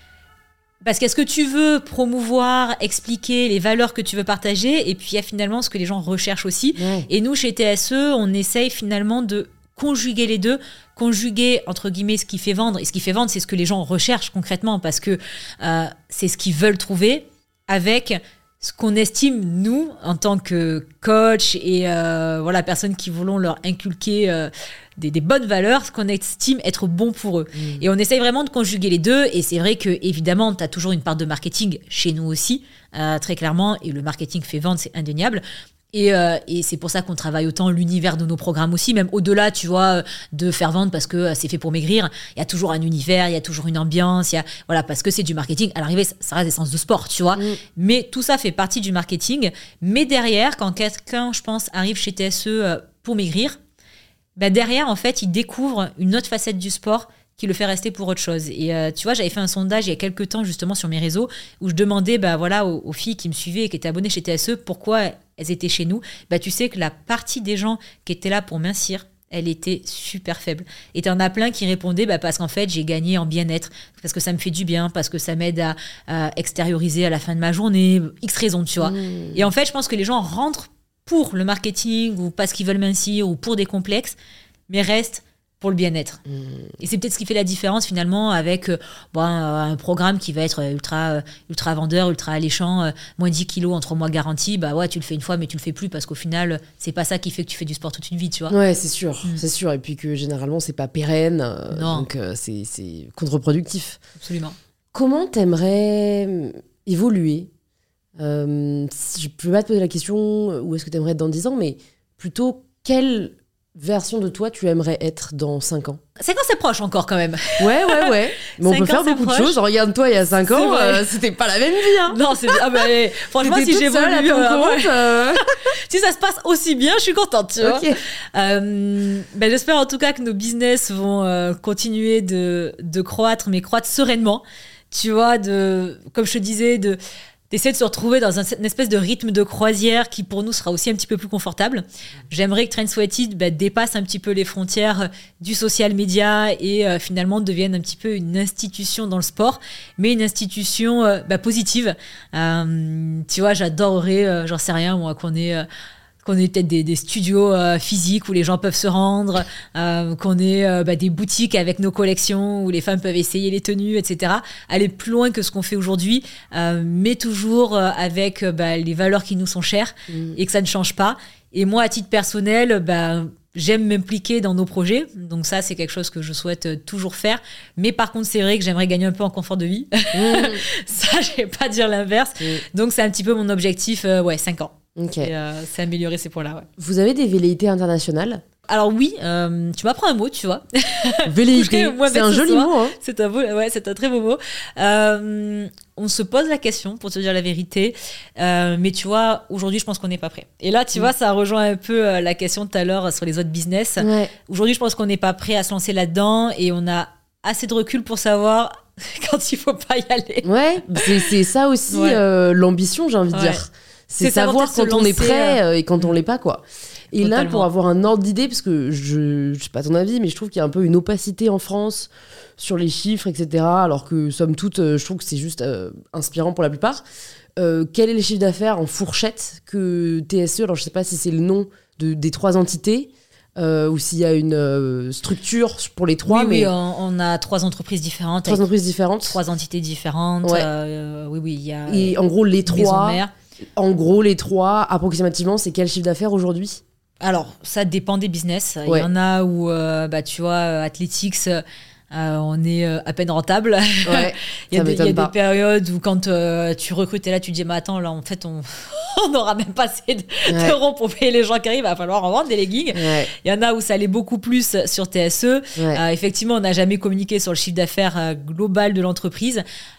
[SPEAKER 2] Parce qu'est-ce que tu veux promouvoir, expliquer les valeurs que tu veux partager, et puis il y a finalement ce que les gens recherchent aussi. Ouais. Et nous, chez T S E, on essaye finalement de conjuguer les deux, conjuguer entre guillemets ce qui fait vendre, et ce qui fait vendre, c'est ce que les gens recherchent concrètement, parce que euh, c'est ce qu'ils veulent trouver, avec ce qu'on estime, nous, en tant que coach et euh, voilà, personnes qui voulons leur inculquer euh, des, des bonnes valeurs, ce qu'on estime être bon pour eux. Mmh. Et on essaye vraiment de conjuguer les deux. Et c'est vrai que évidemment, tu as toujours une part de marketing chez nous aussi, euh, très clairement. Et le marketing fait vendre, c'est indéniable. Et, euh, et c'est pour ça qu'on travaille autant l'univers de nos programmes aussi, même au-delà, tu vois, de faire vendre parce que c'est fait pour maigrir. Il y a toujours un univers, il y a toujours une ambiance, il y a, voilà, parce que c'est du marketing. À l'arrivée, ça reste des séances de sport, tu vois. Mmh. Mais tout ça fait partie du marketing. Mais derrière, quand quelqu'un, je pense, arrive chez T S E pour maigrir, bah derrière, en fait, il découvre une autre facette du sport qui le fait rester pour autre chose. Et euh, tu vois, j'avais fait un sondage il y a quelques temps, justement, sur mes réseaux, où je demandais bah, voilà, aux, aux filles qui me suivaient et qui étaient abonnées chez T S E, pourquoi elles étaient chez nous. Bah, tu sais que la partie des gens qui étaient là pour mincir, elle était super faible. Et t'en as plein qui répondaient bah, parce qu'en fait, j'ai gagné en bien-être, parce que ça me fait du bien, parce que ça m'aide à, à extérioriser à la fin de ma journée, X raisons, tu vois. Mmh. Et en fait, je pense que les gens rentrent pour le marketing, ou parce qu'ils veulent mincir, ou pour des complexes, mais restent pour le bien-être. Mmh. Et c'est peut-être ce qui fait la différence finalement avec euh, bon, un, un programme qui va être ultra, ultra vendeur, ultra alléchant, euh, moins dix kilos en trois mois garantis, bah ouais, tu le fais une fois mais tu le fais plus parce qu'au final, c'est pas ça qui fait que tu fais du sport toute une vie, tu vois.
[SPEAKER 1] Ouais, c'est sûr, mmh. c'est sûr. Et puis que généralement, c'est pas pérenne, euh, donc euh, c'est, c'est contre-productif.
[SPEAKER 2] Absolument.
[SPEAKER 1] Comment t'aimerais évoluer euh, Je peux pas te poser la question où est-ce que t'aimerais être dans dix ans, mais plutôt quel
[SPEAKER 4] version de toi tu aimerais être dans cinq ans?
[SPEAKER 2] cinq ans, c'est proche encore quand même.
[SPEAKER 4] Ouais, ouais, ouais. Mais on peut
[SPEAKER 2] Cinq ans,
[SPEAKER 4] faire
[SPEAKER 2] c'est
[SPEAKER 4] beaucoup
[SPEAKER 2] proche.
[SPEAKER 4] de choses. Regarde-toi, il y a cinq ans,
[SPEAKER 2] vrai.
[SPEAKER 4] euh, c'était pas la même vie. Hein.
[SPEAKER 2] Non, c'est ah bah, eh, franchement,
[SPEAKER 4] T'étais
[SPEAKER 2] si
[SPEAKER 4] toute seule à
[SPEAKER 2] j'évolue,
[SPEAKER 4] ton
[SPEAKER 2] euh,
[SPEAKER 4] compte,
[SPEAKER 2] ouais.
[SPEAKER 4] euh.
[SPEAKER 2] si ça se passe aussi bien, je suis contente, tu vois.
[SPEAKER 4] Ok.
[SPEAKER 2] Euh, ben, j'espère en tout cas que nos business vont euh, continuer de, de croître, mais croître sereinement. Tu vois, de, comme je te disais, de d'essayer de se retrouver dans un, une espèce de rythme de croisière qui pour nous sera aussi un petit peu plus confortable. J'aimerais que Train Sweated bah, dépasse un petit peu les frontières du social media et euh, finalement devienne un petit peu une institution dans le sport, mais une institution euh, bah, positive. Euh, tu vois, j'adorerais, euh, j'en sais rien, moi, qu'on ait... Euh, qu'on ait peut-être des, des studios euh, physiques où les gens peuvent se rendre, euh, qu'on ait euh, bah, des boutiques avec nos collections où les femmes peuvent essayer les tenues, et cetera. Aller plus loin que ce qu'on fait aujourd'hui, euh, mais toujours euh, avec euh, bah, les valeurs qui nous sont chères mmh. et que ça ne change pas. Et moi, à titre personnel, bah, j'aime m'impliquer dans nos projets. Donc ça, c'est quelque chose que je souhaite euh, toujours faire. Mais par contre, c'est vrai que j'aimerais gagner un peu en confort de vie. Mmh. Ça, je vais pas dire l'inverse. Mmh. Donc c'est un petit peu mon objectif, euh, ouais, cinq ans.
[SPEAKER 4] Ok.
[SPEAKER 2] Et, euh, c'est améliorer ces points-là, ouais.
[SPEAKER 4] Vous avez des velléités internationales?
[SPEAKER 2] Alors oui, euh, tu m'apprends un mot, tu vois.
[SPEAKER 4] Velléité, c'est un joli
[SPEAKER 2] soir.
[SPEAKER 4] mot. Hein.
[SPEAKER 2] C'est un beau, ouais, c'est un très beau mot. Euh, on se pose la question, pour te dire la vérité, euh, mais tu vois, aujourd'hui, je pense qu'on n'est pas prêt. Et là, tu mmh. vois, ça rejoint un peu euh, la question de tout à l'heure sur les autres business. Ouais. Aujourd'hui, je pense qu'on n'est pas prêt à se lancer là-dedans et on a assez de recul pour savoir quand il faut pas y aller.
[SPEAKER 4] Ouais, c'est, c'est ça aussi ouais. euh, l'ambition, j'ai envie de ouais. dire. C'est, c'est savoir quand on est prêt euh, et quand on l'est pas, quoi. Et Totalement. Là, pour avoir un ordre d'idée, parce que je, je sais pas ton avis, mais je trouve qu'il y a un peu une opacité en France sur les chiffres, et cetera. Alors que, somme toute, je trouve que c'est juste euh, inspirant pour la plupart. Euh, quel est le chiffre d'affaires en fourchette que T S E, alors je sais pas si c'est le nom de, des trois entités, euh, ou s'il y a une euh, structure pour les trois.
[SPEAKER 2] Oui,
[SPEAKER 4] mais
[SPEAKER 2] oui, on, on a trois entreprises différentes.
[SPEAKER 4] Trois entreprises différentes.
[SPEAKER 2] Trois entités différentes. Ouais. Euh, oui, oui, il y a.
[SPEAKER 4] Et en gros, les trois. En gros, les trois, approximativement, c'est quel chiffre d'affaires aujourd'hui ?
[SPEAKER 2] Alors, ça dépend des business.
[SPEAKER 4] Ouais.
[SPEAKER 2] Il y en a où, euh, bah, tu vois, Athletics, euh, on est euh, à peine rentable.
[SPEAKER 4] Ouais,
[SPEAKER 2] il y a, des, il y a des périodes où quand euh, tu recrutes et là, tu te dis, mais attends, là, en fait, on on n'aura même pas assez de, ouais. d'euros pour payer les gens qui arrivent. Il va falloir en vendre des leggings. Ouais. Il y en a où ça allait beaucoup plus sur T S E. Ouais. Euh, effectivement, on n'a jamais communiqué sur le chiffre d'affaires euh, global de l'entreprise.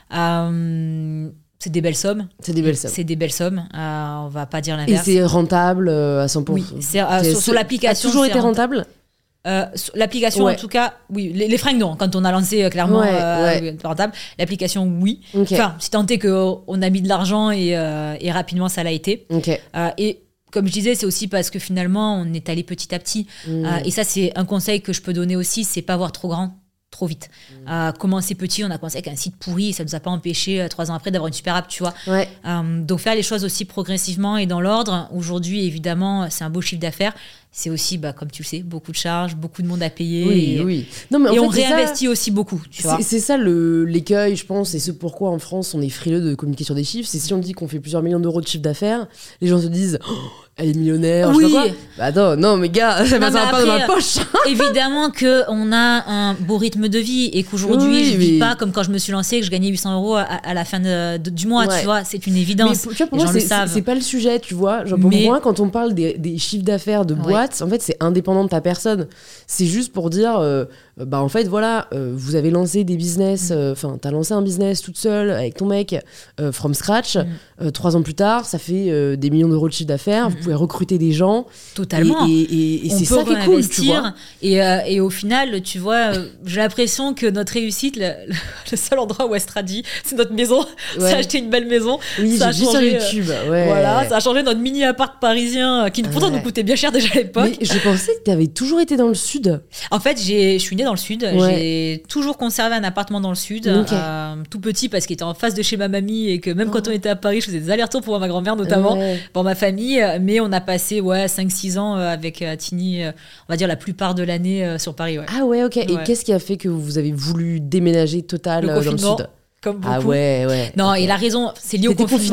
[SPEAKER 2] Euh, C'est des belles sommes.
[SPEAKER 4] C'est des belles sommes.
[SPEAKER 2] C'est des belles sommes. Euh, on va pas dire l'inverse.
[SPEAKER 4] Et c'est rentable euh, à cent pour cent.
[SPEAKER 2] Oui, c'est, euh, sur, sur l'application.
[SPEAKER 4] A toujours été rentable, rentable
[SPEAKER 2] euh, L'application, ouais. en tout cas, oui. Les, les fringues, non. Quand on a lancé, euh, clairement, ouais, euh, ouais. rentable. L'application, oui. Okay. Enfin, si tant est qu'on a mis de l'argent et, euh, et rapidement, ça l'a été.
[SPEAKER 4] Okay.
[SPEAKER 2] Euh, et comme je disais, c'est aussi parce que finalement, on est allé petit à petit. Mmh. Euh, et ça, c'est un conseil que je peux donner aussi, c'est pas voir trop grand. Trop vite. Mmh. Euh, commencer petit, on a commencé avec un site pourri et ça ne nous a pas empêché, euh, trois ans après, d'avoir une super app, tu vois.
[SPEAKER 4] Ouais.
[SPEAKER 2] Euh, donc faire les choses aussi progressivement et dans l'ordre. Aujourd'hui, évidemment, c'est un beau chiffre d'affaires. C'est aussi, bah, comme tu le sais, beaucoup de charges, beaucoup de monde à payer.
[SPEAKER 4] Oui,
[SPEAKER 2] et,
[SPEAKER 4] oui. Non, mais en
[SPEAKER 2] et
[SPEAKER 4] fait,
[SPEAKER 2] on réinvestit
[SPEAKER 4] ça,
[SPEAKER 2] aussi beaucoup, tu
[SPEAKER 4] c'est,
[SPEAKER 2] vois.
[SPEAKER 4] C'est ça le, l'écueil, je pense, et ce pourquoi en France, on est frileux de communiquer sur des chiffres. C'est si on dit qu'on fait plusieurs millions d'euros de chiffre d'affaires, les gens se disent oh, « elle est millionnaire,
[SPEAKER 2] oui.
[SPEAKER 4] je sais pas quoi ». Bah attends, non mais gars, ça ne va pas dans ma poche.
[SPEAKER 2] Évidemment qu'on a un beau rythme de vie et qu'aujourd'hui, oui, je ne vis mais... pas comme quand je me suis lancée, que je gagnais huit cents euros à, à la fin de, de, du mois, ouais. tu vois. C'est une évidence.
[SPEAKER 4] Mais, tu vois, pour les moi, c'est, c'est, c'est pas le sujet, tu vois. Genre, pour mais... moi, quand on parle des, des chiffres d'affaires de boîtes, ouais. en fait, c'est indépendant de ta personne. C'est juste pour dire, euh, bah en fait, voilà, euh, vous avez lancé des business, enfin, euh, t'as lancé un business toute seule avec ton mec, euh, from scratch. Mm. Euh, trois ans plus tard, ça fait euh, des millions d'euros de chiffre d'affaires. Mm. Vous pouvez recruter des gens.
[SPEAKER 2] Totalement.
[SPEAKER 4] Et, et, et, et c'est ça qui est cool, tu vois.
[SPEAKER 2] Et, euh, et au final, tu vois, euh, j'ai l'impression que notre réussite, le, le seul endroit où elle sera dit, c'est notre maison. Ouais. Ça a acheté une belle maison.
[SPEAKER 4] Oui,
[SPEAKER 2] ça
[SPEAKER 4] j'ai
[SPEAKER 2] a changé,
[SPEAKER 4] vu sur YouTube. Ouais.
[SPEAKER 2] Voilà, ça a changé notre mini appart parisien qui pourtant ouais. nous coûtait bien cher déjà à l'époque.
[SPEAKER 4] Mais je pensais que tu avais toujours été dans le sud.
[SPEAKER 2] En fait, j'ai, je suis née dans le sud. Ouais. J'ai toujours conservé un appartement dans le sud, okay. euh, tout petit parce qu'il était en face de chez ma mamie et que même oh. quand on était à Paris, je faisais des allers-retours pour voir ma grand-mère notamment, ouais. pour ma famille. Mais on a passé ouais, cinq six ans avec euh, Tini, euh, on va dire la plupart de l'année euh, sur Paris. Ouais.
[SPEAKER 4] Ah ouais, ok.
[SPEAKER 2] Ouais.
[SPEAKER 4] Et qu'est-ce qui a fait que vous avez voulu déménager total
[SPEAKER 2] le
[SPEAKER 4] euh, dans le sud ?
[SPEAKER 2] Comme beaucoup.
[SPEAKER 4] Ah ouais, ouais.
[SPEAKER 2] Non,
[SPEAKER 4] okay.
[SPEAKER 2] et la raison, c'est lié
[SPEAKER 4] T'étais
[SPEAKER 2] au confinement.
[SPEAKER 4] confiné à Paris ?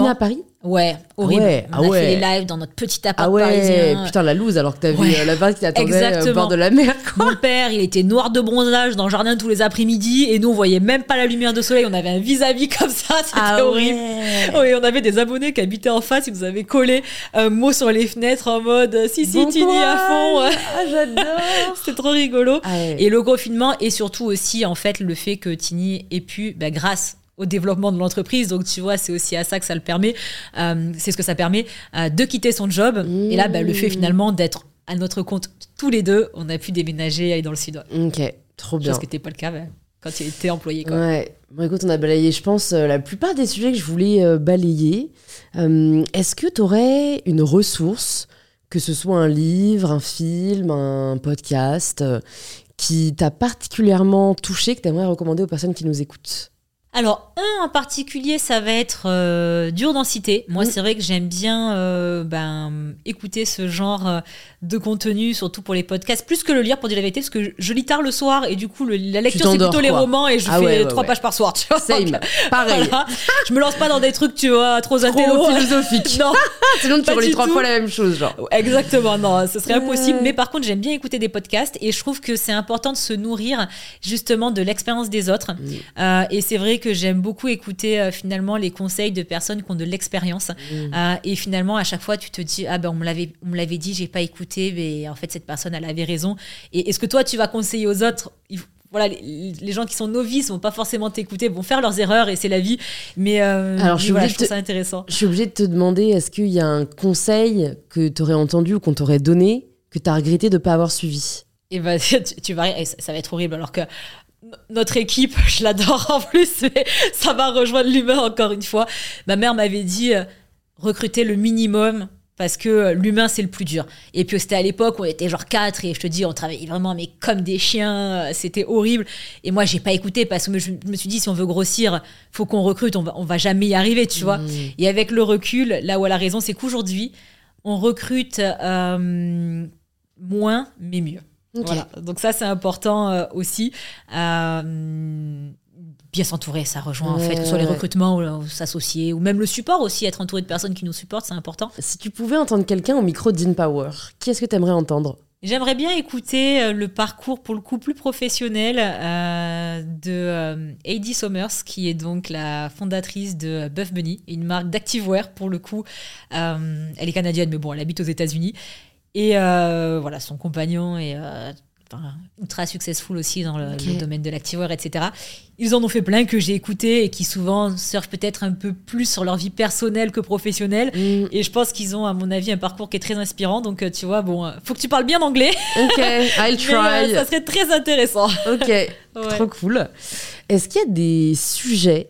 [SPEAKER 2] Ouais, horrible.
[SPEAKER 4] Ah ouais,
[SPEAKER 2] on
[SPEAKER 4] ah
[SPEAKER 2] a
[SPEAKER 4] ouais.
[SPEAKER 2] fait les lives dans notre petit appart
[SPEAKER 4] ah ouais,
[SPEAKER 2] parisien.
[SPEAKER 4] Putain, la loose, alors que t'avais
[SPEAKER 2] Ouais.
[SPEAKER 4] euh, la vague qui attendait au bord de la mer. Quoi.
[SPEAKER 2] Mon père, il était noir de bronzage dans le jardin tous les après-midi et nous, on voyait même pas la lumière de soleil. On avait un vis-à-vis comme ça, c'était
[SPEAKER 4] ah
[SPEAKER 2] horrible.
[SPEAKER 4] Ouais.
[SPEAKER 2] Oui, on avait des abonnés qui habitaient en face, ils nous avaient collé un mot sur les fenêtres en mode « Si, si,
[SPEAKER 4] Bon
[SPEAKER 2] Tini à fond ».
[SPEAKER 4] Ah, j'adore.
[SPEAKER 2] C'était trop rigolo.
[SPEAKER 4] Ah ouais.
[SPEAKER 2] Et le confinement et surtout aussi, en fait, le fait que Tini ait pu, bah, grâce au développement de l'entreprise, donc tu vois, c'est aussi à ça que ça le permet, euh, c'est ce que ça permet, euh, de quitter son job. Mmh. Et là, bah, le fait finalement d'être à notre compte tous les deux, on a pu déménager et aller dans le sud.
[SPEAKER 4] Ok, trop bien.
[SPEAKER 2] Chose qui n'était pas le cas bah, quand tu étais employé. Quoi.
[SPEAKER 4] Ouais, bon écoute, on a balayé, je pense, euh, la plupart des sujets que je voulais euh, balayer. Euh, est-ce que tu aurais une ressource, que ce soit un livre, un film, un podcast, euh, qui t'a particulièrement touché, que tu aimerais recommander aux personnes qui nous écoutent ?
[SPEAKER 2] Alors, un en particulier, ça va être euh, dur d'en citer. Moi, mmh. c'est vrai que j'aime bien euh, ben, écouter ce genre euh, de contenu, surtout pour les podcasts, plus que le lire, pour dire la vérité, parce que je lis tard le soir et du coup, le, la lecture, c'est plutôt quoi. Les romans et je
[SPEAKER 4] ah
[SPEAKER 2] fais
[SPEAKER 4] ouais, ouais,
[SPEAKER 2] trois
[SPEAKER 4] ouais.
[SPEAKER 2] pages par soir. Tu vois,
[SPEAKER 4] Same,
[SPEAKER 2] donc,
[SPEAKER 4] pareil.
[SPEAKER 2] Voilà. Je me lance pas dans des trucs, tu vois, trop intello.
[SPEAKER 4] Trop philosophiques.
[SPEAKER 2] Non.
[SPEAKER 4] Sinon, tu relis trois
[SPEAKER 2] tout.
[SPEAKER 4] fois la même chose, genre.
[SPEAKER 2] Exactement, non, ce serait impossible.
[SPEAKER 4] Euh...
[SPEAKER 2] Mais par contre, j'aime bien écouter des podcasts et je trouve que c'est important de se nourrir justement de l'expérience des autres. Mmh. Euh, et c'est vrai que j'aime beaucoup écouter écouter euh, finalement les conseils de personnes qui ont de l'expérience mmh. euh, et finalement à chaque fois tu te dis ah ben on me l'avait on me l'avait dit, j'ai pas écouté, mais en fait cette personne elle avait raison. Et est-ce que toi tu vas conseiller aux autres? Il, voilà, les, les gens qui sont novices vont pas forcément t'écouter, vont faire leurs erreurs et c'est la vie. Mais euh,
[SPEAKER 4] alors je,
[SPEAKER 2] voilà, je trouve
[SPEAKER 4] te,
[SPEAKER 2] ça intéressant.
[SPEAKER 4] Je suis obligée de te demander, est-ce qu'il y a un conseil que tu aurais entendu ou qu'on t'aurait donné que tu as regretté de pas avoir suivi?
[SPEAKER 2] Et ben tu, tu vas rire, ça, ça va être horrible alors que notre équipe, je l'adore en plus, mais ça va rejoindre l'humain encore une fois. Ma mère m'avait dit euh, recruter le minimum parce que euh, l'humain c'est le plus dur. Et puis c'était à l'époque où on était genre quatre et je te dis on travaillait vraiment mais comme des chiens, euh, c'était horrible. Et moi j'ai pas écouté parce que je me suis dit si on veut grossir, faut qu'on recrute, on va, on va jamais y arriver, tu mmh. vois. Et avec le recul, là où elle a raison, c'est qu'aujourd'hui on recrute euh, moins mais mieux. Okay. Voilà. Donc ça c'est important euh, aussi. Euh, bien s'entourer, ça rejoint ouais, en fait, que ce soit les recrutements ou, ou s'associer, ou même le support aussi, être entouré de personnes qui nous supportent, c'est important.
[SPEAKER 4] Si tu pouvais entendre quelqu'un au micro d'InPower, qui est-ce que tu aimerais entendre?
[SPEAKER 2] J'aimerais bien écouter euh, le parcours pour le coup plus professionnel euh, de euh, Heidi Somers, qui est donc la fondatrice de Buff Bunny, une marque d'activewear pour le coup. Euh, elle est canadienne mais bon, elle habite aux États-Unis. Et euh, voilà, son compagnon est euh, enfin, ultra successful aussi dans le, okay. le domaine de l'activewear, et cetera. Ils en ont fait plein que j'ai écouté et qui souvent surfent peut-être un peu plus sur leur vie personnelle que professionnelle. Mm. Et je pense qu'ils ont, à mon avis, un parcours qui est très inspirant. Donc, tu vois, bon, faut que tu parles bien anglais.
[SPEAKER 4] Ok, I'll try.
[SPEAKER 2] Mais, euh, ça serait très intéressant.
[SPEAKER 4] Ok, ouais. Trop cool. Est-ce qu'il y a des sujets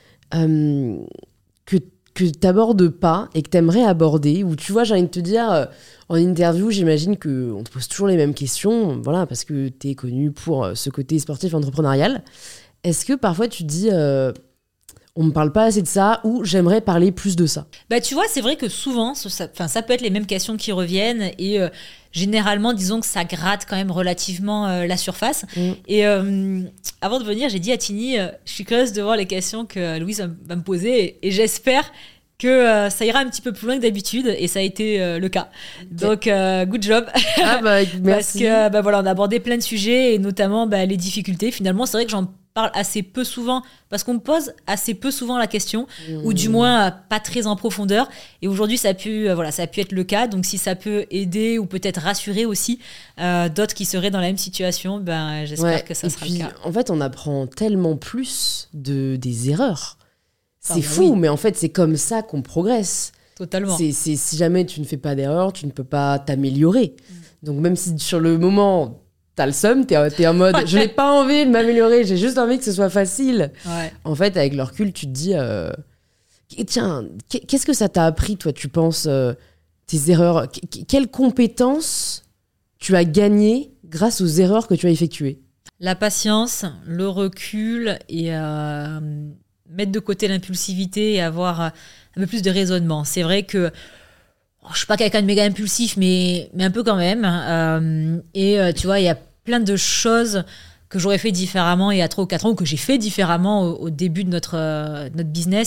[SPEAKER 4] euh, que que tu n'abordes pas et que tu aimerais aborder, ou tu vois, j'ai envie de te dire, euh, en interview, j'imagine qu'on te pose toujours les mêmes questions, voilà, parce que tu es connu pour euh, ce côté sportif entrepreneurial. Est-ce que parfois tu te dis, euh, on ne me parle pas assez de ça, ou j'aimerais parler plus de ça?
[SPEAKER 2] Bah, tu vois, c'est vrai que souvent, ça, ça, ça peut être les mêmes questions qui reviennent, et euh, généralement, disons que ça gratte quand même relativement euh, la surface. Mm. Et euh, avant de venir, j'ai dit à Tini, euh, je suis curieuse de voir les questions que Louise va, va me poser, et, et j'espère que euh, ça ira un petit peu plus loin que d'habitude, et ça a été euh, le cas. Okay. Donc, euh, good job.
[SPEAKER 4] Ah bah, merci.
[SPEAKER 2] Parce que bah, voilà, on a abordé plein de sujets, et notamment bah, les difficultés. Finalement, c'est vrai que j'en parle assez peu souvent, parce qu'on me pose assez peu souvent la question, mmh. ou du moins pas très en profondeur. Et aujourd'hui, ça a pu, euh, voilà, ça a pu être le cas. Donc, si ça peut aider ou peut-être rassurer aussi euh, d'autres qui seraient dans la même situation, ben, j'espère ouais. que ça
[SPEAKER 4] et
[SPEAKER 2] sera
[SPEAKER 4] puis,
[SPEAKER 2] le cas.
[SPEAKER 4] En fait, on apprend tellement plus de, des erreurs. C'est ah, bah fou, oui. mais en fait, c'est comme ça qu'on progresse.
[SPEAKER 2] Totalement.
[SPEAKER 4] C'est, c'est, si jamais tu ne fais pas d'erreur, tu ne peux pas t'améliorer. Mmh. Donc, même si sur le moment, t'as le seum, t'es, t'es en mode ouais. je n'ai pas envie de m'améliorer, j'ai juste envie que ce soit facile.
[SPEAKER 2] Ouais.
[SPEAKER 4] En fait, avec le recul, tu te dis euh, tiens, qu'est-ce que ça t'a appris, toi, tu penses, euh, tes erreurs? Quelles compétences tu as gagnées grâce aux erreurs que tu as effectuées?
[SPEAKER 2] La patience, le recul et euh, mettre de côté l'impulsivité et avoir un peu plus de raisonnement. C'est vrai que je ne suis pas quelqu'un de méga impulsif, mais, mais un peu quand même. Euh, et euh, tu vois, il y a plein de choses que j'aurais fait différemment il y a trois ou quatre ans, ou que j'ai fait différemment au, au début de notre, euh, notre business,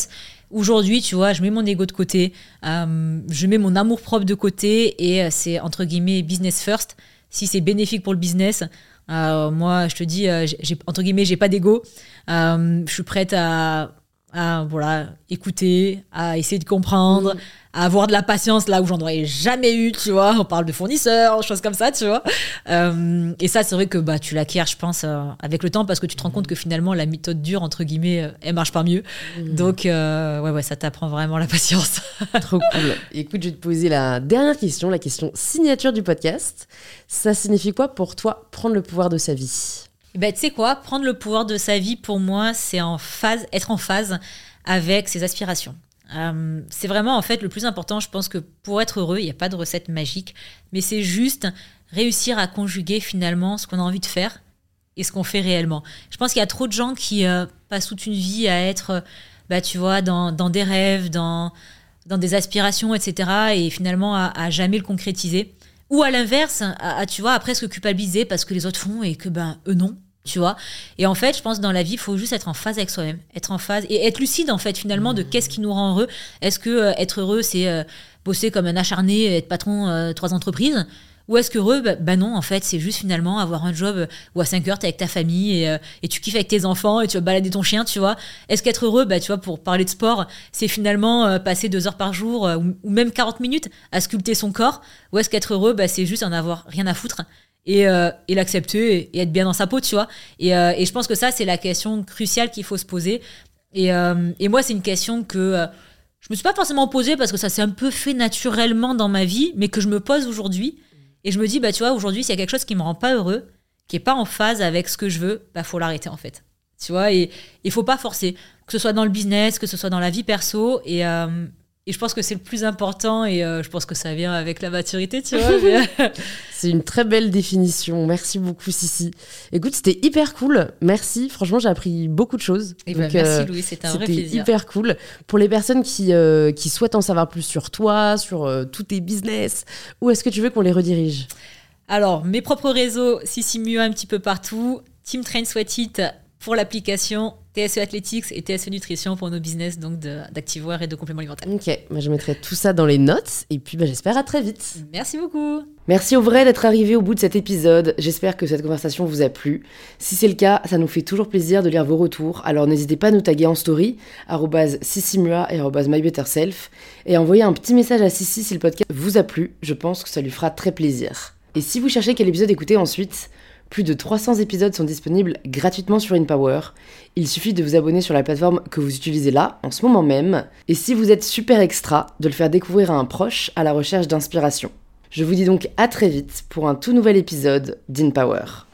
[SPEAKER 2] Aujourd'hui, tu vois, je mets mon ego de côté, euh, je mets mon amour-propre de côté et c'est, entre guillemets, business first. Si c'est bénéfique pour le business, euh, moi, je te dis, euh, j'ai, entre guillemets, j'ai pas d'ego. Euh, je suis prête à, à voilà, écouter, à essayer de comprendre, mmh. à avoir de la patience là où j'en aurais jamais eu, tu vois. On parle de fournisseurs, choses comme ça, tu vois. Euh, et ça, c'est vrai que bah, tu l'acquiers, je pense, euh, avec le temps parce que tu te rends compte que finalement, la méthode dure, entre guillemets, euh, elle marche pas mieux. Mmh. Donc, euh, ouais, ouais, ça t'apprend vraiment la patience.
[SPEAKER 4] Trop cool. Écoute, je vais te poser la dernière question, la question signature du podcast. Ça signifie quoi pour toi, prendre le pouvoir de sa vie ?
[SPEAKER 2] Ben, tu sais quoi, prendre le pouvoir de sa vie, pour moi, c'est en phase, être en phase avec ses aspirations. Euh, c'est vraiment, en fait, le plus important. Je pense que pour être heureux, il n'y a pas de recette magique, mais c'est juste réussir à conjuguer finalement ce qu'on a envie de faire et ce qu'on fait réellement. Je pense qu'il y a trop de gens qui euh, passent toute une vie à être, bah, tu vois, dans, dans des rêves, dans, dans des aspirations, et cetera, et finalement à, à jamais le concrétiser. Ou à l'inverse, à, à, tu vois, à presque culpabiliser parce que les autres font et que ben eux non, tu vois. Et en fait, je pense que dans la vie, il faut juste être en phase avec soi-même, être en phase et être lucide en fait finalement de qu'est-ce qui nous rend heureux. Est-ce que euh, être heureux, c'est euh, bosser comme un acharné, être patron euh, trois entreprises ? Ou est-ce que heureux, bah, bah non, en fait, c'est juste finalement avoir un job où à cinq heures, t'es avec ta famille et, euh, et tu kiffes avec tes enfants et tu vas balader ton chien, tu vois. Est-ce qu'être heureux, bah, tu vois, pour parler de sport, c'est finalement euh, passer deux heures par jour euh, ou, ou même quarante minutes à sculpter son corps ? Ou est-ce qu'être heureux, bah, c'est juste en avoir rien à foutre et, euh, et l'accepter et, et être bien dans sa peau, tu vois. Et, euh, et je pense que ça, c'est la question cruciale qu'il faut se poser. Et, euh, et moi, c'est une question que euh, je me suis pas forcément posée parce que ça s'est un peu fait naturellement dans ma vie, mais que je me pose aujourd'hui. Et je me dis, bah, tu vois, aujourd'hui, s'il y a quelque chose qui me rend pas heureux, qui est pas en phase avec ce que je veux, bah, faut l'arrêter, en fait. Tu vois, et il faut pas forcer. Que ce soit dans le business, que ce soit dans la vie perso. Et, euh, et je pense que c'est le plus important. Et euh, je pense que ça vient avec la maturité, tu vois. Mais...
[SPEAKER 4] C'est une très belle définition. Merci beaucoup, Sissi. Écoute, c'était hyper cool. Merci. Franchement, j'ai appris beaucoup de choses.
[SPEAKER 2] Et Donc, bah, merci, euh, Louis. C'était un vrai plaisir.
[SPEAKER 4] C'était hyper cool. Pour les personnes qui, euh, qui souhaitent en savoir plus sur toi, sur euh, tous tes business, où est-ce que tu veux qu'on les redirige ?
[SPEAKER 2] Alors, mes propres réseaux, Sissi Mua un petit peu partout. Team Train Sweat It pour l'application, T S E Athletics et T S E Nutrition pour nos business donc de, d'activewear et de compléments alimentaires.
[SPEAKER 4] Ok, bah, je mettrai tout ça dans les notes et puis bah, j'espère à très vite.
[SPEAKER 2] Merci beaucoup.
[SPEAKER 4] Merci au vrai d'être arrivé au bout de cet épisode. J'espère que cette conversation vous a plu. Si c'est le cas, ça nous fait toujours plaisir de lire vos retours. Alors n'hésitez pas à nous taguer en story, arobase sissimua et arobase mybetterself, et à envoyer un petit message à Sissi si le podcast vous a plu. Je pense que ça lui fera très plaisir. Et si vous cherchez quel épisode écouter ensuite, plus de trois cents épisodes sont disponibles gratuitement sur InPower. Il suffit de vous abonner sur la plateforme que vous utilisez là, en ce moment même. Et si vous êtes super extra, de le faire découvrir à un proche à la recherche d'inspiration. Je vous dis donc à très vite pour un tout nouvel épisode d'InPower.